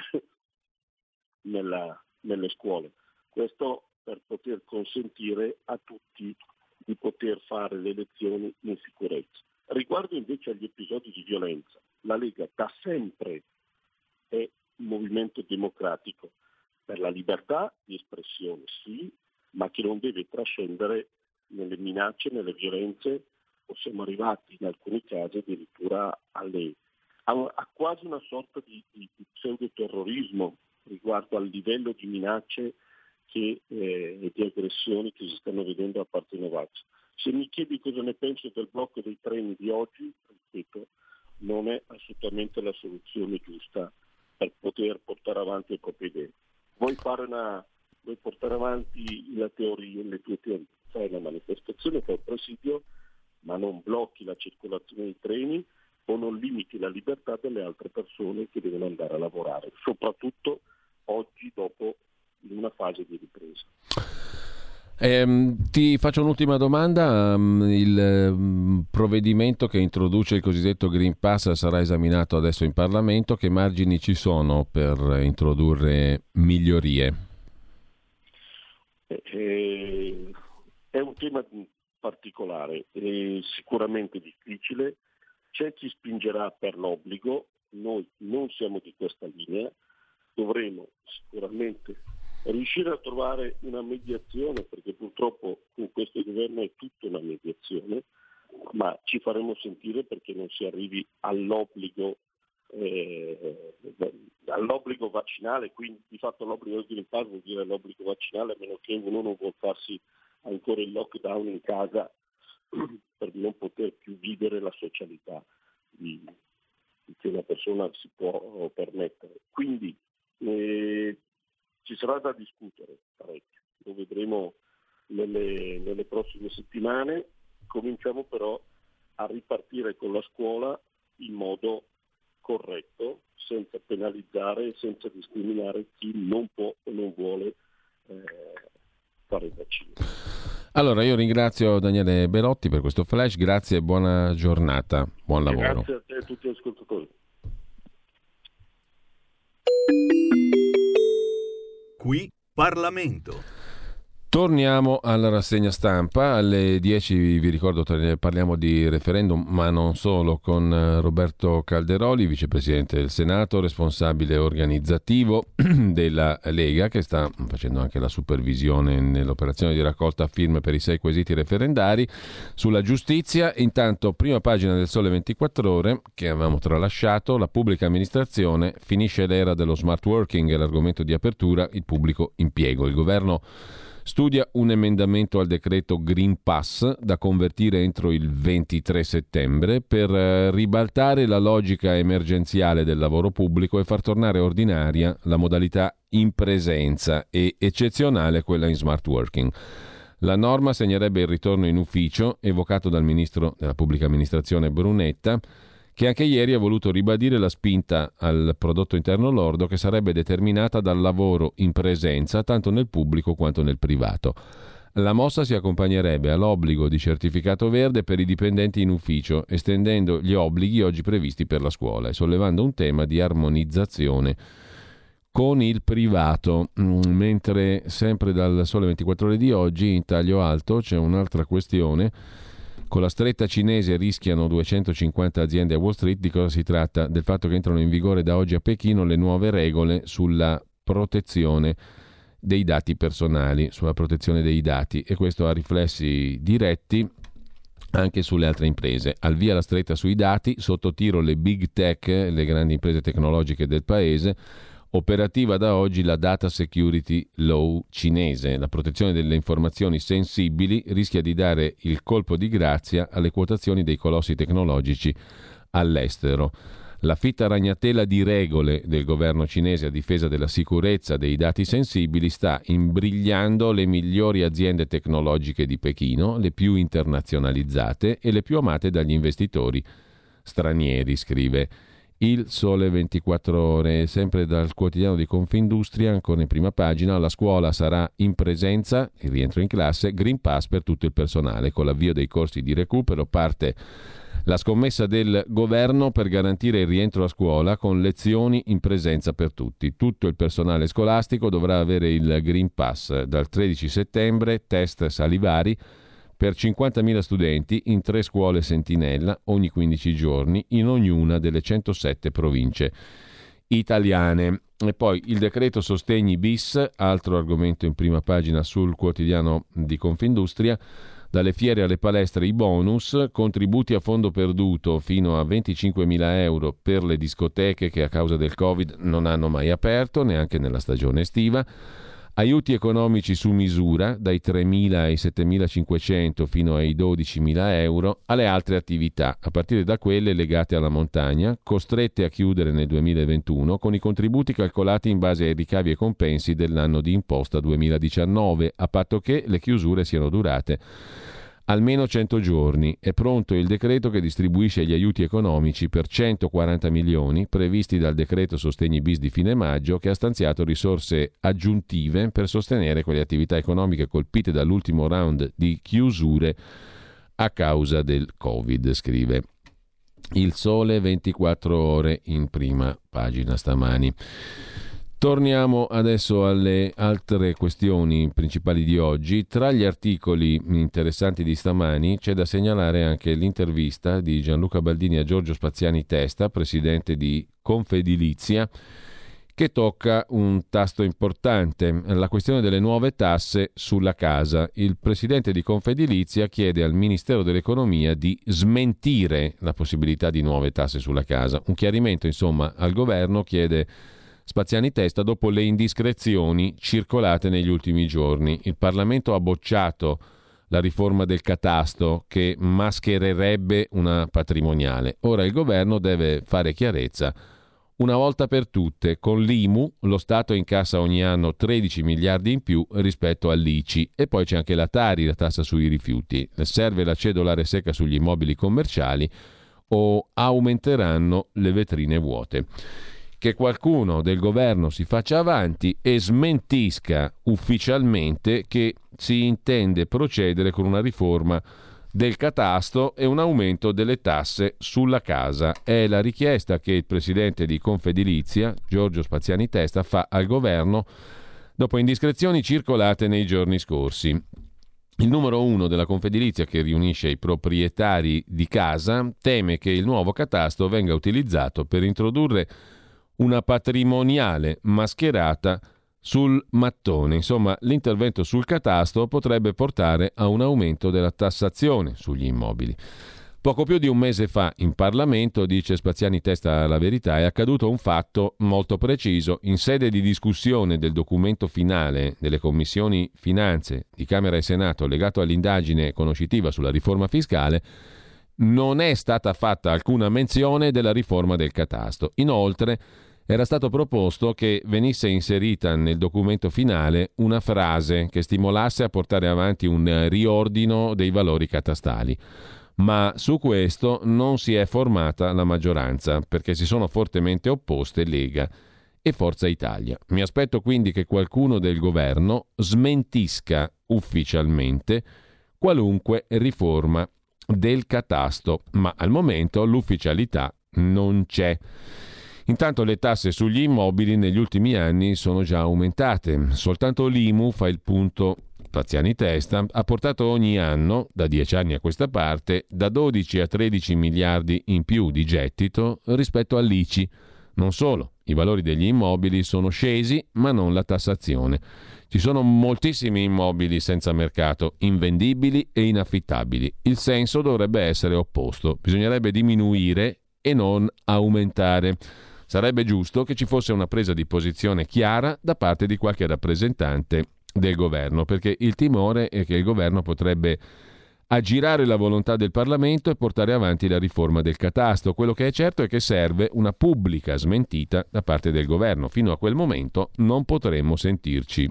M: nella, nelle scuole. Questo per poter consentire a tutti di poter fare le lezioni in sicurezza. Riguardo invece agli episodi di violenza, la Lega da sempre è un movimento democratico per la libertà di espressione, sì, ma che non deve trascendere nelle minacce, nelle violenze, o siamo arrivati in alcuni casi addirittura alle, a, a quasi una sorta di, di, di pseudoterrorismo riguardo al livello di minacce che, eh, e di aggressioni che si stanno vedendo da parte di Novax. Se mi chiedi cosa ne penso del blocco dei treni di oggi, ripeto, non è assolutamente la soluzione giusta per poter portare avanti le proprie idee. Vuoi fare una, vuoi portare avanti la teoria, le tue teorie, fai una manifestazione, fai un presidio, ma non blocchi la circolazione dei treni o non limiti la libertà delle altre persone che devono andare a lavorare, soprattutto oggi dopo in una fase di ripresa.
A: Eh, ti faccio un'ultima domanda. Il eh, provvedimento che introduce il cosiddetto Green Pass sarà esaminato adesso in Parlamento. Che margini ci sono per introdurre migliorie?
M: Eh, è un tema particolare, è sicuramente difficile. C'è chi spingerà per l'obbligo, noi non siamo di questa linea, dovremo sicuramente riuscire a trovare una mediazione, perché purtroppo con questo governo è tutta una mediazione, ma ci faremo sentire perché non si arrivi all'obbligo eh, all'obbligo vaccinale, quindi di fatto l'obbligo del Green Pass vuol dire l'obbligo vaccinale, a meno che uno non vuol farsi ancora il lockdown in casa per non poter più vivere la socialità di, di che una persona si può permettere. Quindi eh, ci sarà da discutere parecchio, lo vedremo nelle, nelle prossime settimane. Cominciamo però a ripartire con la scuola in modo corretto, senza penalizzare, senza discriminare chi non può o non vuole eh, fare il vaccino.
A: Allora io ringrazio Daniele Belotti per questo flash, grazie e buona giornata, buon lavoro.
M: Grazie a te e a tutti gli ascoltatori.
H: Qui Parlamento.
A: Torniamo alla rassegna stampa, alle dieci vi ricordo parliamo di referendum, ma non solo, con Roberto Calderoli, vicepresidente del Senato, responsabile organizzativo della Lega, che sta facendo anche la supervisione nell'operazione di raccolta firme per i sei quesiti referendari sulla giustizia. Intanto, prima pagina del Sole ventiquattro Ore, che avevamo tralasciato, la pubblica amministrazione, finisce l'era dello smart working, è l'argomento di apertura, il pubblico impiego. Il governo studia un emendamento al decreto Green Pass da convertire entro il ventitré settembre per ribaltare la logica emergenziale del lavoro pubblico e far tornare ordinaria la modalità in presenza e eccezionale quella in smart working. La norma segnerebbe il ritorno in ufficio, evocato dal ministro della pubblica amministrazione Brunetta, che anche ieri ha voluto ribadire la spinta al prodotto interno lordo che sarebbe determinata dal lavoro in presenza tanto nel pubblico quanto nel privato. La mossa si accompagnerebbe all'obbligo di certificato verde per i dipendenti in ufficio, estendendo gli obblighi oggi previsti per la scuola e sollevando un tema di armonizzazione con il privato. Mentre sempre dal Sole ventiquattro Ore di oggi, in taglio alto, c'è un'altra questione. Con la stretta cinese rischiano duecentocinquanta aziende a Wall Street. Di cosa si tratta? Del fatto che entrano in vigore da oggi a Pechino le nuove regole sulla protezione dei dati personali, sulla protezione dei dati, e questo ha riflessi diretti anche sulle altre imprese. Al via la stretta sui dati, sotto tiro le big tech, le grandi imprese tecnologiche del paese. Operativa da oggi la Data Security Law cinese. La protezione delle informazioni sensibili rischia di dare il colpo di grazia alle quotazioni dei colossi tecnologici all'estero. La fitta ragnatela di regole del governo cinese a difesa della sicurezza dei dati sensibili sta imbrigliando le migliori aziende tecnologiche di Pechino, le più internazionalizzate e le più amate dagli investitori stranieri, scrive Il Sole ventiquattro Ore. Sempre dal quotidiano di Confindustria, ancora in prima pagina, la scuola sarà in presenza, il rientro in classe, Green Pass per tutto il personale. Con l'avvio dei corsi di recupero parte la scommessa del governo per garantire il rientro a scuola con lezioni in presenza per tutti. Tutto il personale scolastico dovrà avere il Green Pass dal tredici settembre, test salivari, per cinquantamila studenti in tre scuole sentinella ogni quindici giorni in ognuna delle centosette province italiane. E poi il decreto sostegni bis, altro argomento in prima pagina sul quotidiano di Confindustria. Dalle fiere alle palestre i bonus, contributi a fondo perduto fino a venticinquemila euro per le discoteche che a causa del Covid non hanno mai aperto, neanche nella stagione estiva. Aiuti economici su misura dai tremila ai settemilacinquecento fino ai dodicimila euro alle altre attività, a partire da quelle legate alla montagna, costrette a chiudere nel duemilaventuno con i contributi calcolati in base ai ricavi e compensi dell'anno di imposta duemiladiciannove, a patto che le chiusure siano durate almeno cento giorni. È pronto il decreto che distribuisce gli aiuti economici per centoquaranta milioni previsti dal decreto sostegni bis di fine maggio, che ha stanziato risorse aggiuntive per sostenere quelle attività economiche colpite dall'ultimo round di chiusure a causa del Covid, scrive Il Sole ventiquattro ore in prima pagina stamani. Torniamo adesso alle altre questioni principali di oggi. Tra gli articoli interessanti di stamani c'è da segnalare anche l'intervista di Gianluca Baldini a Giorgio Spaziani Testa, presidente di Confedilizia, che tocca un tasto importante, la questione delle nuove tasse sulla casa. Il presidente di Confedilizia chiede al Ministero dell'Economia di smentire la possibilità di nuove tasse sulla casa. Un chiarimento, insomma, al governo chiede Spaziani Testa dopo le indiscrezioni circolate negli ultimi giorni. Il Parlamento ha bocciato la riforma del catasto che maschererebbe una patrimoniale. Ora il governo deve fare chiarezza una volta per tutte. Con l'I M U lo Stato incassa ogni anno tredici miliardi in più rispetto all'I C I, e poi c'è anche la Tari, la tassa sui rifiuti. Serve la cedolare secca sugli immobili commerciali o aumenteranno le vetrine vuote. Che qualcuno del governo si faccia avanti e smentisca ufficialmente che si intende procedere con una riforma del catasto e un aumento delle tasse sulla casa. È la richiesta che il presidente di Confedilizia, Giorgio Spaziani Testa, fa al governo dopo indiscrezioni circolate nei giorni scorsi. Il numero uno della Confedilizia, che riunisce i proprietari di casa, teme che il nuovo catasto venga utilizzato per introdurre una patrimoniale mascherata sul mattone. Insomma, l'intervento sul catasto potrebbe portare a un aumento della tassazione sugli immobili. Poco più di un mese fa in Parlamento, dice Spaziani Testa alla Verità, è accaduto un fatto molto preciso. In sede di discussione del documento finale delle commissioni finanze di Camera e Senato legato all'indagine conoscitiva sulla riforma fiscale, non è stata fatta alcuna menzione della riforma del catasto. Inoltre, era stato proposto che venisse inserita nel documento finale una frase che stimolasse a portare avanti un riordino dei valori catastali. Ma su questo non si è formata la maggioranza, perché si sono fortemente opposte Lega e Forza Italia. Mi aspetto quindi che qualcuno del governo smentisca ufficialmente qualunque riforma del catasto, ma al momento l'ufficialità non c'è. Intanto le tasse sugli immobili negli ultimi anni sono già aumentate. Soltanto l'I M U, fa il punto Spaziani Testa, ha portato ogni anno, da dieci anni a questa parte, da dodici a tredici miliardi in più di gettito rispetto all'I C I. Non solo, i valori degli immobili sono scesi, ma non la tassazione. Ci sono moltissimi immobili senza mercato, invendibili e inaffittabili. Il senso dovrebbe essere opposto. Bisognerebbe diminuire e non aumentare. Sarebbe giusto che ci fosse una presa di posizione chiara da parte di qualche rappresentante del governo, perché il timore è che il governo potrebbe aggirare la volontà del Parlamento e portare avanti la riforma del catasto. Quello che è certo è che serve una pubblica smentita da parte del governo. Fino a quel momento non potremo sentirci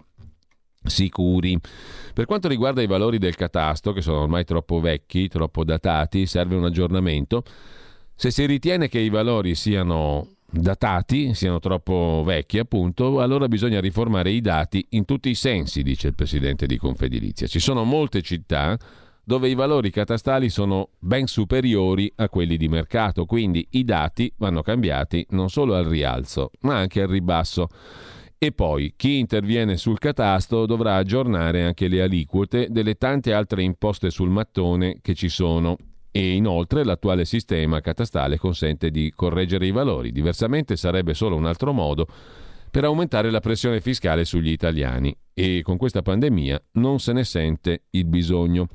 A: sicuri. Per quanto riguarda i valori del catasto, che sono ormai troppo vecchi, troppo datati, serve un aggiornamento. Se si ritiene che i valori siano datati, siano troppo vecchi appunto, allora bisogna riformare i dati in tutti i sensi, dice il presidente di Confedilizia. Ci sono molte città dove i valori catastali sono ben superiori a quelli di mercato, quindi i dati vanno cambiati non solo al rialzo ma anche al ribasso. E poi chi interviene sul catasto dovrà aggiornare anche le aliquote delle tante altre imposte sul mattone che ci sono. E inoltre l'attuale sistema catastale consente di correggere i valori, diversamente sarebbe solo un altro modo per aumentare la pressione fiscale sugli italiani e con questa pandemia non se ne sente il bisogno.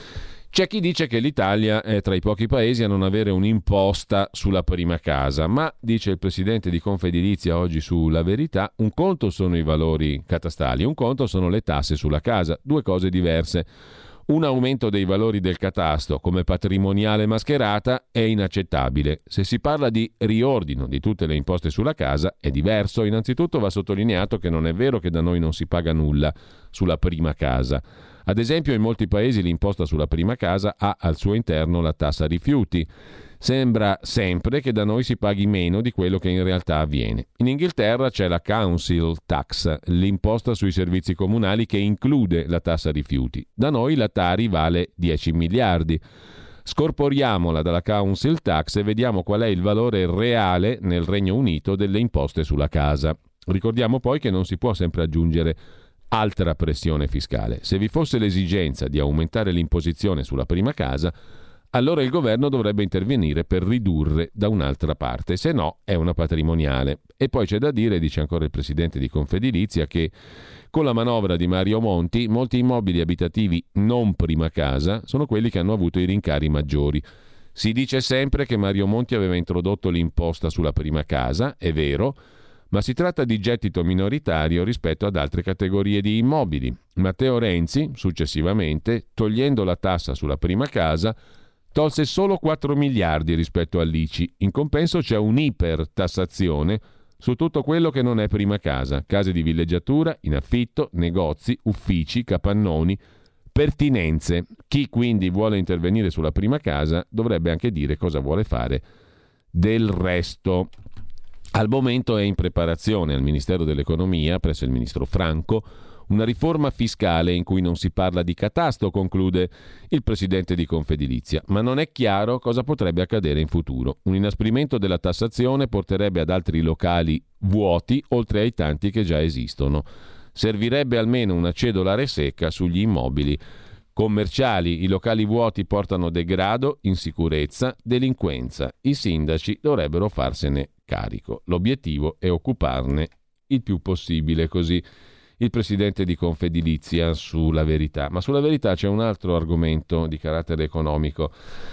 A: C'è chi dice che l'Italia è tra i pochi paesi a non avere un'imposta sulla prima casa, ma, dice il presidente di Confedilizia oggi su La Verità, un conto sono i valori catastali, un conto sono le tasse sulla casa, due cose diverse. Un aumento dei valori del catasto come patrimoniale mascherata è inaccettabile. Se si parla di riordino di tutte le imposte sulla casa è diverso. Innanzitutto va sottolineato che non è vero che da noi non si paga nulla sulla prima casa. Ad esempio, in molti paesi l'imposta sulla prima casa ha al suo interno la tassa rifiuti. Sembra sempre che da noi si paghi meno di quello che in realtà avviene. In Inghilterra c'è la Council Tax, l'imposta sui servizi comunali che include la tassa rifiuti. Da noi la Tari vale dieci miliardi. Scorporiamola dalla Council Tax e vediamo qual è il valore reale nel Regno Unito delle imposte sulla casa. Ricordiamo poi che non si può sempre aggiungere altra pressione fiscale. Se vi fosse l'esigenza di aumentare l'imposizione sulla prima casa, allora il governo dovrebbe intervenire per ridurre da un'altra parte, se no è una patrimoniale. E poi c'è da dire, dice ancora il presidente di Confedilizia, che con la manovra di Mario Monti molti immobili abitativi non prima casa sono quelli che hanno avuto i rincari maggiori. Si dice sempre che Mario Monti aveva introdotto l'imposta sulla prima casa, è vero, ma si tratta di gettito minoritario rispetto ad altre categorie di immobili. Matteo Renzi, successivamente, togliendo la tassa sulla prima casa, tolse solo quattro miliardi rispetto all'I C I. In compenso c'è un'ipertassazione su tutto quello che non è prima casa, case di villeggiatura, in affitto, negozi, uffici, capannoni, pertinenze. Chi quindi vuole intervenire sulla prima casa dovrebbe anche dire cosa vuole fare del resto. Al momento è in preparazione al Ministero dell'Economia, presso il ministro Franco, una riforma fiscale in cui non si parla di catasto, conclude il presidente di Confedilizia, ma non è chiaro cosa potrebbe accadere in futuro. Un inasprimento della tassazione porterebbe ad altri locali vuoti, oltre ai tanti che già esistono. Servirebbe almeno una cedolare secca sugli immobili commerciali. I locali vuoti portano degrado, insicurezza, delinquenza. I sindaci dovrebbero farsene carico. L'obiettivo è occuparne il più possibile, così il presidente di Confedilizia sulla Verità. Ma sulla Verità c'è un altro argomento di carattere economico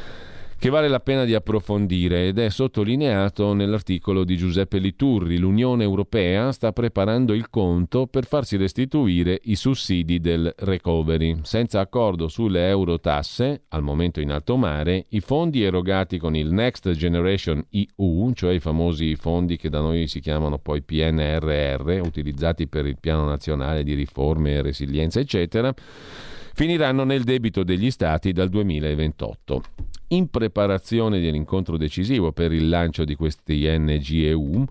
A: che vale la pena di approfondire ed è sottolineato nell'articolo di Giuseppe Liturri. L'Unione Europea sta preparando il conto per farsi restituire i sussidi del recovery. Senza accordo sulle eurotasse, al momento in alto mare, i fondi erogati con il Next Generation E U, cioè i famosi fondi che da noi si chiamano poi P N R R, utilizzati per il Piano Nazionale di Riforme e Resilienza, eccetera, finiranno nel debito degli Stati dal duemilaventotto. In preparazione dell'incontro decisivo per il lancio di questi N G E U,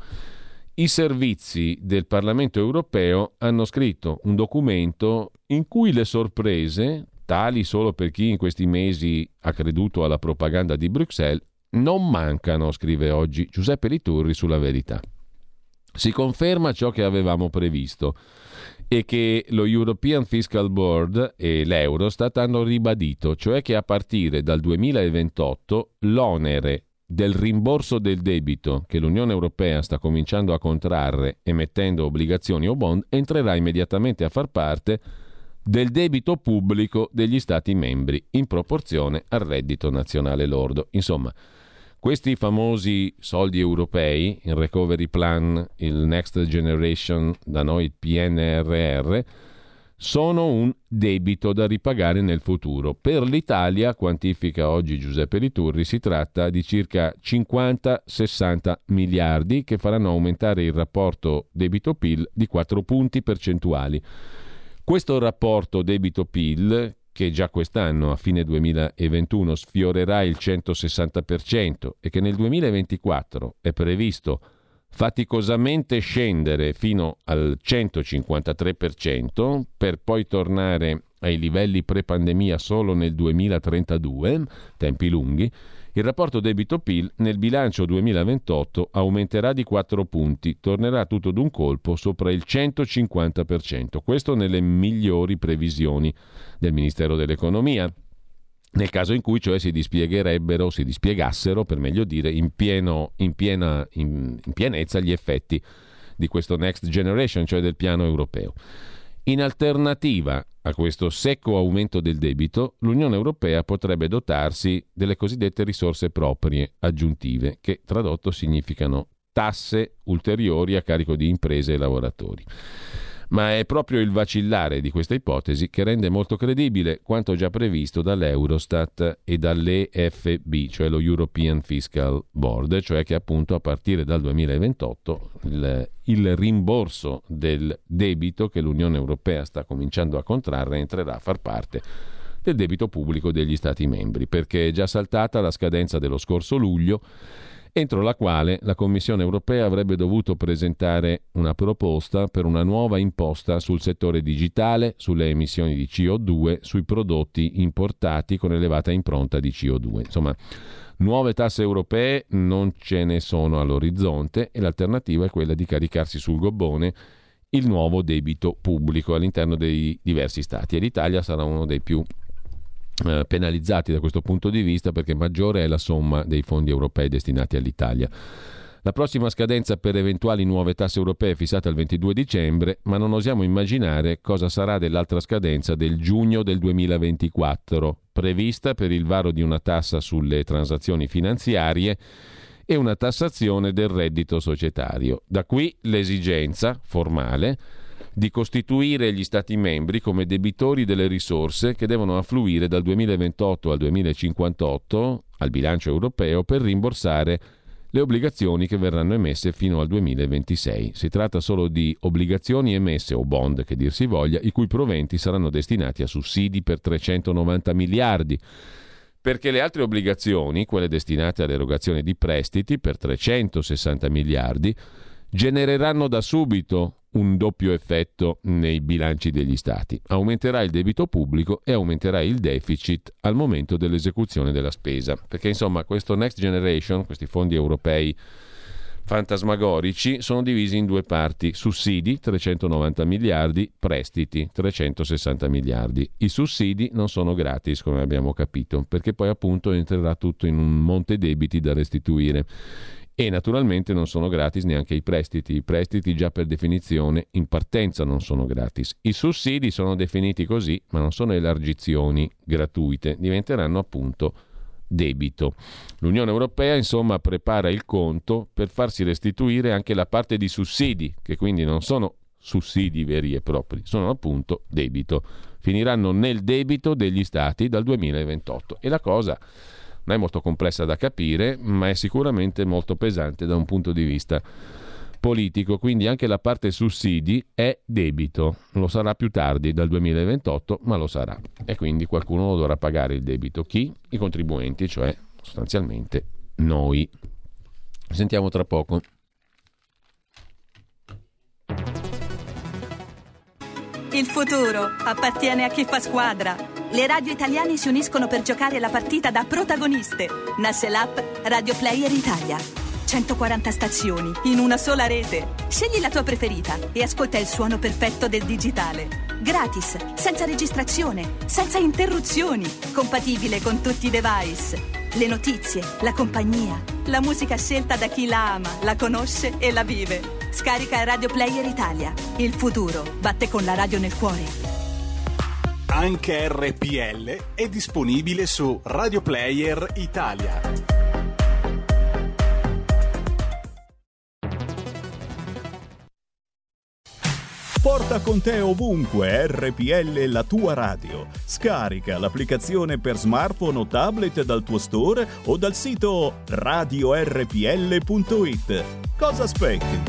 A: i servizi del Parlamento europeo hanno scritto un documento in cui le sorprese, tali solo per chi in questi mesi ha creduto alla propaganda di Bruxelles, non mancano, scrive oggi Giuseppe Liturri sulla Verità. Si conferma ciò che avevamo previsto e che lo European Fiscal Board e l'Eurostat hanno ribadito, cioè che a partire dal duemilaventotto l'onere del rimborso del debito che l'Unione Europea sta cominciando a contrarre emettendo obbligazioni o bond entrerà immediatamente a far parte del debito pubblico degli Stati membri in proporzione al reddito nazionale lordo. Insomma, questi famosi soldi europei, il Recovery Plan, il Next Generation, da noi il P N R R, sono un debito da ripagare nel futuro. Per l'Italia, quantifica oggi Giuseppe Liturri, si tratta di circa cinquanta sessanta miliardi che faranno aumentare il rapporto debito-P I L di quattro punti percentuali. Questo rapporto debito-P I L, che già quest'anno a fine duemilaventuno sfiorerà il centosessanta per cento e che nel duemilaventiquattro è previsto faticosamente scendere fino al centocinquantatré per cento per poi tornare ai livelli pre-pandemia solo nel duemilatrentadue, tempi lunghi, Il rapporto debito-P I L nel bilancio duemilaventotto aumenterà di quattro punti, tornerà tutto d'un colpo sopra il centocinquanta per cento. Questo nelle migliori previsioni del Ministero dell'Economia, nel caso in cui cioè si dispiegherebbero, si dispiegassero, per meglio dire, in, pieno, in, piena, in, in pienezza gli effetti di questo Next Generation, cioè del piano europeo. In alternativa a questo secco aumento del debito, l'Unione Europea potrebbe dotarsi delle cosiddette risorse proprie aggiuntive, che tradotto significano tasse ulteriori a carico di imprese e lavoratori. Ma è proprio il vacillare di questa ipotesi che rende molto credibile quanto già previsto dall'Eurostat e dall'E F B, cioè lo European Fiscal Board, cioè che appunto a partire dal duemilaventotto il, il rimborso del debito che l'Unione Europea sta cominciando a contrarre entrerà a far parte del debito pubblico degli Stati membri, perché è già saltata la scadenza dello scorso luglio, entro la quale la Commissione europea avrebbe dovuto presentare una proposta per una nuova imposta sul settore digitale, sulle emissioni di C O due, sui prodotti importati con elevata impronta di C O due. Insomma, nuove tasse europee non ce ne sono all'orizzonte e l'alternativa è quella di caricarsi sul gobbone il nuovo debito pubblico all'interno dei diversi Stati, e l'Italia sarà uno dei più Eh, penalizzati da questo punto di vista, perché maggiore è la somma dei fondi europei destinati all'Italia. La prossima scadenza per eventuali nuove tasse europee è fissata il ventidue dicembre, ma non osiamo immaginare cosa sarà dell'altra scadenza del giugno del duemilaventiquattro, prevista per il varo di una tassa sulle transazioni finanziarie e una tassazione del reddito societario. Da qui l'esigenza formale di costituire gli Stati membri come debitori delle risorse che devono affluire dal duemilaventotto al duemilacinquantotto al bilancio europeo per rimborsare le obbligazioni che verranno emesse fino al duemilaventisei. Si tratta solo di obbligazioni emesse, o bond che dir si voglia, i cui proventi saranno destinati a sussidi per trecentonovanta miliardi, perché le altre obbligazioni, quelle destinate all'erogazione di prestiti per trecentosessanta miliardi, genereranno da subito un doppio effetto nei bilanci degli Stati. Aumenterà il debito pubblico e aumenterà il deficit al momento dell'esecuzione della spesa. Perché insomma questo Next Generation, questi fondi europei fantasmagorici, sono divisi in due parti: sussidi trecentonovanta miliardi, prestiti trecentosessanta miliardi. I sussidi non sono gratis, come abbiamo capito, perché poi appunto entrerà tutto in un monte debiti da restituire. E naturalmente non sono gratis neanche i prestiti. I prestiti già per definizione in partenza non sono gratis. I sussidi sono definiti così, ma non sono elargizioni gratuite, diventeranno appunto debito. L'Unione Europea insomma prepara il conto per farsi restituire anche la parte di sussidi, che quindi non sono sussidi veri e propri, sono appunto debito. Finiranno nel debito degli Stati dal duemilaventotto, e la cosa non è molto complessa da capire, ma è sicuramente molto pesante da un punto di vista politico. Quindi anche la parte sussidi è debito. Lo sarà più tardi, dal duemilaventotto, ma lo sarà. E quindi qualcuno lo dovrà pagare il debito. Chi? I contribuenti, cioè sostanzialmente noi. Sentiamo tra poco.
N: Il futuro appartiene a chi fa squadra. Le radio italiane si uniscono per giocare la partita da protagoniste. Nasce l'app Radio Player Italia. centoquaranta stazioni in una sola rete. Scegli la tua preferita e ascolta il suono perfetto del digitale. Gratis, senza registrazione, senza interruzioni. Compatibile con tutti i device. Le notizie, la compagnia, la musica scelta da chi la ama, la conosce e la vive. Scarica Radio Player Italia. Il futuro batte con la radio nel cuore.
C: Anche R P L è disponibile su Radio Player Italia.
H: Porta con te ovunque R P L, la tua radio. Scarica l'applicazione per smartphone o tablet dal tuo store o dal sito radio erre pi elle punto it. Cosa aspetti?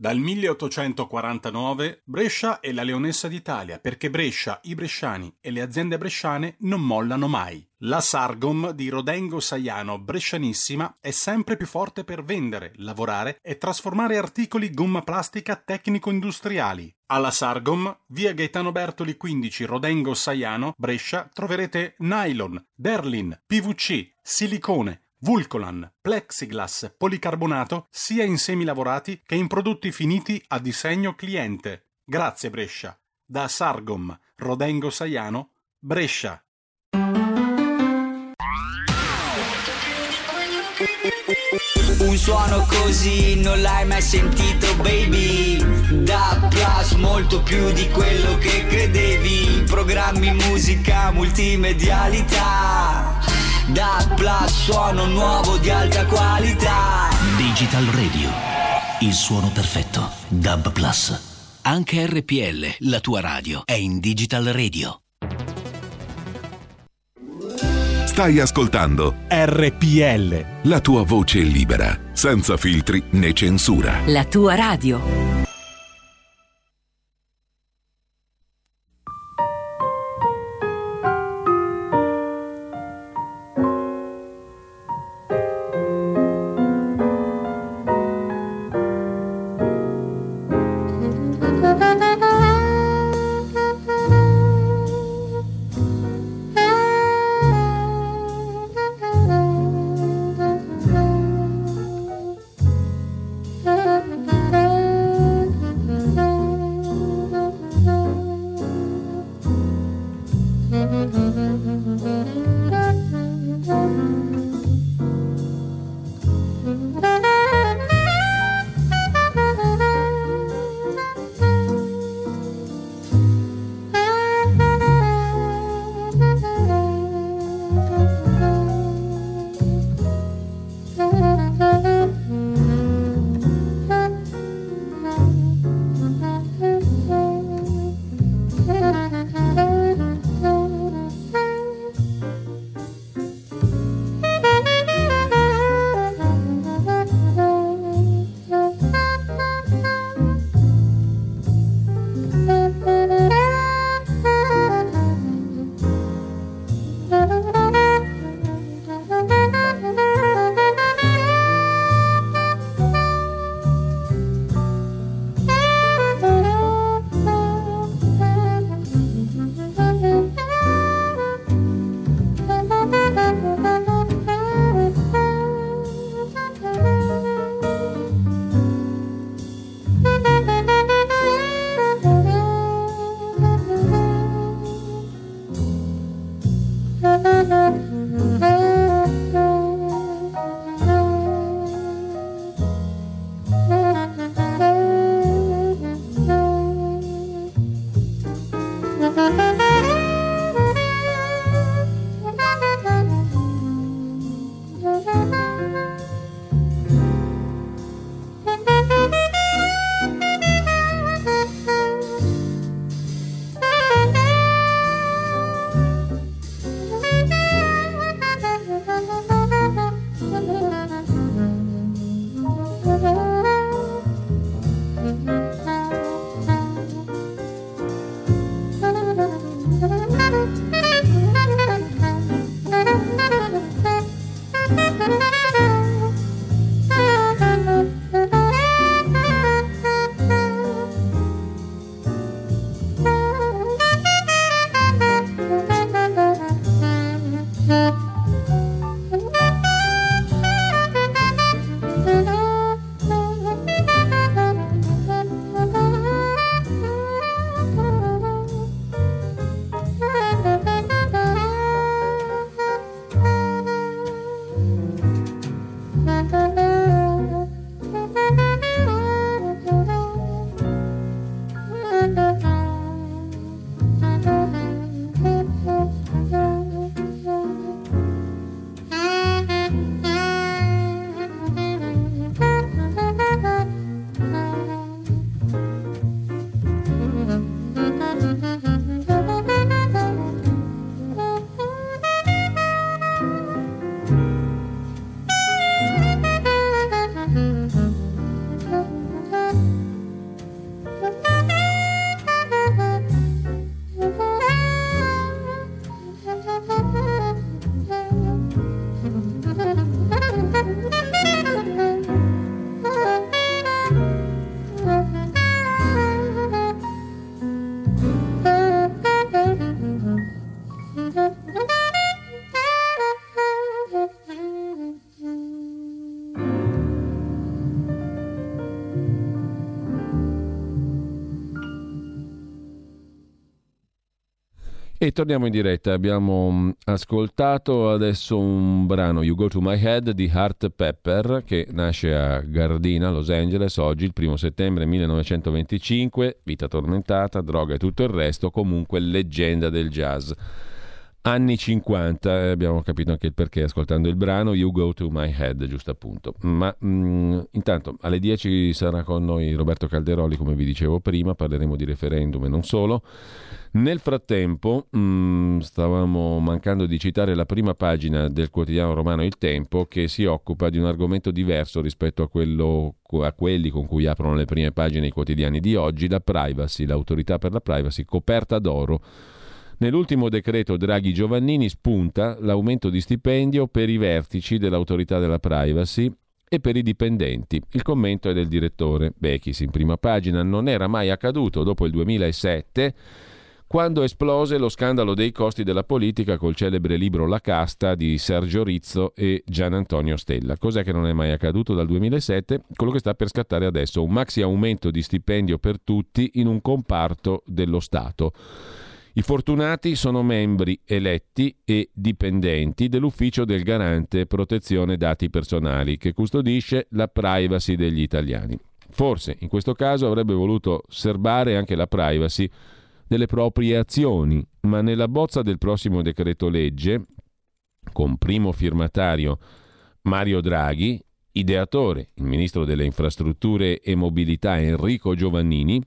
C: Dal milleottocentoquarantanove Brescia è la leonessa d'Italia perché Brescia, i bresciani e le aziende bresciane non mollano mai. La Sargom di Rodengo Saiano Brescianissima è sempre più forte per vendere, lavorare e trasformare articoli gomma plastica tecnico-industriali. Alla Sargom, via Gaetano Bertoli quindici Rodengo Saiano, Brescia, troverete nylon, derlin, P V C, silicone, Vulcolan, plexiglass, policarbonato sia in semi lavorati che in prodotti finiti a disegno cliente. Grazie Brescia. Da Sargom, Rodengo Saiano, Brescia.
F: Un suono così non l'hai mai sentito, baby. Da Plus, molto più di quello che credevi. Programmi, musica, multimedialità. Da Plus, suono nuovo di alta qualità.
G: Digital Radio, il suono perfetto. D A B Plus. Anche R P L, la tua radio, è in Digital Radio.
B: Stai ascoltando
D: R P L,
B: la tua voce libera, senza filtri né censura.
O: La tua radio.
A: E torniamo in diretta, abbiamo ascoltato adesso un brano, You Go To My Head, di Heart Pepper, che nasce a Gardena, Los Angeles, oggi il primo settembre millenovecentoventicinque, vita tormentata, droga e tutto il resto, comunque leggenda del jazz. Anni cinquanta, abbiamo capito anche il perché ascoltando il brano You Go To My Head, giusto appunto. Ma mh, intanto alle dieci sarà con noi Roberto Calderoli, come vi dicevo prima, parleremo di referendum e non solo. Nel frattempo mh, stavamo mancando di citare la prima pagina del quotidiano romano Il Tempo, che si occupa di un argomento diverso rispetto a, quello, a quelli con cui aprono le prime pagine i quotidiani di oggi, la privacy, l'autorità per la privacy coperta d'oro. Nell'ultimo decreto Draghi-Giovannini spunta l'aumento di stipendio per i vertici dell'autorità della privacy e per i dipendenti. Il commento è del direttore Bechis in prima pagina. Non era mai accaduto dopo il duemilasette, quando esplose lo scandalo dei costi della politica col celebre libro La casta di Sergio Rizzo e Gian Antonio Stella. Cos'è che non è mai accaduto dal duemilasette? Quello che sta per scattare adesso, un maxi aumento di stipendio per tutti in un comparto dello Stato. I fortunati sono membri eletti e dipendenti dell'ufficio del garante protezione dati personali, che custodisce la privacy degli italiani. Forse in questo caso avrebbe voluto serbare anche la privacy delle proprie azioni, ma nella bozza del prossimo decreto legge, con primo firmatario Mario Draghi, ideatore, il ministro delle infrastrutture e mobilità Enrico Giovannini,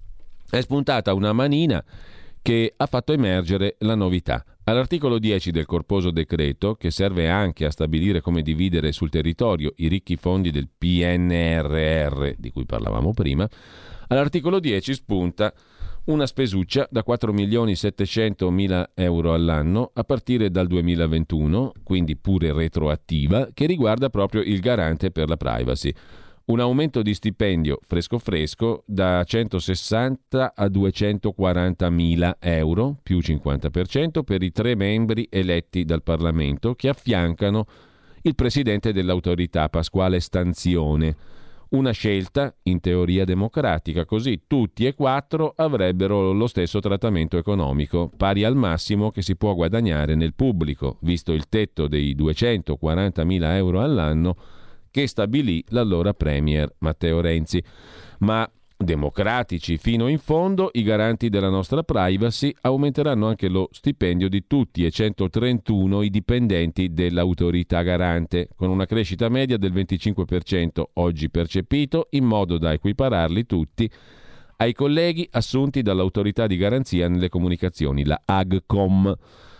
A: è spuntata una manina che ha fatto emergere la novità. All'articolo dieci del corposo decreto, che serve anche a stabilire come dividere sul territorio i ricchi fondi del P N R R, di cui parlavamo prima, all'articolo dieci spunta una spesuccia da quattro milioni settecentomila euro all'anno a partire dal duemilaventuno, quindi pure retroattiva, che riguarda proprio il garante per la privacy. Un aumento di stipendio fresco fresco da centosessanta a duecentoquarantamila euro, più cinquanta per cento, per i tre membri eletti dal Parlamento che affiancano il presidente dell'autorità Pasquale Stanzione. Una scelta in teoria democratica, così tutti e quattro avrebbero lo stesso trattamento economico, pari al massimo che si può guadagnare nel pubblico, visto il tetto dei duecentoquarantamila euro all'anno che stabilì l'allora premier Matteo Renzi. Ma democratici fino in fondo, i garanti della nostra privacy aumenteranno anche lo stipendio di tutti e centotrentuno i dipendenti dell'autorità garante, con una crescita media del venticinque per cento oggi percepito, in modo da equipararli tutti ai colleghi assunti dall'autorità di garanzia nelle comunicazioni, la Agcom.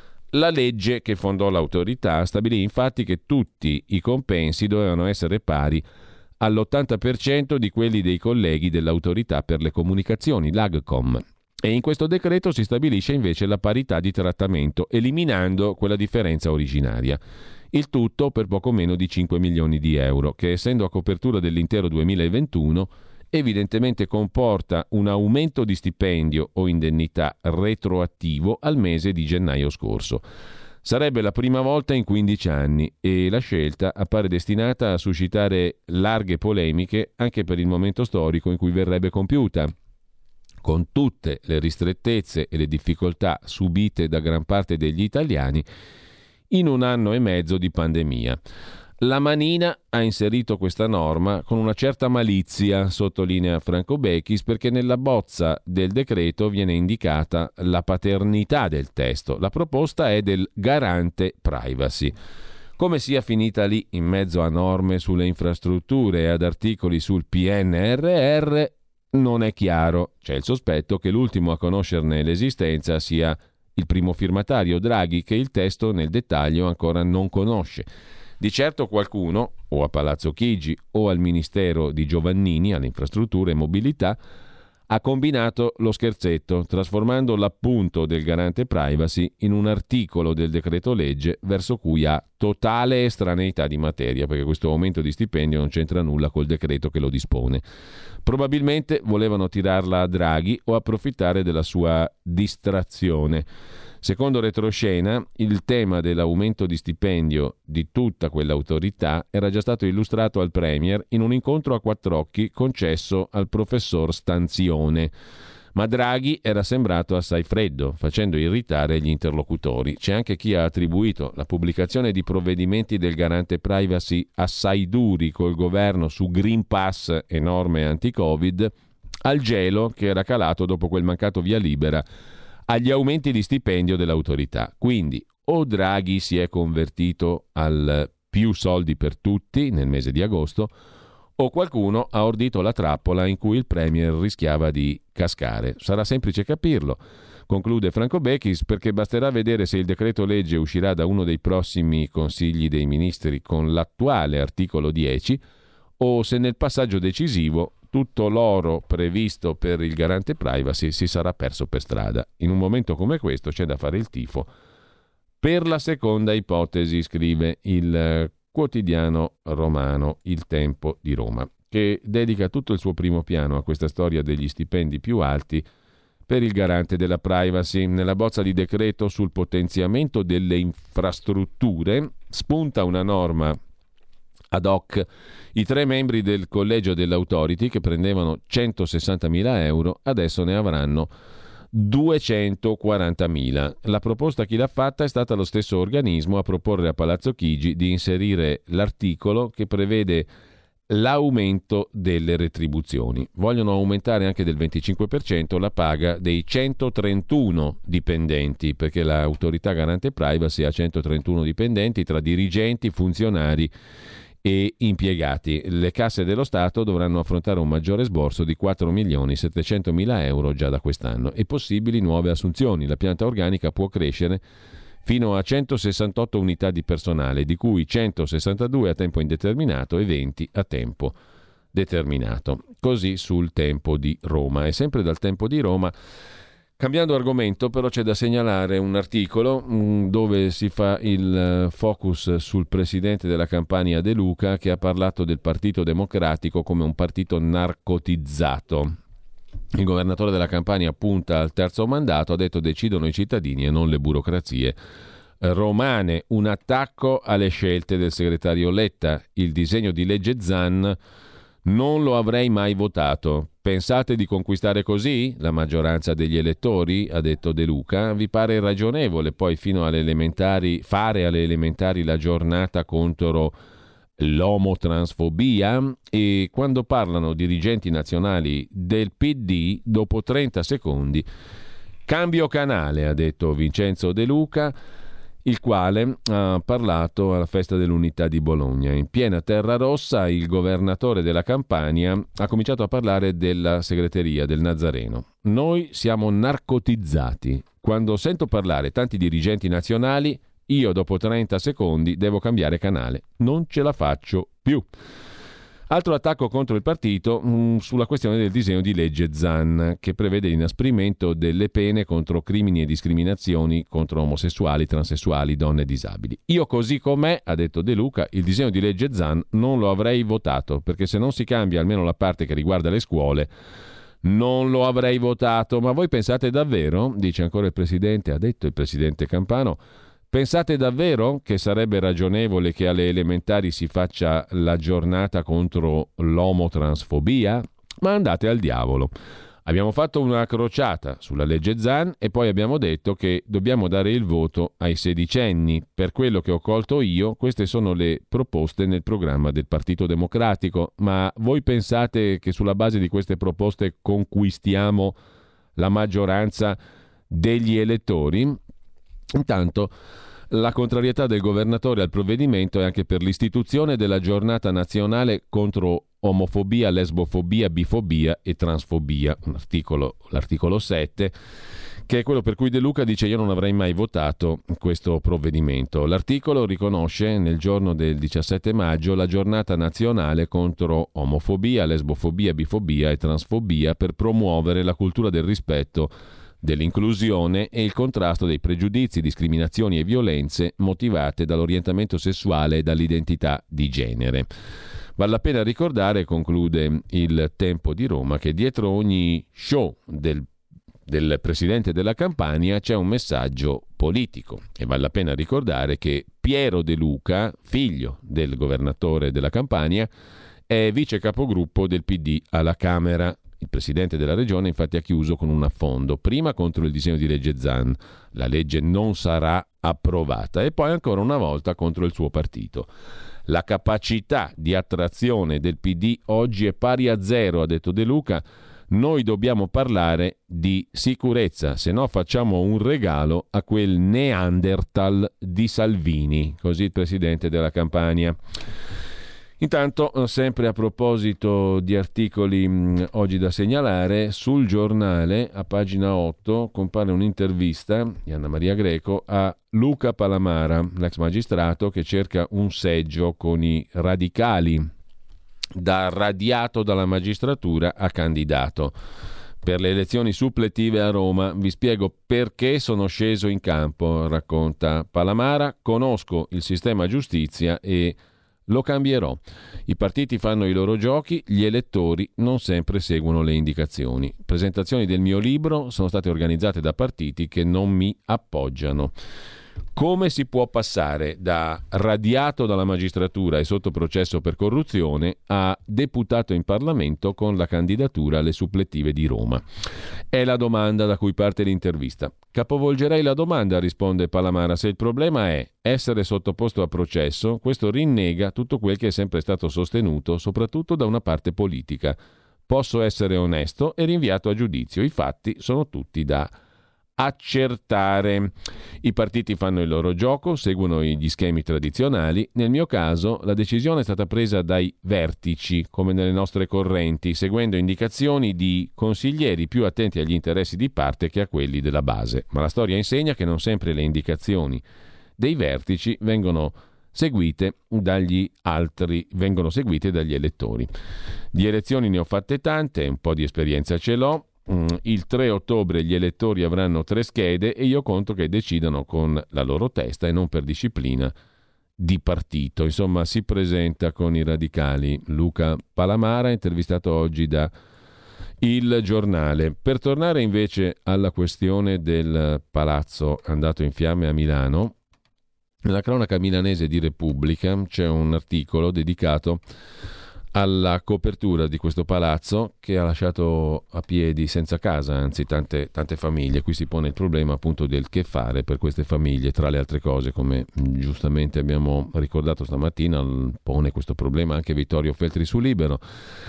A: La legge che fondò l'autorità stabilì infatti che tutti i compensi dovevano essere pari all'ottanta per cento di quelli dei colleghi dell'autorità per le comunicazioni, l'Agcom. E in questo decreto si stabilisce invece la parità di trattamento, eliminando quella differenza originaria. Il tutto per poco meno di cinque milioni di euro, che essendo a copertura dell'intero duemilaventuno evidentemente comporta un aumento di stipendio o indennità retroattivo al mese di gennaio scorso. Sarebbe la prima volta in quindici anni e la scelta appare destinata a suscitare larghe polemiche anche per il momento storico in cui verrebbe compiuta, con tutte le ristrettezze e le difficoltà subite da gran parte degli italiani in un anno e mezzo di pandemia. La manina ha inserito questa norma con una certa malizia, sottolinea Franco Bechis, perché nella bozza del decreto viene indicata la paternità del testo. La proposta è del garante privacy. Come sia finita lì, in mezzo a norme sulle infrastrutture e ad articoli sul P N R R, non è chiaro. C'è il sospetto che l'ultimo a conoscerne l'esistenza sia il primo firmatario, Draghi, che il testo nel dettaglio ancora non conosce. Di certo qualcuno, o a Palazzo Chigi o al Ministero di Giovannini, alle infrastrutture e mobilità, ha combinato lo scherzetto, trasformando l'appunto del garante privacy in un articolo del decreto legge verso cui ha totale estraneità di materia, perché questo aumento di stipendio non c'entra nulla col decreto che lo dispone. Probabilmente volevano tirarla a Draghi o approfittare della sua distrazione. Secondo retroscena, il tema dell'aumento di stipendio di tutta quell'autorità era già stato illustrato al Premier in un incontro a quattro occhi concesso al professor Stanzione. Ma Draghi era sembrato assai freddo, facendo irritare gli interlocutori. C'è anche chi ha attribuito la pubblicazione di provvedimenti del garante privacy assai duri col governo su Green Pass e norme anti-Covid al gelo che era calato dopo quel mancato via libera agli aumenti di stipendio dell'autorità. Quindi o Draghi si è convertito al più soldi per tutti nel mese di agosto, o qualcuno ha ordito la trappola in cui il Premier rischiava di cascare. Sarà semplice capirlo, conclude Franco Bechis, perché basterà vedere se il decreto legge uscirà da uno dei prossimi consigli dei ministri con l'attuale articolo dieci o se nel passaggio decisivo tutto l'oro previsto per il garante privacy si sarà perso per strada. In un momento come questo c'è da fare il tifo per la seconda ipotesi, scrive il quotidiano romano Il Tempo di Roma, che dedica tutto il suo primo piano a questa storia degli stipendi più alti per il garante della privacy. Nella bozza di decreto sul potenziamento delle infrastrutture spunta una norma ad hoc. I tre membri del collegio dell'Authority, che prendevano centosessantamila euro, adesso ne avranno duecentoquarantamila. La proposta chi l'ha fatta è stata lo stesso organismo a proporre a Palazzo Chigi di inserire l'articolo che prevede l'aumento delle retribuzioni. Vogliono aumentare anche del venticinque per cento la paga dei centotrentuno dipendenti, perché l'autorità garante privacy ha centotrentuno dipendenti tra dirigenti, funzionari e impiegati. Le casse dello Stato dovranno affrontare un maggiore sborso di quattro milioni settecentomila euro già da quest'anno e possibili nuove assunzioni. La pianta organica può crescere fino a centosessantotto unità di personale, di cui centosessantadue a tempo indeterminato e venti a tempo determinato. Così sul Tempo di Roma. E sempre dal Tempo di Roma, cambiando argomento, però c'è da segnalare un articolo mh, dove si fa il focus sul presidente della Campania De Luca, che ha parlato del Partito Democratico come un partito narcotizzato. Il governatore della Campania punta al terzo mandato, ha detto decidono i cittadini e non le burocrazie romane. Un attacco alle scelte del segretario Letta. Il disegno di legge Zan non lo avrei mai votato. Pensate di conquistare così la maggioranza degli elettori? Ha detto De Luca. Vi pare ragionevole poi fino alle elementari fare alle elementari la giornata contro l'omotransfobia? E quando parlano dirigenti nazionali del P D, dopo trenta secondi cambio canale, ha detto Vincenzo De Luca, il quale ha parlato alla festa dell'Unità di Bologna. In piena terra rossa il governatore della Campania ha cominciato a parlare della segreteria del Nazareno. Noi siamo narcotizzati. Quando sento parlare tanti dirigenti nazionali, io dopo trenta secondi devo cambiare canale. Non ce la faccio più. Altro attacco contro il partito mh, sulla questione del disegno di legge Zan, che prevede l'inasprimento delle pene contro crimini e discriminazioni contro omosessuali, transessuali, donne e disabili. Io così com'è, ha detto De Luca, il disegno di legge Zan non lo avrei votato, perché se non si cambia almeno la parte che riguarda le scuole non lo avrei votato. Ma voi pensate davvero, dice ancora il presidente, ha detto il presidente Campano, pensate davvero che sarebbe ragionevole che alle elementari si faccia la giornata contro l'omotransfobia? Ma andate al diavolo. Abbiamo fatto una crociata sulla legge Zan e poi abbiamo detto che dobbiamo dare il voto ai sedicenni. Per quello che ho colto io, queste sono le proposte nel programma del Partito Democratico. Ma voi pensate che sulla base di queste proposte conquistiamo la maggioranza degli elettori? Intanto la contrarietà del governatore al provvedimento è anche per l'istituzione della giornata nazionale contro omofobia, lesbofobia, bifobia e transfobia, un articolo, l'articolo sette, che è quello per cui De Luca dice io non avrei mai votato questo provvedimento. L'articolo riconosce nel giorno del diciassette maggio la giornata nazionale contro omofobia, lesbofobia, bifobia e transfobia per promuovere la cultura del rispetto, dell'inclusione e il contrasto dei pregiudizi, discriminazioni e violenze motivate dall'orientamento sessuale e dall'identità di genere. Vale la pena ricordare, conclude il Tempo di Roma, che dietro ogni show del, del presidente della Campania c'è un messaggio politico e vale la pena ricordare che Piero De Luca, figlio del governatore della Campania, è vice capogruppo del P D alla Camera Il presidente della regione infatti ha chiuso con un affondo, prima contro il disegno di legge Zan, la legge non sarà approvata, e poi ancora una volta contro il suo partito. La capacità di attrazione del P D oggi è pari a zero, ha detto De Luca. Noi dobbiamo parlare di sicurezza, se no facciamo un regalo a quel Neanderthal di Salvini, così il presidente della Campania. Intanto, sempre a proposito di articoli mh, oggi da segnalare, sul Giornale, a pagina otto, compare un'intervista di Anna Maria Greco a Luca Palamara, l'ex magistrato che cerca un seggio con i radicali, da radiato dalla magistratura a candidato per le elezioni suppletive a Roma. Vi spiego perché sono sceso in campo, racconta Palamara. Conosco il sistema giustizia e lo cambierò. I partiti fanno i loro giochi, gli elettori non sempre seguono le indicazioni. Presentazioni del mio libro sono state organizzate da partiti che non mi appoggiano. Come si può passare da radiato dalla magistratura e sotto processo per corruzione a deputato in Parlamento con la candidatura alle suppletive di Roma? È la domanda da cui parte l'intervista. Capovolgerei la domanda, risponde Palamara. Se il problema è essere sottoposto a processo, questo rinnega tutto quel che è sempre stato sostenuto, soprattutto da una parte politica. Posso essere onesto e rinviato a giudizio. I fatti sono tutti da accertare. I partiti fanno il loro gioco, seguono gli schemi tradizionali. Nel mio caso la decisione è stata presa dai vertici, come nelle nostre correnti, seguendo indicazioni di consiglieri più attenti agli interessi di parte che a quelli della base. Ma la storia insegna che non sempre le indicazioni dei vertici vengono seguite dagli altri, vengono seguite dagli elettori. Di elezioni ne ho fatte tante, un po' di esperienza ce l'ho. Il tre ottobre gli elettori avranno tre schede e io conto che decidano con la loro testa e non per disciplina di partito. Insomma, si presenta con i radicali. Luca Palamara, intervistato oggi da Il Giornale. Per tornare invece alla questione del palazzo andato in fiamme a Milano, nella cronaca milanese di Repubblica c'è un articolo dedicato alla copertura di questo palazzo che ha lasciato a piedi senza casa, anzi tante, tante famiglie. Qui si pone il problema appunto del che fare per queste famiglie, tra le altre cose, come giustamente abbiamo ricordato stamattina, pone questo problema anche Vittorio Feltri su Libero.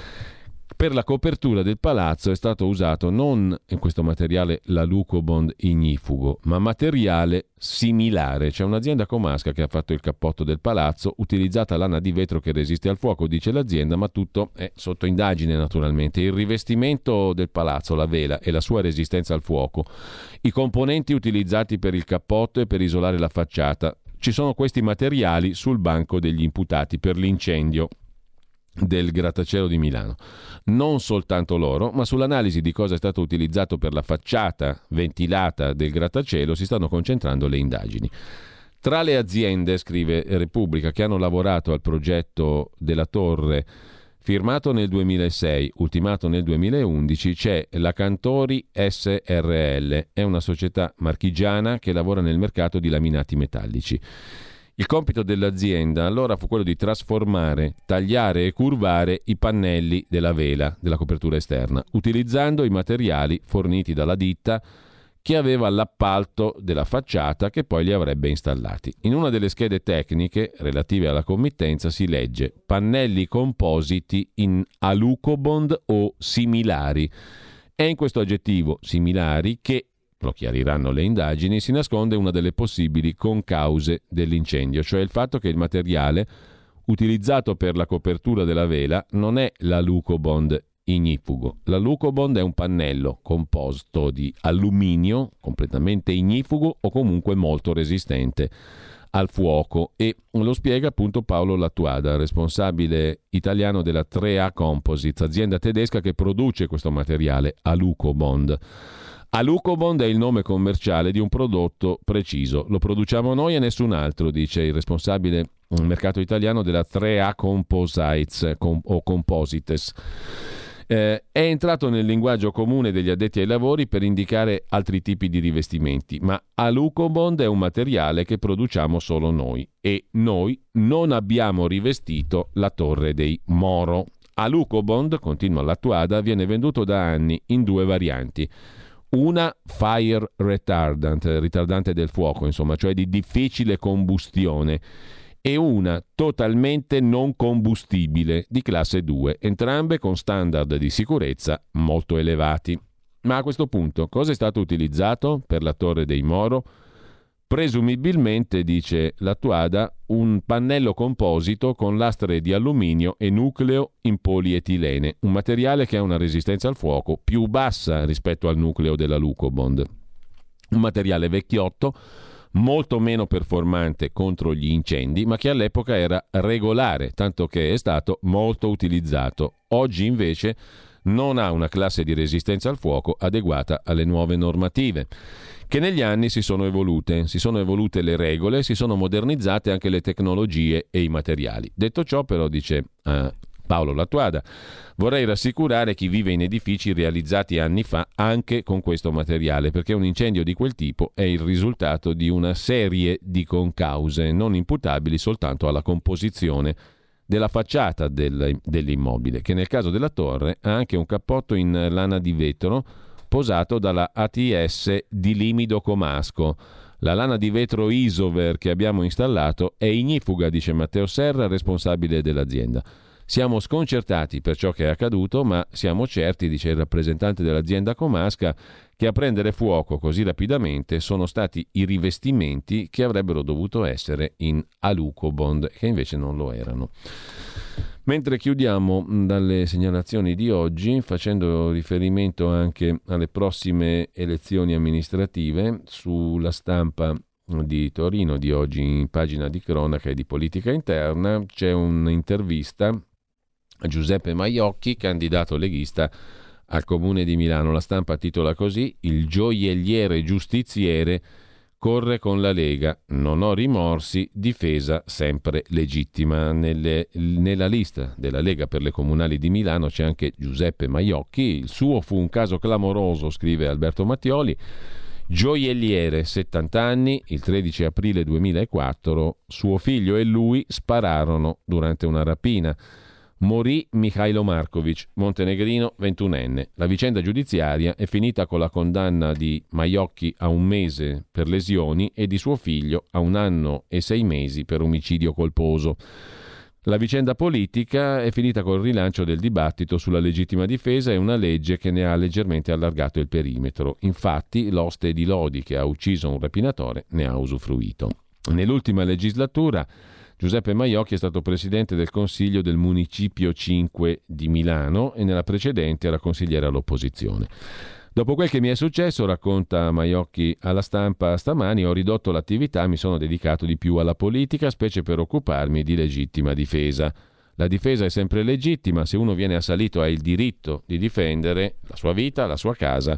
A: Per la copertura del palazzo è stato usato non in questo materiale la Lucobond ignifugo, ma materiale similare. C'è un'azienda comasca che ha fatto il cappotto del palazzo, utilizzata lana di vetro che resiste al fuoco, dice l'azienda, ma tutto è sotto indagine naturalmente. Il rivestimento del palazzo, la vela e la sua resistenza al fuoco, i componenti utilizzati per il cappotto e per isolare la facciata. Ci sono questi materiali sul banco degli imputati per l'incendio del grattacielo di Milano. Non soltanto loro, ma sull'analisi di cosa è stato utilizzato per la facciata ventilata del grattacielo si stanno concentrando le indagini. Tra le aziende, scrive Repubblica, che hanno lavorato al progetto della torre firmato nel duemilasei, ultimato nel duemilaundici, c'è la Cantori S R L, è una società marchigiana che lavora nel mercato di laminati metallici. Il compito dell'azienda allora fu quello di trasformare, tagliare e curvare i pannelli della vela della copertura esterna, utilizzando i materiali forniti dalla ditta che aveva l'appalto della facciata che poi li avrebbe installati. In una delle schede tecniche relative alla committenza si legge pannelli compositi in alucobond o similari. È in questo aggettivo similari che, lo chiariranno le indagini, si nasconde una delle possibili concause dell'incendio, cioè il fatto che il materiale utilizzato per la copertura della vela non è la Lucobond ignifugo. La Lucobond è un pannello composto di alluminio completamente ignifugo o comunque molto resistente al fuoco, e lo spiega appunto Paolo Lattuada, responsabile italiano della tre A Composites, azienda tedesca che produce questo materiale Alucobond. Alucobond è il nome commerciale di un prodotto preciso. Lo produciamo noi e nessun altro, dice il responsabile del mercato italiano della tre A Composites com- o Composites. Eh, è entrato nel linguaggio comune degli addetti ai lavori per indicare altri tipi di rivestimenti, ma Alucobond è un materiale che produciamo solo noi e noi non abbiamo rivestito la torre dei Moro. Alucobond, continua l'Attuada, viene venduto da anni in due varianti. Una fire retardant, ritardante del fuoco, insomma, cioè di difficile combustione, e una totalmente non combustibile di classe due, entrambe con standard di sicurezza molto elevati. Ma a questo punto cosa è stato utilizzato per la Torre dei Moro? Presumibilmente, dice l'Attuada, un pannello composito con lastre di alluminio e nucleo in polietilene, un materiale che ha una resistenza al fuoco più bassa rispetto al nucleo della Lucobond. Un materiale vecchiotto, molto meno performante contro gli incendi, ma che all'epoca era regolare, tanto che è stato molto utilizzato. Oggi invece non ha una classe di resistenza al fuoco adeguata alle nuove normative, che negli anni si sono evolute. Si sono evolute le regole, si sono modernizzate anche le tecnologie e i materiali. Detto ciò, però, dice eh, Paolo Lattuada, vorrei rassicurare chi vive in edifici realizzati anni fa anche con questo materiale, perché un incendio di quel tipo è il risultato di una serie di concause non imputabili soltanto alla composizione della facciata del, dell'immobile, che nel caso della torre ha anche un cappotto in lana di vetro posato dalla A T S di Limido Comasco. La lana di vetro Isover che abbiamo installato è ignifuga, dice Matteo Serra, responsabile dell'azienda. Siamo sconcertati per ciò che è accaduto, ma siamo certi, dice il rappresentante dell'azienda comasca, che a prendere fuoco così rapidamente sono stati i rivestimenti che avrebbero dovuto essere in Alucobond, che invece non lo erano. Mentre chiudiamo dalle segnalazioni di oggi, facendo riferimento anche alle prossime elezioni amministrative, sulla Stampa di Torino di oggi, in pagina di cronaca e di politica interna, c'è un'intervista a Giuseppe Maiocchi, candidato leghista al Comune di Milano. La Stampa titola così: il gioielliere giustiziere corre con la Lega, non ho rimorsi, difesa sempre legittima. Nelle, nella lista della Lega per le comunali di Milano c'è anche Giuseppe Maiocchi. Il suo fu un caso clamoroso, scrive Alberto Mattioli. Gioielliere, settanta anni, il tredici aprile duemilaquattro suo figlio e lui spararono durante una rapina. Morì Mihailo Markovic, montenegrino, ventunenne. La vicenda giudiziaria è finita con la condanna di Maiocchi a un mese per lesioni e di suo figlio a un anno e sei mesi per omicidio colposo. La vicenda politica è finita col rilancio del dibattito sulla legittima difesa e una legge che ne ha leggermente allargato il perimetro. Infatti, l'oste di Lodi che ha ucciso un rapinatore ne ha usufruito. Nell'ultima legislatura Giuseppe Maiocchi è stato presidente del Consiglio del Municipio cinque di Milano e nella precedente era consigliere all'opposizione. Dopo quel che mi è successo, racconta Maiocchi alla Stampa stamani, ho ridotto l'attività, mi sono dedicato di più alla politica, specie per occuparmi di legittima difesa. La difesa è sempre legittima, se uno viene assalito ha il diritto di difendere la sua vita, la sua casa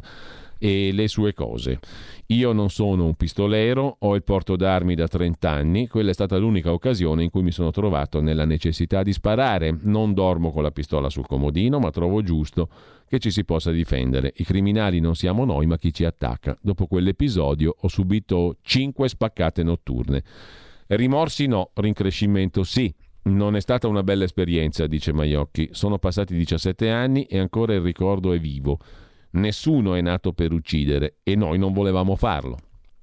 A: e le sue cose. Io non sono un pistolero, ho il porto d'armi da trenta anni, quella è stata l'unica occasione in cui mi sono trovato nella necessità di sparare. Non dormo con la pistola sul comodino, ma trovo giusto che ci si possa difendere. I criminali non siamo noi, ma chi ci attacca. Dopo quell'episodio ho subito cinque spaccate notturne. Rimorsi no, rincrescimento sì. Non è stata una bella esperienza, dice Maiocchi. Sono passati diciassette anni e ancora il ricordo è vivo. Nessuno è nato per uccidere e noi non volevamo farlo.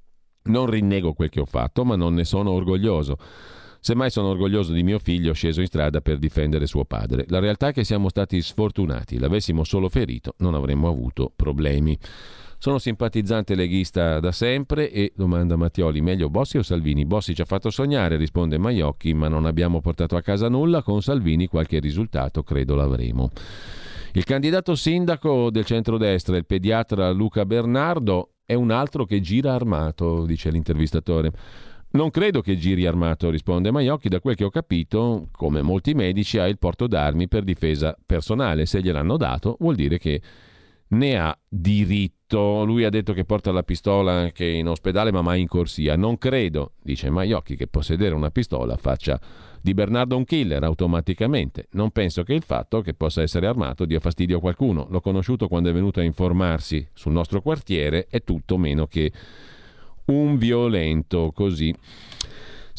A: Non rinnego quel che ho fatto, ma non ne sono orgoglioso. Semmai sono orgoglioso di mio figlio sceso in strada per difendere suo padre. La realtà è che siamo stati sfortunati. L'avessimo solo ferito, non avremmo avuto problemi. Sono simpatizzante leghista da sempre e, domanda Mattioli, meglio Bossi o Salvini? Bossi ci ha fatto sognare, risponde Maiocchi, ma non abbiamo portato a casa nulla. Con Salvini qualche risultato credo l'avremo. Il candidato sindaco del centrodestra, il pediatra Luca Bernardo, è un altro che gira armato, dice l'intervistatore. Non credo che giri armato, risponde Maiocchi, da quel che ho capito, come molti medici, ha il porto d'armi per difesa personale. Se gliel'hanno dato, vuol dire che ne ha diritto. Lui ha detto che porta la pistola anche in ospedale, ma mai in corsia. Non credo, dice Maiocchi, che possedere una pistola faccia di Bernardo un killer automaticamente. Non penso che il fatto che possa essere armato dia fastidio a qualcuno. L'ho conosciuto quando è venuto a informarsi sul nostro quartiere, è tutto meno che un violento, così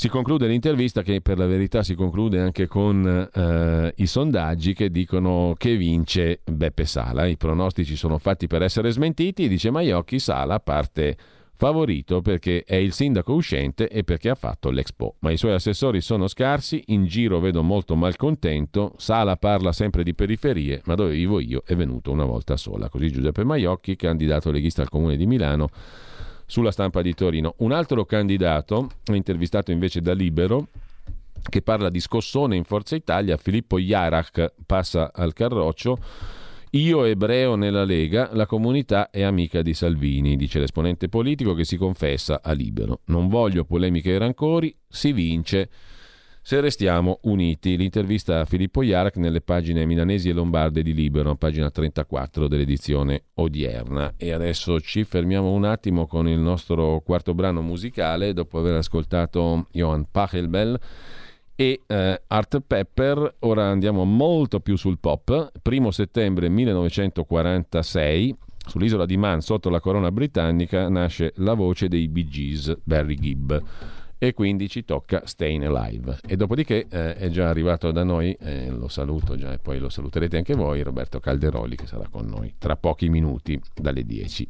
A: Si conclude l'intervista, che per la verità si conclude anche con eh, i sondaggi che dicono che vince Beppe Sala. I pronostici sono fatti per essere smentiti, dice Maiocchi. Sala parte favorito perché è il sindaco uscente e perché ha fatto l'Expo. Ma i suoi assessori sono scarsi, in giro vedo molto malcontento, Sala parla sempre di periferie, ma dove vivo io è venuto una volta sola. Così Giuseppe Maiocchi, candidato leghista al Comune di Milano, sulla Stampa di Torino. Un altro candidato, intervistato invece da Libero, che parla di scossone in Forza Italia, Filippo Jarach, passa al Carroccio. Io ebreo nella Lega, la comunità è amica di Salvini, dice l'esponente politico che si confessa a Libero. Non voglio polemiche e rancori, si vince se restiamo uniti. L'intervista a Filippo Jarach nelle pagine milanesi e lombarde di Libero, pagina trentaquattro dell'edizione odierna. E adesso ci fermiamo un attimo con il nostro quarto brano musicale, dopo aver ascoltato Johann Pachelbel e eh, Art Pepper. Ora andiamo molto più sul pop. Primo settembre millenovecentoquarantasei, sull'isola di Man, sotto la corona britannica, nasce la voce dei Bee Gees, Barry Gibb, e quindi ci tocca Stayin' Alive. E dopodiché eh, è già arrivato da noi, eh, lo saluto già e poi lo saluterete anche voi, Roberto Calderoli, che sarà con noi tra pochi minuti dalle dieci.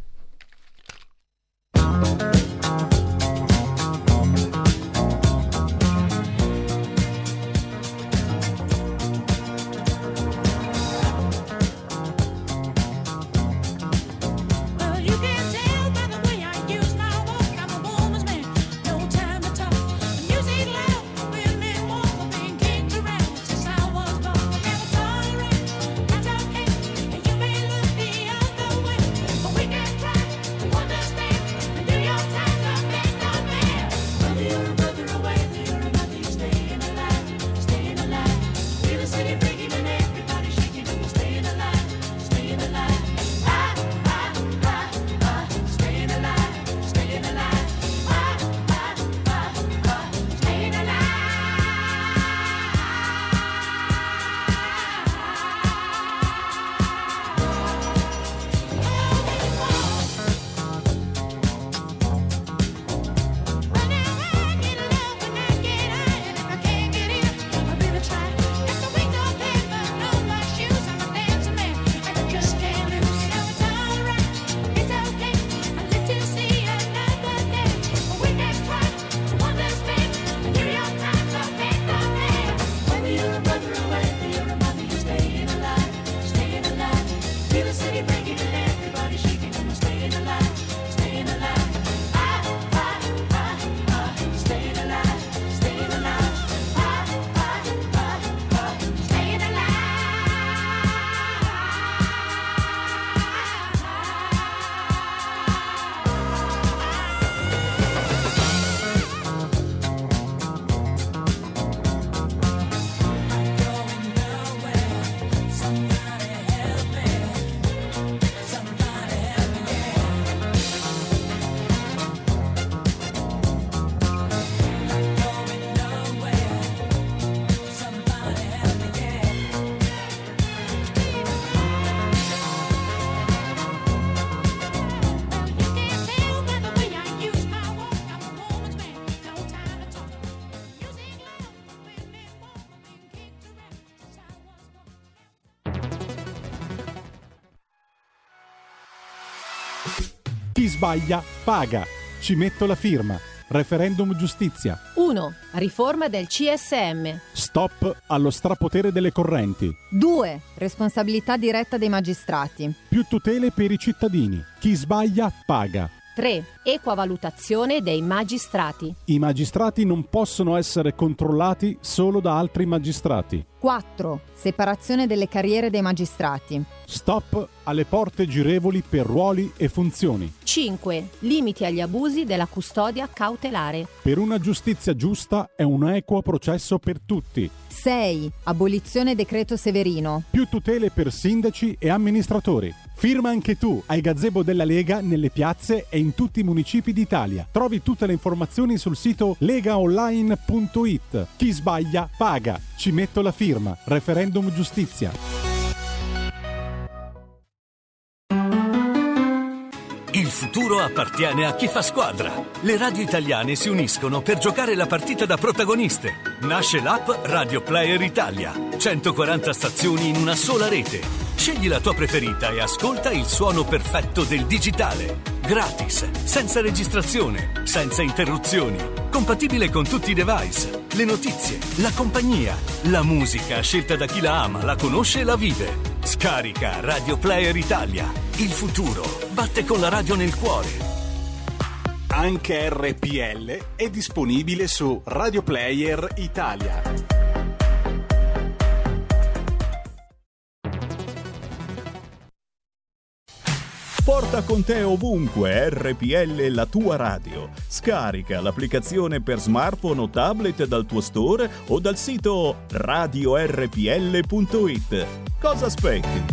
D: Chi sbaglia paga. Ci metto la firma. Referendum giustizia.
K: uno. Riforma del C S M.
D: Stop allo strapotere delle correnti.
L: due. Responsabilità diretta dei magistrati.
D: Più tutele per i cittadini. Chi sbaglia paga.
K: tre. Equa valutazione dei magistrati.
D: I magistrati non possono essere controllati solo da altri magistrati.
L: quattro. Separazione delle carriere dei magistrati.
D: Stop alle porte girevoli per ruoli e funzioni.
K: cinque. Limiti agli abusi della custodia cautelare.
D: Per una giustizia giusta e un equo processo per tutti.
L: sei. Abolizione decreto Severino.
D: Più tutele per sindaci e amministratori. Firma anche tu ai gazebo della Lega nelle piazze e in tutti i municipi d'Italia. Trovi tutte le informazioni sul sito legaonline punto it. Chi sbaglia paga. Ci metto la firma. Referendum giustizia.
E: Il futuro futuro appartiene a chi fa squadra. Le radio italiane si uniscono per giocare la partita da protagoniste. Nasce l'app Radio Player Italia. centoquaranta stazioni in una sola rete. Scegli la tua preferita e ascolta il suono perfetto del digitale. Gratis, senza registrazione, senza interruzioni. Compatibile con tutti i device. Le notizie, la compagnia, la musica scelta da chi la ama, la conosce e la vive. Scarica Radio Player Italia. Il futuro batte con la radio nel cuore.
C: Anche R P L è disponibile su Radio Player Italia.
H: Porta con te ovunque R P L la tua radio. Scarica l'applicazione per smartphone o tablet dal tuo store o dal sito radio r p l punto i t. Cosa aspetti?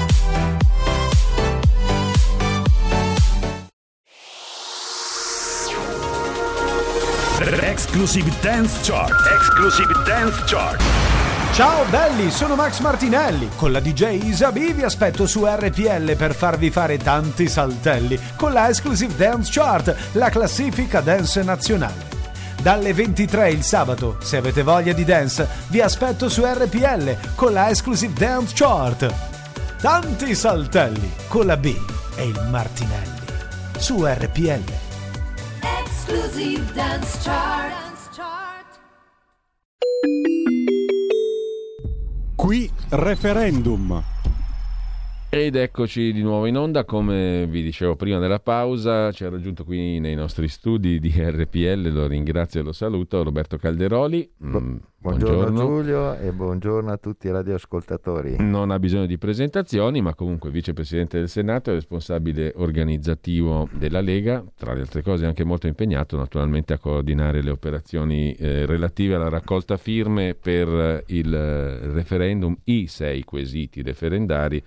O: Exclusive Dance Chart. Exclusive Dance Chart.
P: Ciao belli, sono Max Martinelli. Con la D J Isa B vi aspetto su R P L per farvi fare tanti saltelli con la Exclusive Dance Chart, la classifica dance nazionale. Dalle ventitré il sabato, se avete voglia di dance, vi aspetto su R P L con la Exclusive Dance Chart. Tanti saltelli con la B e il Martinelli su R P L.
Q: Exclusive Dance Chart.
D: Qui referendum.
A: Ed eccoci di nuovo in onda, come vi dicevo prima della pausa, ci ha raggiunto qui nei nostri studi di R P L, lo ringrazio e lo saluto, Roberto Calderoli.
R: Bu-
A: mm,
R: buongiorno,
A: buongiorno
R: Giulio e buongiorno a tutti i radioascoltatori.
A: Non ha bisogno di presentazioni, ma comunque vicepresidente del Senato e responsabile organizzativo della Lega, tra le altre cose anche molto impegnato naturalmente a coordinare le operazioni eh, relative alla raccolta firme per il eh, referendum, i sei quesiti referendari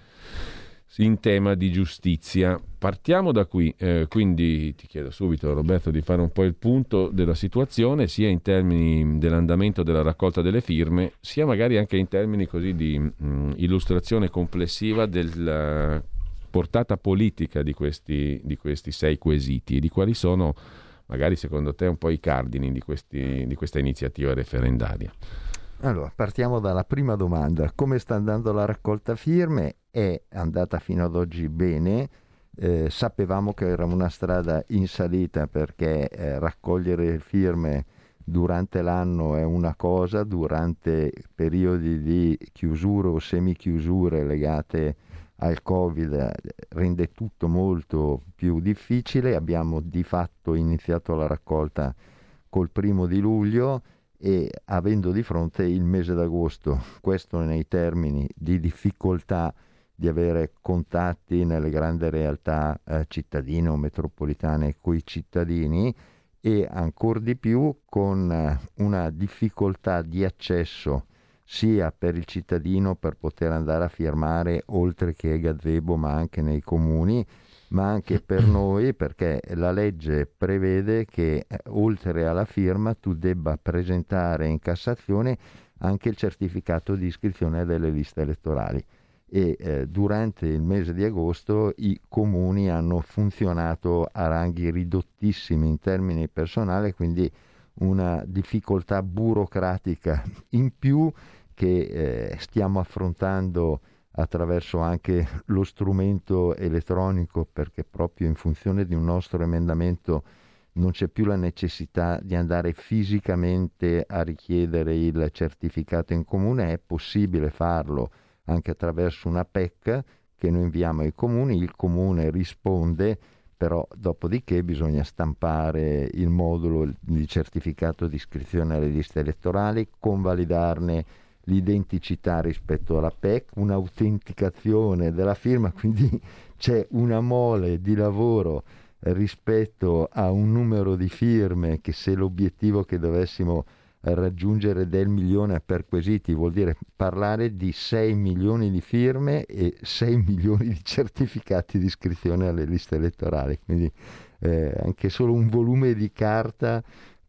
A: in tema di giustizia. Partiamo da qui, eh, quindi ti chiedo subito, Roberto, di fare un po' il punto della situazione, sia in termini dell'andamento della raccolta delle firme, sia magari anche in termini così di mh, illustrazione complessiva della portata politica di questi, di questi sei quesiti e di quali sono magari secondo te un po' i cardini di, questi, di questa iniziativa referendaria.
R: Allora, partiamo dalla prima domanda. Come sta andando la raccolta firme? È andata fino ad oggi bene. Eh, sapevamo che era una strada in salita perché eh, raccogliere firme durante l'anno è una cosa, durante periodi di chiusure o semichiusure legate al Covid rende tutto molto più difficile. Abbiamo di fatto iniziato la raccolta col primo di luglio e avendo di fronte il mese d'agosto, questo nei termini di difficoltà di avere contatti nelle grandi realtà eh, cittadine o metropolitane coi cittadini e ancor di più con eh, una difficoltà di accesso sia per il cittadino per poter andare a firmare oltre che a gazebo ma anche nei comuni, ma anche per noi perché la legge prevede che eh, oltre alla firma tu debba presentare in Cassazione anche il certificato di iscrizione delle liste elettorali e eh, durante il mese di agosto i comuni hanno funzionato a ranghi ridottissimi in termini personali, quindi una difficoltà burocratica in più che eh, stiamo affrontando attraverso anche lo strumento elettronico, perché proprio in funzione di un nostro emendamento non c'è più la necessità di andare fisicamente a richiedere il certificato in comune, è possibile farlo anche attraverso una P E C che noi inviamo ai comuni, il comune risponde, però dopodiché bisogna stampare il modulo di certificato di iscrizione alle liste elettorali, convalidarne l'identicità rispetto alla P E C, un'autenticazione della firma, quindi c'è una mole di lavoro rispetto a un numero di firme che, se l'obiettivo che dovessimo raggiungere del milione per quesiti vuol dire parlare di sei milioni di firme e sei milioni di certificati di iscrizione alle liste elettorali, quindi eh, anche solo un volume di carta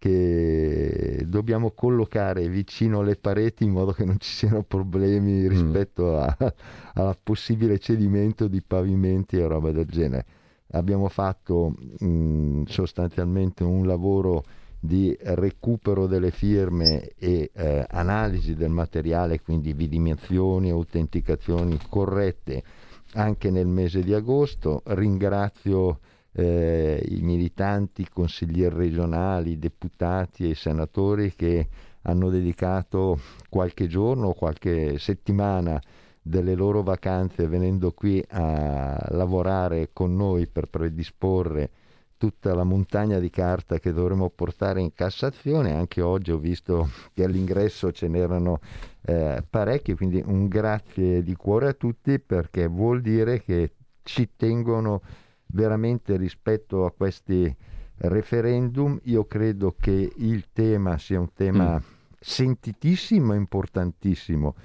R: che dobbiamo collocare vicino alle pareti in modo che non ci siano problemi rispetto a, a possibile cedimento di pavimenti e roba del genere. abbiamo fatto mh, sostanzialmente un lavoro di recupero delle firme e eh, analisi del materiale, quindi vidimazioni e autenticazioni corrette anche nel mese di agosto. Ringrazio eh, i militanti, consiglieri regionali, deputati e senatori che hanno dedicato qualche giorno o qualche settimana delle loro vacanze venendo qui a lavorare con noi per predisporre tutta la montagna di carta che dovremo portare in Cassazione. Anche oggi ho visto che all'ingresso ce n'erano eh, parecchi, quindi un grazie di cuore a tutti, perché vuol dire che ci tengono veramente rispetto a questi referendum. Io credo che il tema sia un tema mm. sentitissimo e importantissimo,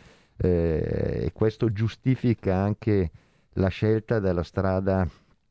R: eh, e questo giustifica anche la scelta della strada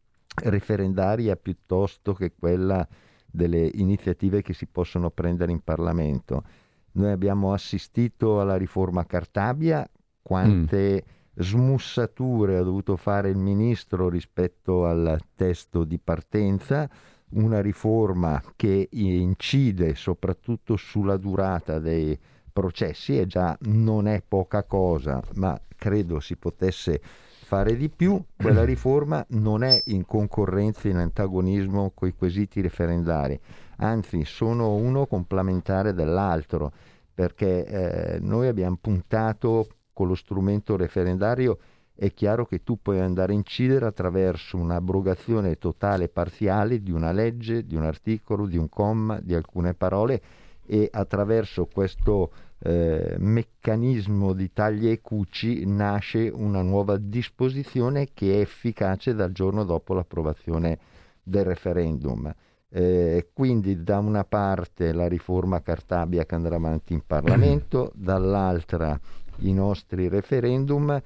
R: referendaria piuttosto che quella delle iniziative che si possono prendere in Parlamento. Noi abbiamo assistito alla riforma Cartabia, quante mm. smussature ha dovuto fare il ministro rispetto al testo di partenza, una riforma che incide soprattutto sulla durata dei processi, e già non è poca cosa, ma credo si potesse fare di più. Quella riforma non è in concorrenza, in antagonismo con i quesiti referendari, anzi sono uno complementare dell'altro, perché eh, noi abbiamo puntato con lo strumento referendario. È chiaro che tu puoi andare a incidere attraverso un'abrogazione totale e parziale di una legge, di un articolo, di un comma, di alcune parole, e attraverso questo eh, meccanismo di taglia e cuci nasce una nuova disposizione che è efficace dal giorno dopo l'approvazione del referendum. Eh, quindi da una parte la riforma Cartabia che andrà avanti in Parlamento, dall'altra i nostri referendum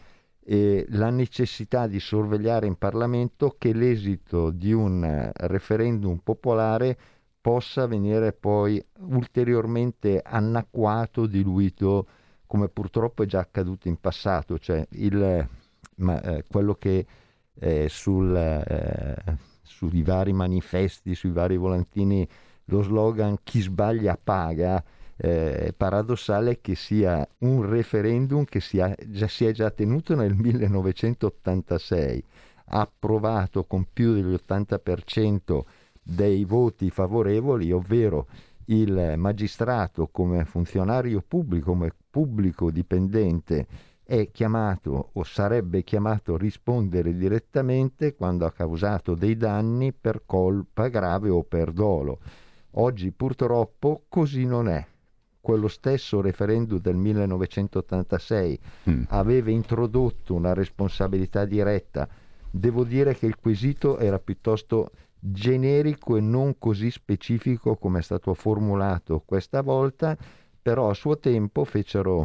R: e la necessità di sorvegliare in Parlamento che l'esito di un referendum popolare possa venire poi ulteriormente annacquato, diluito, come purtroppo è già accaduto in passato. Cioè il, ma, eh, quello che eh, sul, eh, sui vari manifesti, sui vari volantini, lo slogan "chi sbaglia paga", eh, è paradossale che sia un referendum che sia, già, si è già tenuto nel millenovecentottantasei, approvato con più dell'ottanta per cento dei voti favorevoli, ovvero il magistrato come funzionario pubblico, come pubblico dipendente, è chiamato o sarebbe chiamato a rispondere direttamente quando ha causato dei danni per colpa grave o per dolo. Oggi purtroppo così non è. Quello stesso referendum del millenovecentottantasei mm. aveva introdotto una responsabilità diretta. Devo dire che il quesito era piuttosto generico e non così specifico come è stato formulato questa volta, però a suo tempo fecero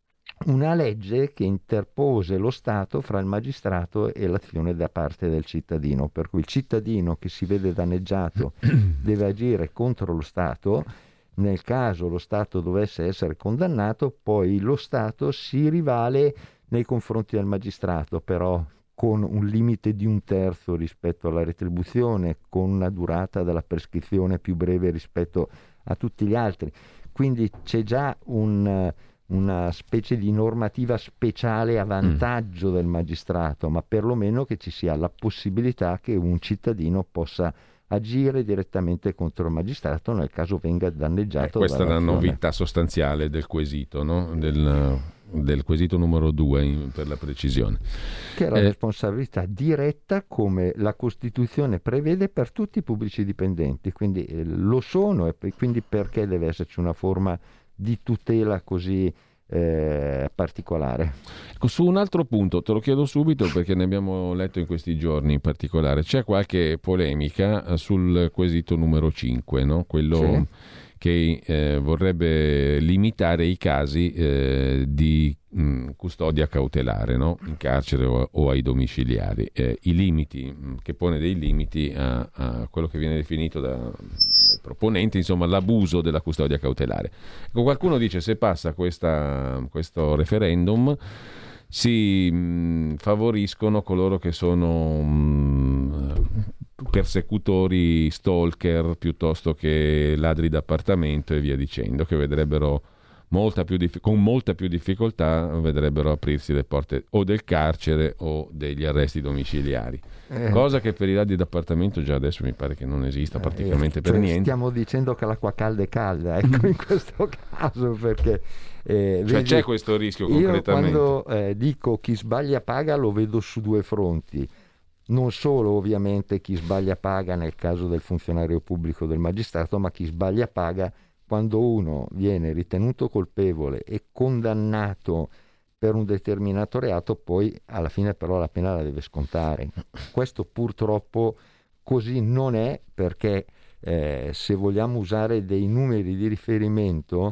R: una legge che interpose lo Stato fra il magistrato e l'azione da parte del cittadino, per cui il cittadino che si vede danneggiato deve agire contro lo Stato. Nel caso lo Stato dovesse essere condannato, poi lo Stato si rivale nei confronti del magistrato, però con un limite di un terzo rispetto alla retribuzione, con una durata della prescrizione più breve rispetto a tutti gli altri. Quindi c'è già un, una specie di normativa speciale a vantaggio mm. del magistrato, ma perlomeno che ci sia la possibilità che un cittadino possa agire direttamente contro il magistrato nel caso venga danneggiato.
A: Eh, questa è la novità sostanziale del quesito, no? del, del quesito numero due in, per la precisione.
R: Che è la eh, responsabilità diretta, come la Costituzione prevede per tutti i pubblici dipendenti, quindi eh, lo sono, e quindi perché deve esserci una forma di tutela così Eh, particolare.
A: Ecco, su un altro punto te lo chiedo subito perché ne abbiamo letto in questi giorni in particolare. C'è qualche polemica sul quesito numero cinque, no? Quello sì. che eh, vorrebbe limitare i casi eh, di mh, custodia cautelare, no? In carcere o, o ai domiciliari, eh, i limiti, mh, che pone dei limiti a, a quello che viene definito da dai proponenti, insomma, l'abuso della custodia cautelare. Ecco, qualcuno dice se passa questa, questo referendum si mh, favoriscono coloro che sono mh, persecutori stalker piuttosto che ladri d'appartamento e via dicendo, che vedrebbero molta più dif- con molta più difficoltà vedrebbero aprirsi le porte o del carcere o degli arresti domiciliari, eh. cosa che per i ladri d'appartamento già adesso mi pare che non esista praticamente eh, per
R: cioè
A: niente.
R: Stiamo dicendo che l'acqua calda è calda, ecco, in questo caso, perché eh,
A: cioè
R: vedi,
A: c'è questo rischio concretamente.
R: Io quando eh, dico chi sbaglia paga lo vedo su due fronti. Non solo ovviamente chi sbaglia paga nel caso del funzionario pubblico, del magistrato, ma chi sbaglia paga quando uno viene ritenuto colpevole e condannato per un determinato reato, poi alla fine però la pena la deve scontare. Questo purtroppo così non è, perché eh, se vogliamo usare dei numeri di riferimento,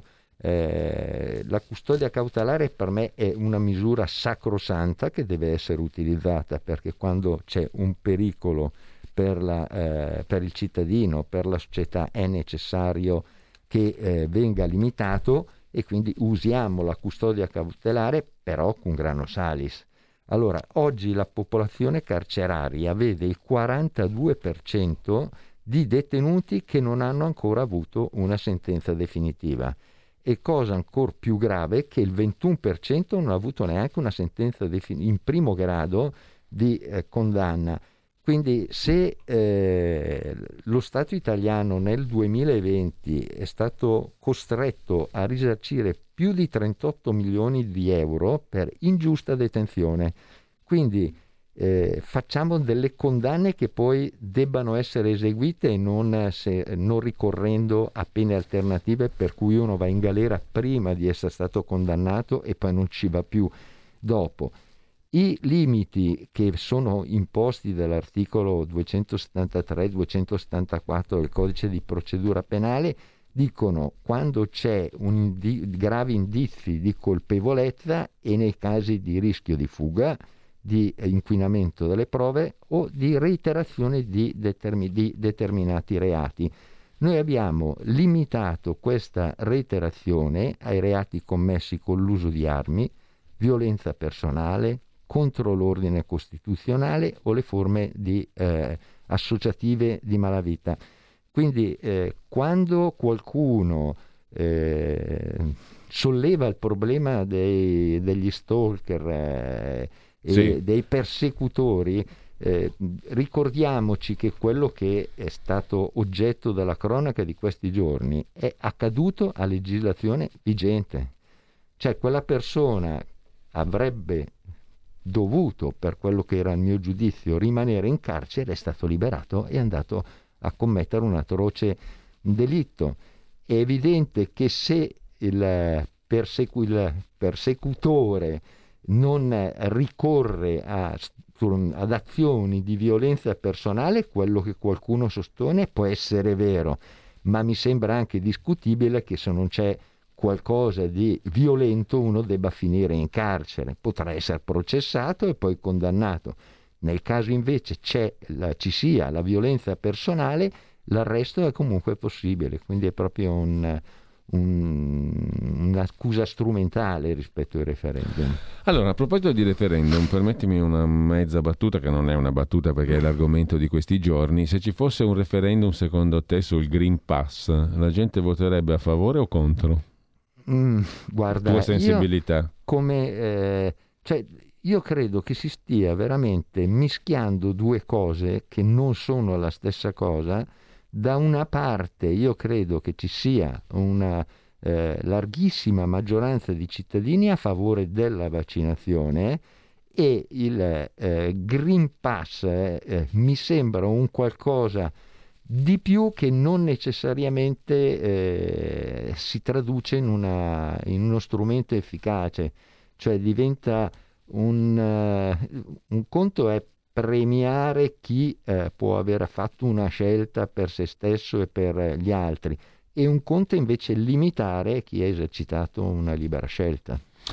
R: eh, la custodia cautelare per me è una misura sacrosanta che deve essere utilizzata, perché quando c'è un pericolo per, la, eh, per il cittadino, per la società, è necessario che eh, venga limitato, e quindi usiamo la custodia cautelare, però con grano salis. Allora, oggi la popolazione carceraria vede il quarantadue per cento di detenuti che non hanno ancora avuto una sentenza definitiva, e cosa ancora più grave che il ventuno per cento non ha avuto neanche una sentenza defin- in primo grado di eh, condanna. Quindi se eh, lo Stato italiano nel duemilaventi è stato costretto a risarcire più di trentotto milioni di euro per ingiusta detenzione, quindi eh, facciamo delle condanne che poi debbano essere eseguite e non, se, non ricorrendo a pene alternative, per cui uno va in galera prima di essere stato condannato e poi non ci va più dopo. I limiti che sono imposti dall'articolo duecentosettantatré duecentosettantaquattro del codice di procedura penale dicono quando c'è un indi- gravi indizi di colpevolezza e nei casi di rischio di fuga, di inquinamento delle prove o di reiterazione di, determi- di determinati reati. Noi abbiamo limitato questa reiterazione ai reati commessi con l'uso di armi, violenza personale, contro l'ordine costituzionale o le forme di, eh, associative di malavita. Quindi eh, quando qualcuno eh, solleva il problema dei, degli stalker eh, e sì. dei persecutori, eh, ricordiamoci che quello che è stato oggetto della cronaca di questi giorni è accaduto a legislazione vigente. Cioè quella persona avrebbe dovuto, per quello che era il mio giudizio, rimanere in carcere, è stato liberato e è andato a commettere un atroce delitto. È evidente che se il, persecu- il persecutore non ricorre a, ad azioni di violenza personale, quello che qualcuno sostiene può essere vero, ma mi sembra anche discutibile che se non c'è qualcosa di violento uno debba finire in carcere. Potrà essere processato e poi condannato. Nel caso invece c'è la, ci sia la violenza personale, l'arresto è comunque possibile, quindi è proprio un, un, un'accusa strumentale rispetto ai referendum.
A: Allora, a proposito di referendum, permettimi una mezza battuta, che non è una battuta perché è l'argomento di questi giorni. Se ci fosse un referendum secondo te sul Green Pass, la gente voterebbe a favore o contro?
R: Mm, guarda,
A: tua sensibilità.
R: Io, come, eh, cioè, io credo che si stia veramente mischiando due cose che non sono la stessa cosa. Da una parte io credo che ci sia una eh, larghissima maggioranza di cittadini a favore della vaccinazione, e il eh, Green Pass eh, eh, mi sembra un qualcosa di più che non necessariamente eh, si traduce in, una, in uno strumento efficace, cioè diventa un, uh, un conto è premiare chi uh, può aver fatto una scelta per se stesso e per gli altri, e un conto invece limitare chi ha esercitato una libera scelta.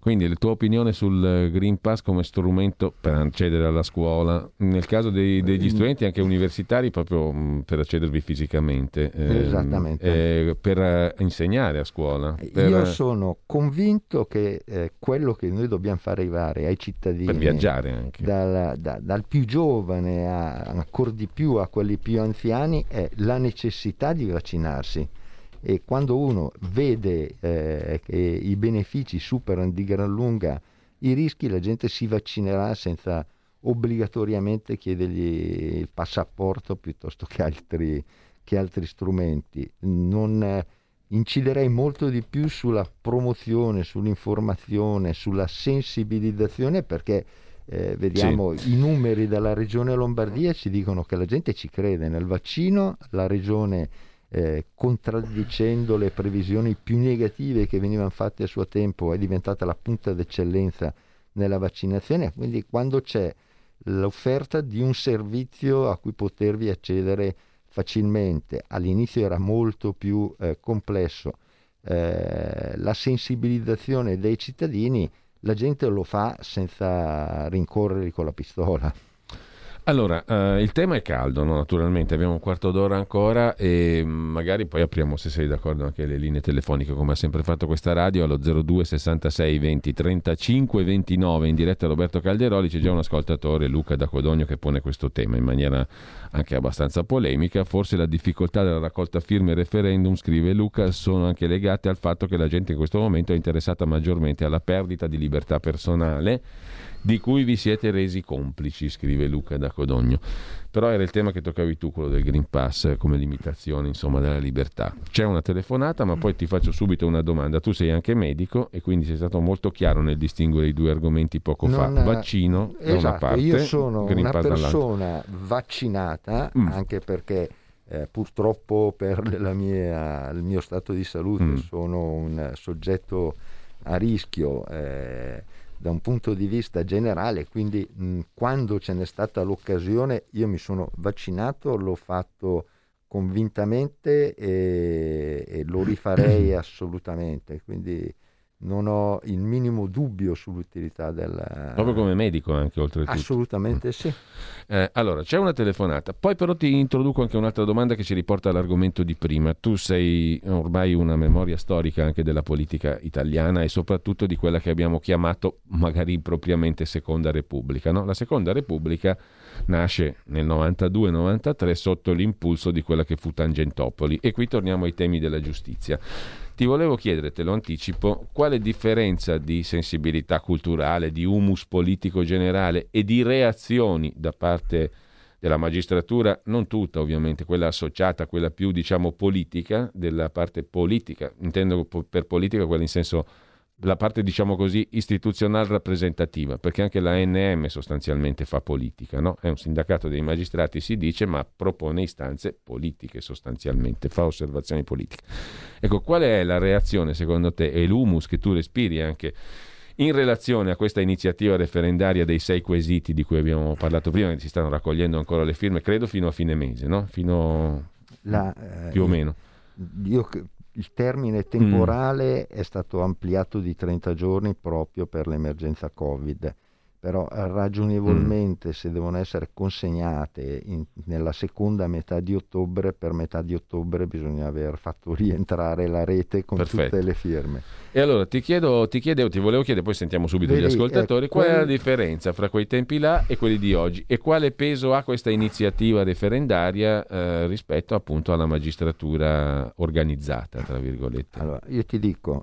A: Quindi la tua opinione sul Green Pass come strumento per accedere alla scuola, nel caso dei, degli studenti anche universitari, proprio mh, per accedervi fisicamente, eh,
R: Esattamente.
A: eh, per eh, insegnare a scuola. Per,
R: Io sono convinto che eh, quello che noi dobbiamo far arrivare ai cittadini,
A: per viaggiare anche,
R: dal, da, dal più giovane a, ancora di più a quelli più anziani, è la necessità di vaccinarsi. E quando uno vede eh, che i benefici superano di gran lunga i rischi, la gente si vaccinerà senza obbligatoriamente chiedergli il passaporto piuttosto che altri, che altri strumenti. Non eh, inciderei molto di più sulla promozione, sull'informazione, sulla sensibilizzazione, perché eh, vediamo sì. i numeri della regione Lombardia ci dicono che la gente ci crede nel vaccino. La regione, Eh, contraddicendo le previsioni più negative che venivano fatte a suo tempo, è diventata la punta d'eccellenza nella vaccinazione. Quindi quando c'è l'offerta di un servizio a cui potervi accedere facilmente, all'inizio era molto più eh, complesso, eh, la sensibilizzazione dei cittadini, la gente lo fa senza rincorrere con la pistola.
A: Allora, eh, il tema è caldo, no? Naturalmente, abbiamo un quarto d'ora ancora e magari poi apriamo, se sei d'accordo, anche le linee telefoniche, come ha sempre fatto questa radio, allo zero due sessantasei venti trentacinque ventinove, in diretta Roberto Calderoli. C'è già un ascoltatore, Luca da Codogno, che pone questo tema in maniera anche abbastanza polemica. Forse la difficoltà della raccolta firme e referendum, scrive Luca, sono anche legate al fatto che la gente in questo momento è interessata maggiormente alla perdita di libertà personale, di cui vi siete resi complici, scrive Luca da Codogno. Però era il tema che toccavi tu, quello del Green Pass come limitazione, insomma, della libertà. C'è una telefonata, ma poi ti faccio subito una domanda. Tu sei anche medico e quindi sei stato molto chiaro nel distinguere i due argomenti poco
R: non,
A: fa. Vaccino
R: esatto,
A: da una parte,
R: io sono
A: Green
R: una
A: Pass
R: persona
A: dall'altra.
R: vaccinata, mm. anche perché eh, purtroppo per la mia, il mio stato di salute mm. sono un soggetto a rischio eh, da un punto di vista generale, quindi mh, quando ce n'è stata l'occasione io mi sono vaccinato, l'ho fatto convintamente e, e lo rifarei assolutamente, quindi non ho il minimo dubbio sull'utilità del...
A: Proprio come medico anche, oltretutto.
R: Assolutamente sì.
A: Eh, allora, c'è una telefonata. Poi però ti introduco anche un'altra domanda che ci riporta all'argomento di prima. Tu sei ormai una memoria storica anche della politica italiana e soprattutto di quella che abbiamo chiamato magari impropriamente Seconda Repubblica, no? La Seconda Repubblica nasce nel novantadue novantatré sotto l'impulso di quella che fu Tangentopoli. E qui torniamo ai temi della giustizia. Ti volevo chiedere, te lo anticipo, quale differenza di sensibilità culturale, di humus politico generale e di reazioni da parte della magistratura, non tutta ovviamente, quella associata, quella più diciamo politica, della parte politica, intendo per politica quella in senso, la parte diciamo così istituzionale rappresentativa, perché anche la A N M sostanzialmente fa politica, no? È un sindacato dei magistrati, si dice, ma propone istanze politiche sostanzialmente, fa osservazioni politiche. Ecco, qual è la reazione secondo te e l'humus che tu respiri anche in relazione a questa iniziativa referendaria dei sei quesiti di cui abbiamo parlato prima, che si stanno raccogliendo ancora le firme, credo fino a fine mese, no? Fino
R: la, eh,
A: più o meno.
R: Io Il termine temporale mm. è stato ampliato di trenta giorni proprio per l'emergenza Covid, però ragionevolmente mm. se devono essere consegnate in, nella seconda metà di ottobre, per metà di ottobre bisogna aver fatto rientrare la rete con Perfetto. Tutte le firme.
A: E allora ti chiedo, ti chiedo, ti volevo chiedere, poi sentiamo subito Vedi, gli ascoltatori, eh, qual è la differenza fra quei tempi là e quelli di oggi e quale peso ha questa iniziativa referendaria eh, rispetto appunto alla magistratura organizzata, tra virgolette?
R: Allora, io ti dico,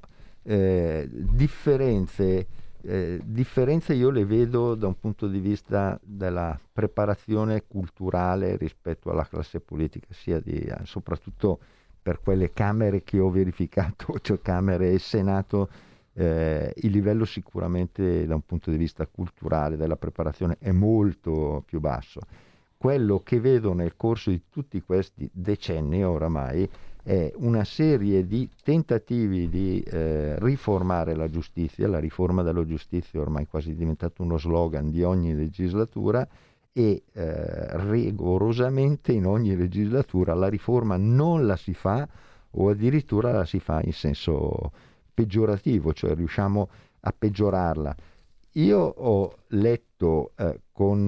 R: eh, differenze, eh, differenze io le vedo da un punto di vista della preparazione culturale rispetto alla classe politica, sia di, soprattutto per quelle Camere che ho verificato, cioè Camere e Senato, eh, il livello sicuramente da un punto di vista culturale della preparazione è molto più basso. Quello che vedo nel corso di tutti questi decenni oramai è una serie di tentativi di eh, riformare la giustizia. La riforma della giustizia è ormai quasi diventato uno slogan di ogni legislatura e eh, rigorosamente in ogni legislatura la riforma non la si fa o addirittura la si fa in senso peggiorativo, cioè riusciamo a peggiorarla. Io ho letto eh, con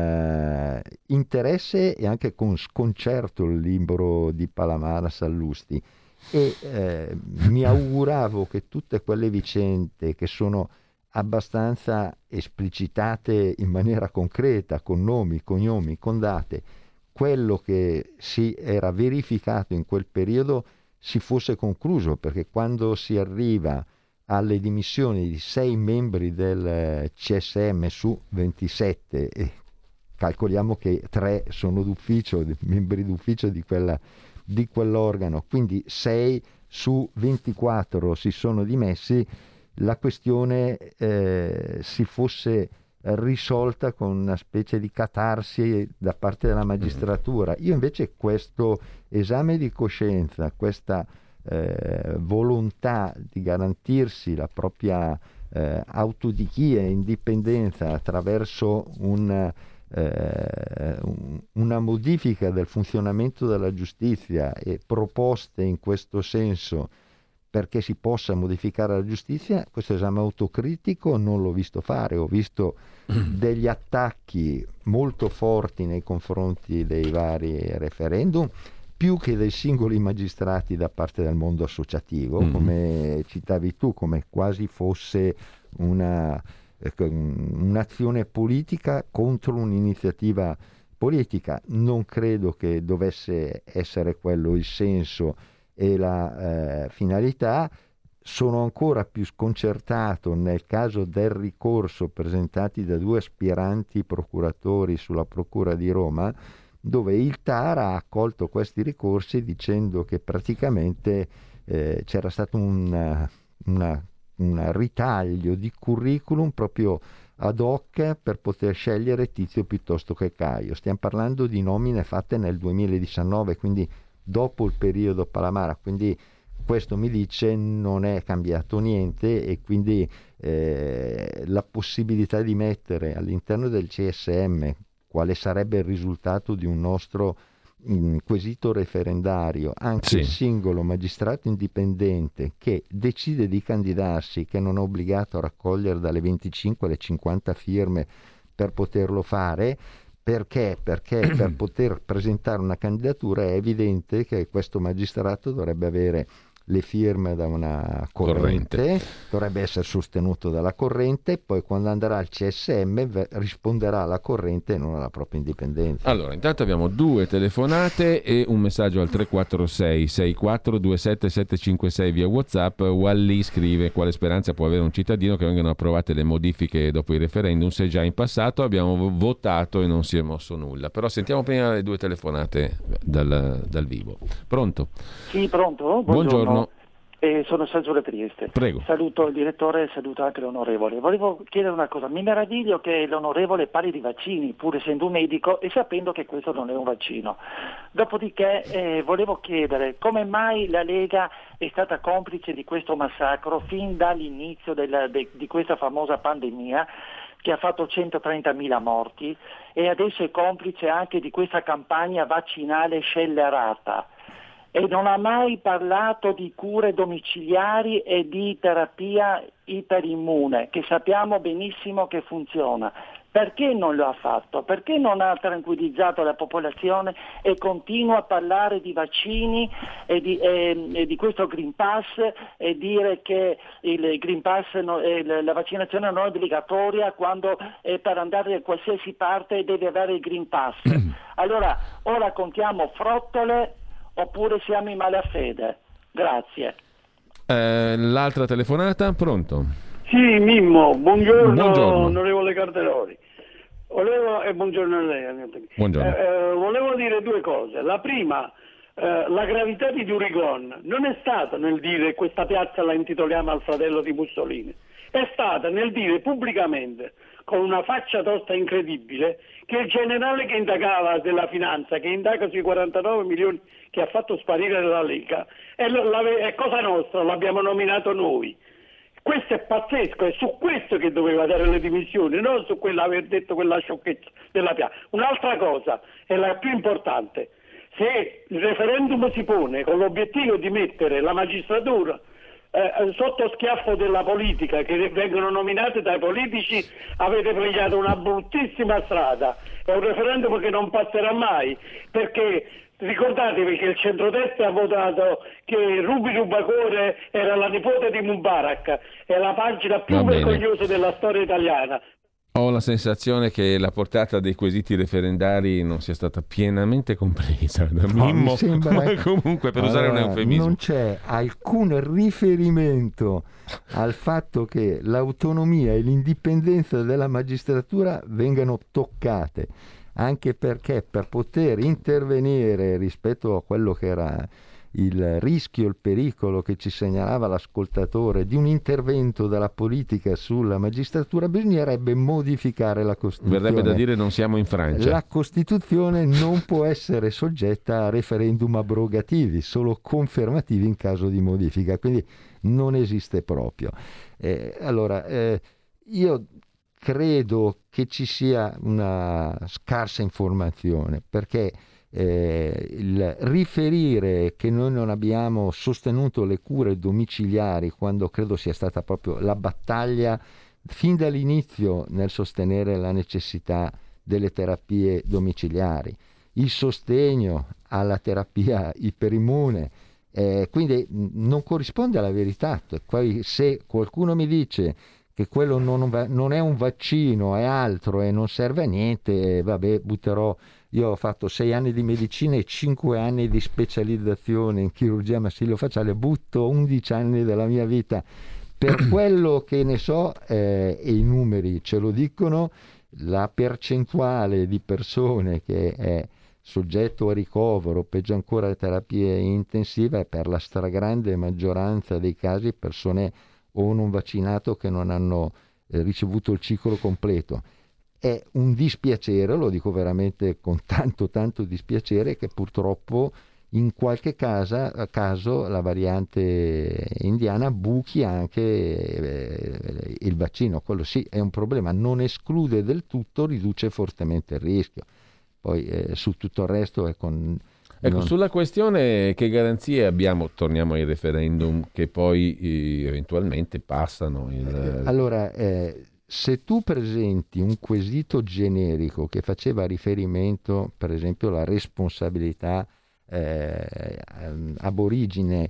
R: eh, interesse e anche con sconcerto il libro di Palamara Sallusti e eh, mi auguravo che tutte quelle vicende che sono abbastanza esplicitate in maniera concreta, con nomi, cognomi, con date, quello che si era verificato in quel periodo si fosse concluso, perché quando si arriva alle dimissioni di sei membri del C S M su ventisette, e calcoliamo che tre sono d'ufficio, membri d'ufficio di, quella, di quell'organo, quindi sei su ventiquattro si sono dimessi, la questione eh, si fosse risolta con una specie di catarsi da parte della magistratura. Io invece questo esame di coscienza, questa eh, volontà di garantirsi la propria eh, autodichia e indipendenza attraverso un, eh, un, una modifica del funzionamento della giustizia e proposte in questo senso perché si possa modificare la giustizia, questo esame autocritico non l'ho visto fare, ho visto degli attacchi molto forti nei confronti dei vari referendum, più che dei singoli magistrati da parte del mondo associativo, mm. come citavi tu, come quasi fosse una, un'azione politica contro un'iniziativa politica. Non credo che dovesse essere quello il senso e la eh, finalità. Sono ancora più sconcertato nel caso del ricorso presentati da due aspiranti procuratori sulla Procura di Roma, dove il T A R ha accolto questi ricorsi dicendo che praticamente eh, c'era stato un una, una ritaglio di curriculum proprio ad hoc per poter scegliere Tizio piuttosto che Caio. Stiamo parlando di nomine fatte nel duemiladiciannove, quindi dopo il periodo Palamara, quindi questo mi dice non è cambiato niente e quindi eh, la possibilità di mettere all'interno del C S M quale sarebbe il risultato di un nostro in, quesito referendario anche sì. il singolo magistrato indipendente che decide di candidarsi, che non è obbligato a raccogliere dalle venticinque alle cinquanta firme per poterlo fare. Perché? Perché per poter presentare una candidatura è evidente che questo magistrato dovrebbe avere le firme da una corrente, corrente, dovrebbe essere sostenuto dalla corrente, poi quando andrà al C S M risponderà alla corrente e non alla propria indipendenza.
A: Allora, intanto abbiamo due telefonate e un messaggio al tre quattro sei sei quattro due sette sette cinque sei via WhatsApp. Wally scrive: quale speranza può avere un cittadino che vengano approvate le modifiche dopo il referendum se già in passato abbiamo votato e non si è mosso nulla. Però sentiamo prima le due telefonate dal, dal vivo. Pronto?
S: Sì, pronto? Buongiorno.
A: Buongiorno.
S: Eh, sono Sergio da Trieste.
A: Prego.
S: Saluto il direttore e saluto anche l'onorevole. Volevo chiedere una cosa, mi meraviglio che l'onorevole parli di vaccini, pur essendo un medico e sapendo che questo non è un vaccino. Dopodiché eh, volevo chiedere come mai la Lega è stata complice di questo massacro fin dall'inizio della, de, di questa famosa pandemia che ha fatto centotrentamila morti e adesso è complice anche di questa campagna vaccinale scellerata. E non ha mai parlato di cure domiciliari e di terapia iperimmune, che sappiamo benissimo che funziona. Perché non lo ha fatto? Perché non ha tranquillizzato la popolazione e continua a parlare di vaccini e di, e, e di questo Green Pass e dire che il Green Pass, no, eh, la vaccinazione non è obbligatoria quando eh, per andare da qualsiasi parte deve avere il Green Pass? Allora, o raccontiamo frottole oppure siamo in malafede. Grazie.
A: Eh, l'altra telefonata, pronto?
T: Sì, Mimmo, buongiorno,
A: buongiorno.
T: onorevole Calderoli. Volevo, e buongiorno a lei.
A: Buongiorno.
T: Eh, eh, volevo dire due cose. La prima, eh, la gravità di Durigon non è stata nel dire questa piazza la intitoliamo al fratello di Mussolini, è stata nel dire pubblicamente, con una faccia tosta incredibile, che il generale che indagava della finanza, che indaga sui quarantanove milioni che ha fatto sparire la Lega, è, la, è cosa nostra, l'abbiamo nominato noi. Questo è pazzesco, è su questo che doveva dare le dimissioni, non su quella aver detto quella sciocchezza della piazza. Un'altra cosa, è la più importante, se il referendum si pone con l'obiettivo di mettere la magistratura eh, sotto schiaffo della politica, che vengono nominate dai politici, avete pregato una bruttissima strada. È un referendum che non passerà mai, perché ricordatevi che il centrodestra ha votato che Ruby Rubacore era la nipote di Mubarak, è la pagina più vergognosa della storia italiana.
A: Ho la sensazione che la portata dei quesiti referendari non sia stata pienamente compresa da
R: No,
A: Mimmo,
R: mi sembra...
A: ma comunque per
R: allora,
A: usare un eufemismo.
R: Non c'è alcun riferimento al fatto che l'autonomia e l'indipendenza della magistratura vengano toccate, anche perché per poter intervenire rispetto a quello che era il rischio, il pericolo che ci segnalava l'ascoltatore di un intervento della politica sulla magistratura, bisognerebbe modificare la Costituzione.
A: Verrebbe da dire non siamo in Francia.
R: La Costituzione non può essere soggetta a referendum abrogativi, solo confermativi in caso di modifica, quindi non esiste proprio. Eh, allora, eh, io credo che ci sia una scarsa informazione, perché Eh, il riferire che noi non abbiamo sostenuto le cure domiciliari, quando credo sia stata proprio la battaglia fin dall'inizio nel sostenere la necessità delle terapie domiciliari, il sostegno alla terapia iperimmune, eh, quindi non corrisponde alla verità. Poi se qualcuno mi dice che quello non, non è un vaccino, è altro e non serve a niente, vabbè, butterò. Io ho fatto sei anni di medicina e cinque anni di specializzazione in chirurgia massilofaciale, butto undici anni della mia vita. Per quello che ne so, eh, e i numeri ce lo dicono, la percentuale di persone che è soggetto a ricovero, peggio ancora a terapie intensive, è per la stragrande maggioranza dei casi persone o non vaccinato che non hanno eh, ricevuto il ciclo completo. È un dispiacere, lo dico veramente con tanto tanto dispiacere, che purtroppo in qualche casa, caso la variante indiana buchi anche eh, il vaccino. Quello sì è un problema, non esclude del tutto, riduce fortemente il rischio. Poi eh, su tutto il resto è con...
A: Ecco,
R: non...
A: sulla questione che garanzie abbiamo, torniamo ai referendum che poi eh, eventualmente passano. Il...
R: Allora, eh, se tu presenti un quesito generico che faceva riferimento, per esempio, alla responsabilità eh, ab origine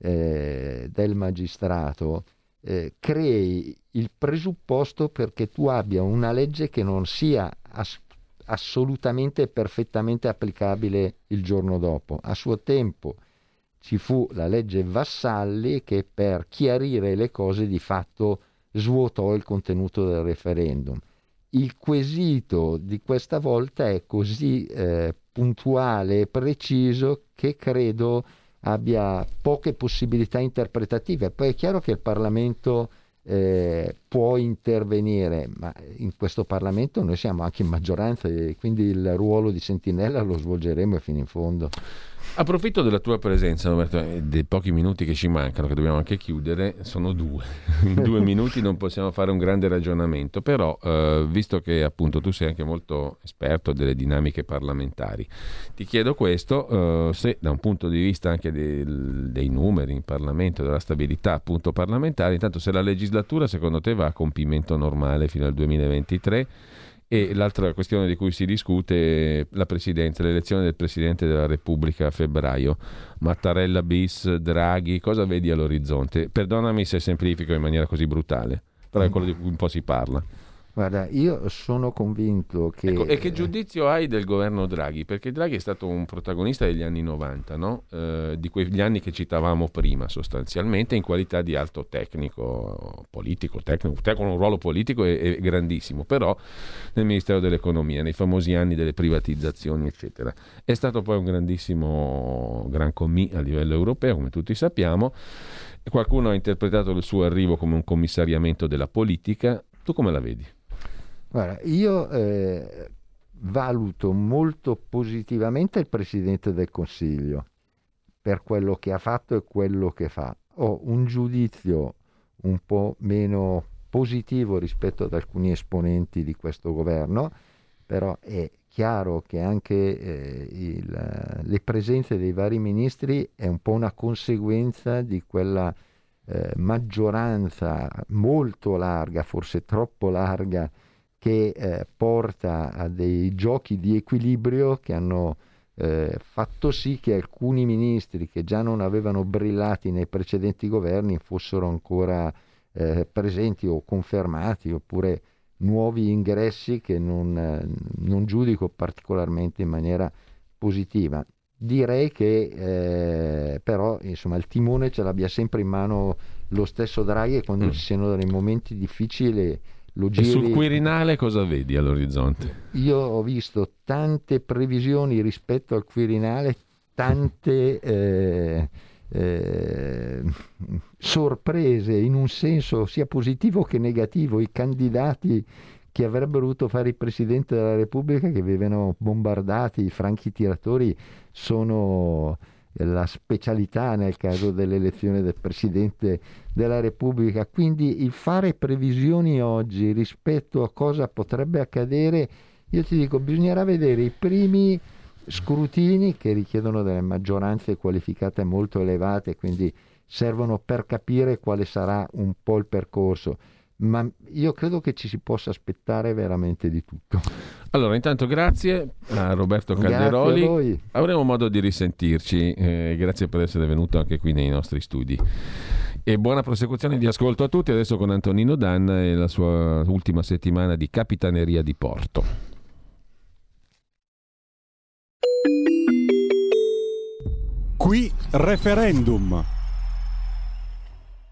R: eh, del magistrato, eh, crei il presupposto perché tu abbia una legge che non sia ass- assolutamente e perfettamente applicabile il giorno dopo. A suo tempo ci fu la legge Vassalli che per chiarire le cose di fatto svuotò il contenuto del referendum. Il quesito di questa volta è così eh, puntuale e preciso che credo abbia poche possibilità interpretative. Poi è chiaro che il Parlamento eh, può intervenire, ma in questo Parlamento noi siamo anche in maggioranza e quindi il ruolo di sentinella lo svolgeremo fino in fondo.
A: Approfitto della tua presenza, Roberto, e dei pochi minuti che ci mancano, che dobbiamo anche chiudere, sono due. In due minuti non possiamo fare un grande ragionamento, però eh, visto che appunto tu sei anche molto esperto delle dinamiche parlamentari, ti chiedo questo, eh, se da un punto di vista anche del, dei numeri in Parlamento, della stabilità appunto parlamentare, intanto se la legislatura secondo te va a compimento normale fino al duemilaventitré, e l'altra questione di cui si discute, la presidenza, l'elezione del Presidente della Repubblica a febbraio, Mattarella bis, Draghi, cosa vedi all'orizzonte? Perdonami se semplifico in maniera così brutale, però è quello di cui un po' si parla.
R: Guarda, io sono convinto che...
A: Ecco, e che giudizio hai del governo Draghi? Perché Draghi è stato un protagonista degli anni novanta, no? Eh, di quegli anni che citavamo prima sostanzialmente, in qualità di alto tecnico, politico, tecnico, con un ruolo politico e, e grandissimo, però nel Ministero dell'Economia, nei famosi anni delle privatizzazioni, eccetera. È stato poi un grandissimo gran commì a livello europeo, come tutti sappiamo, e qualcuno ha interpretato il suo arrivo come un commissariamento della politica. Tu come la vedi?
R: Guarda, io eh, valuto molto positivamente il Presidente del Consiglio per quello che ha fatto e quello che fa. Ho un giudizio un po' meno positivo rispetto ad alcuni esponenti di questo governo, però è chiaro che anche eh, il, le presenze dei vari ministri è un po' una conseguenza di quella eh, maggioranza molto larga, forse troppo larga, che eh, porta a dei giochi di equilibrio che hanno eh, fatto sì che alcuni ministri che già non avevano brillati nei precedenti governi fossero ancora eh, presenti o confermati, oppure nuovi ingressi che non, eh, non giudico particolarmente in maniera positiva. Direi che eh, però insomma il timone ce l'abbia sempre in mano lo stesso Draghi, e quando mm. ci siano dei momenti difficili lo giri.
A: E sul Quirinale cosa vedi all'orizzonte?
R: Io ho visto tante previsioni rispetto al Quirinale, tante eh, eh, sorprese in un senso sia positivo che negativo. I candidati che avrebbero dovuto fare il Presidente della Repubblica, che venivano bombardati, i franchi tiratori sono la specialità nel caso dell'elezione del Presidente della Repubblica. Quindi il fare previsioni oggi rispetto a cosa potrebbe accadere, io ti dico, bisognerà vedere i primi scrutini che richiedono delle maggioranze qualificate molto elevate, quindi servono per capire quale sarà un po' il percorso. Ma io credo che ci si possa aspettare veramente di tutto.
A: Allora, intanto grazie a Roberto Calderoli.
R: Grazie a voi.
A: Avremo modo di risentirci. Eh, grazie per essere venuto anche qui nei nostri studi. E buona prosecuzione di ascolto a tutti. Adesso con Antonino Danna e la sua ultima settimana di Capitaneria di Porto.
D: Qui referendum.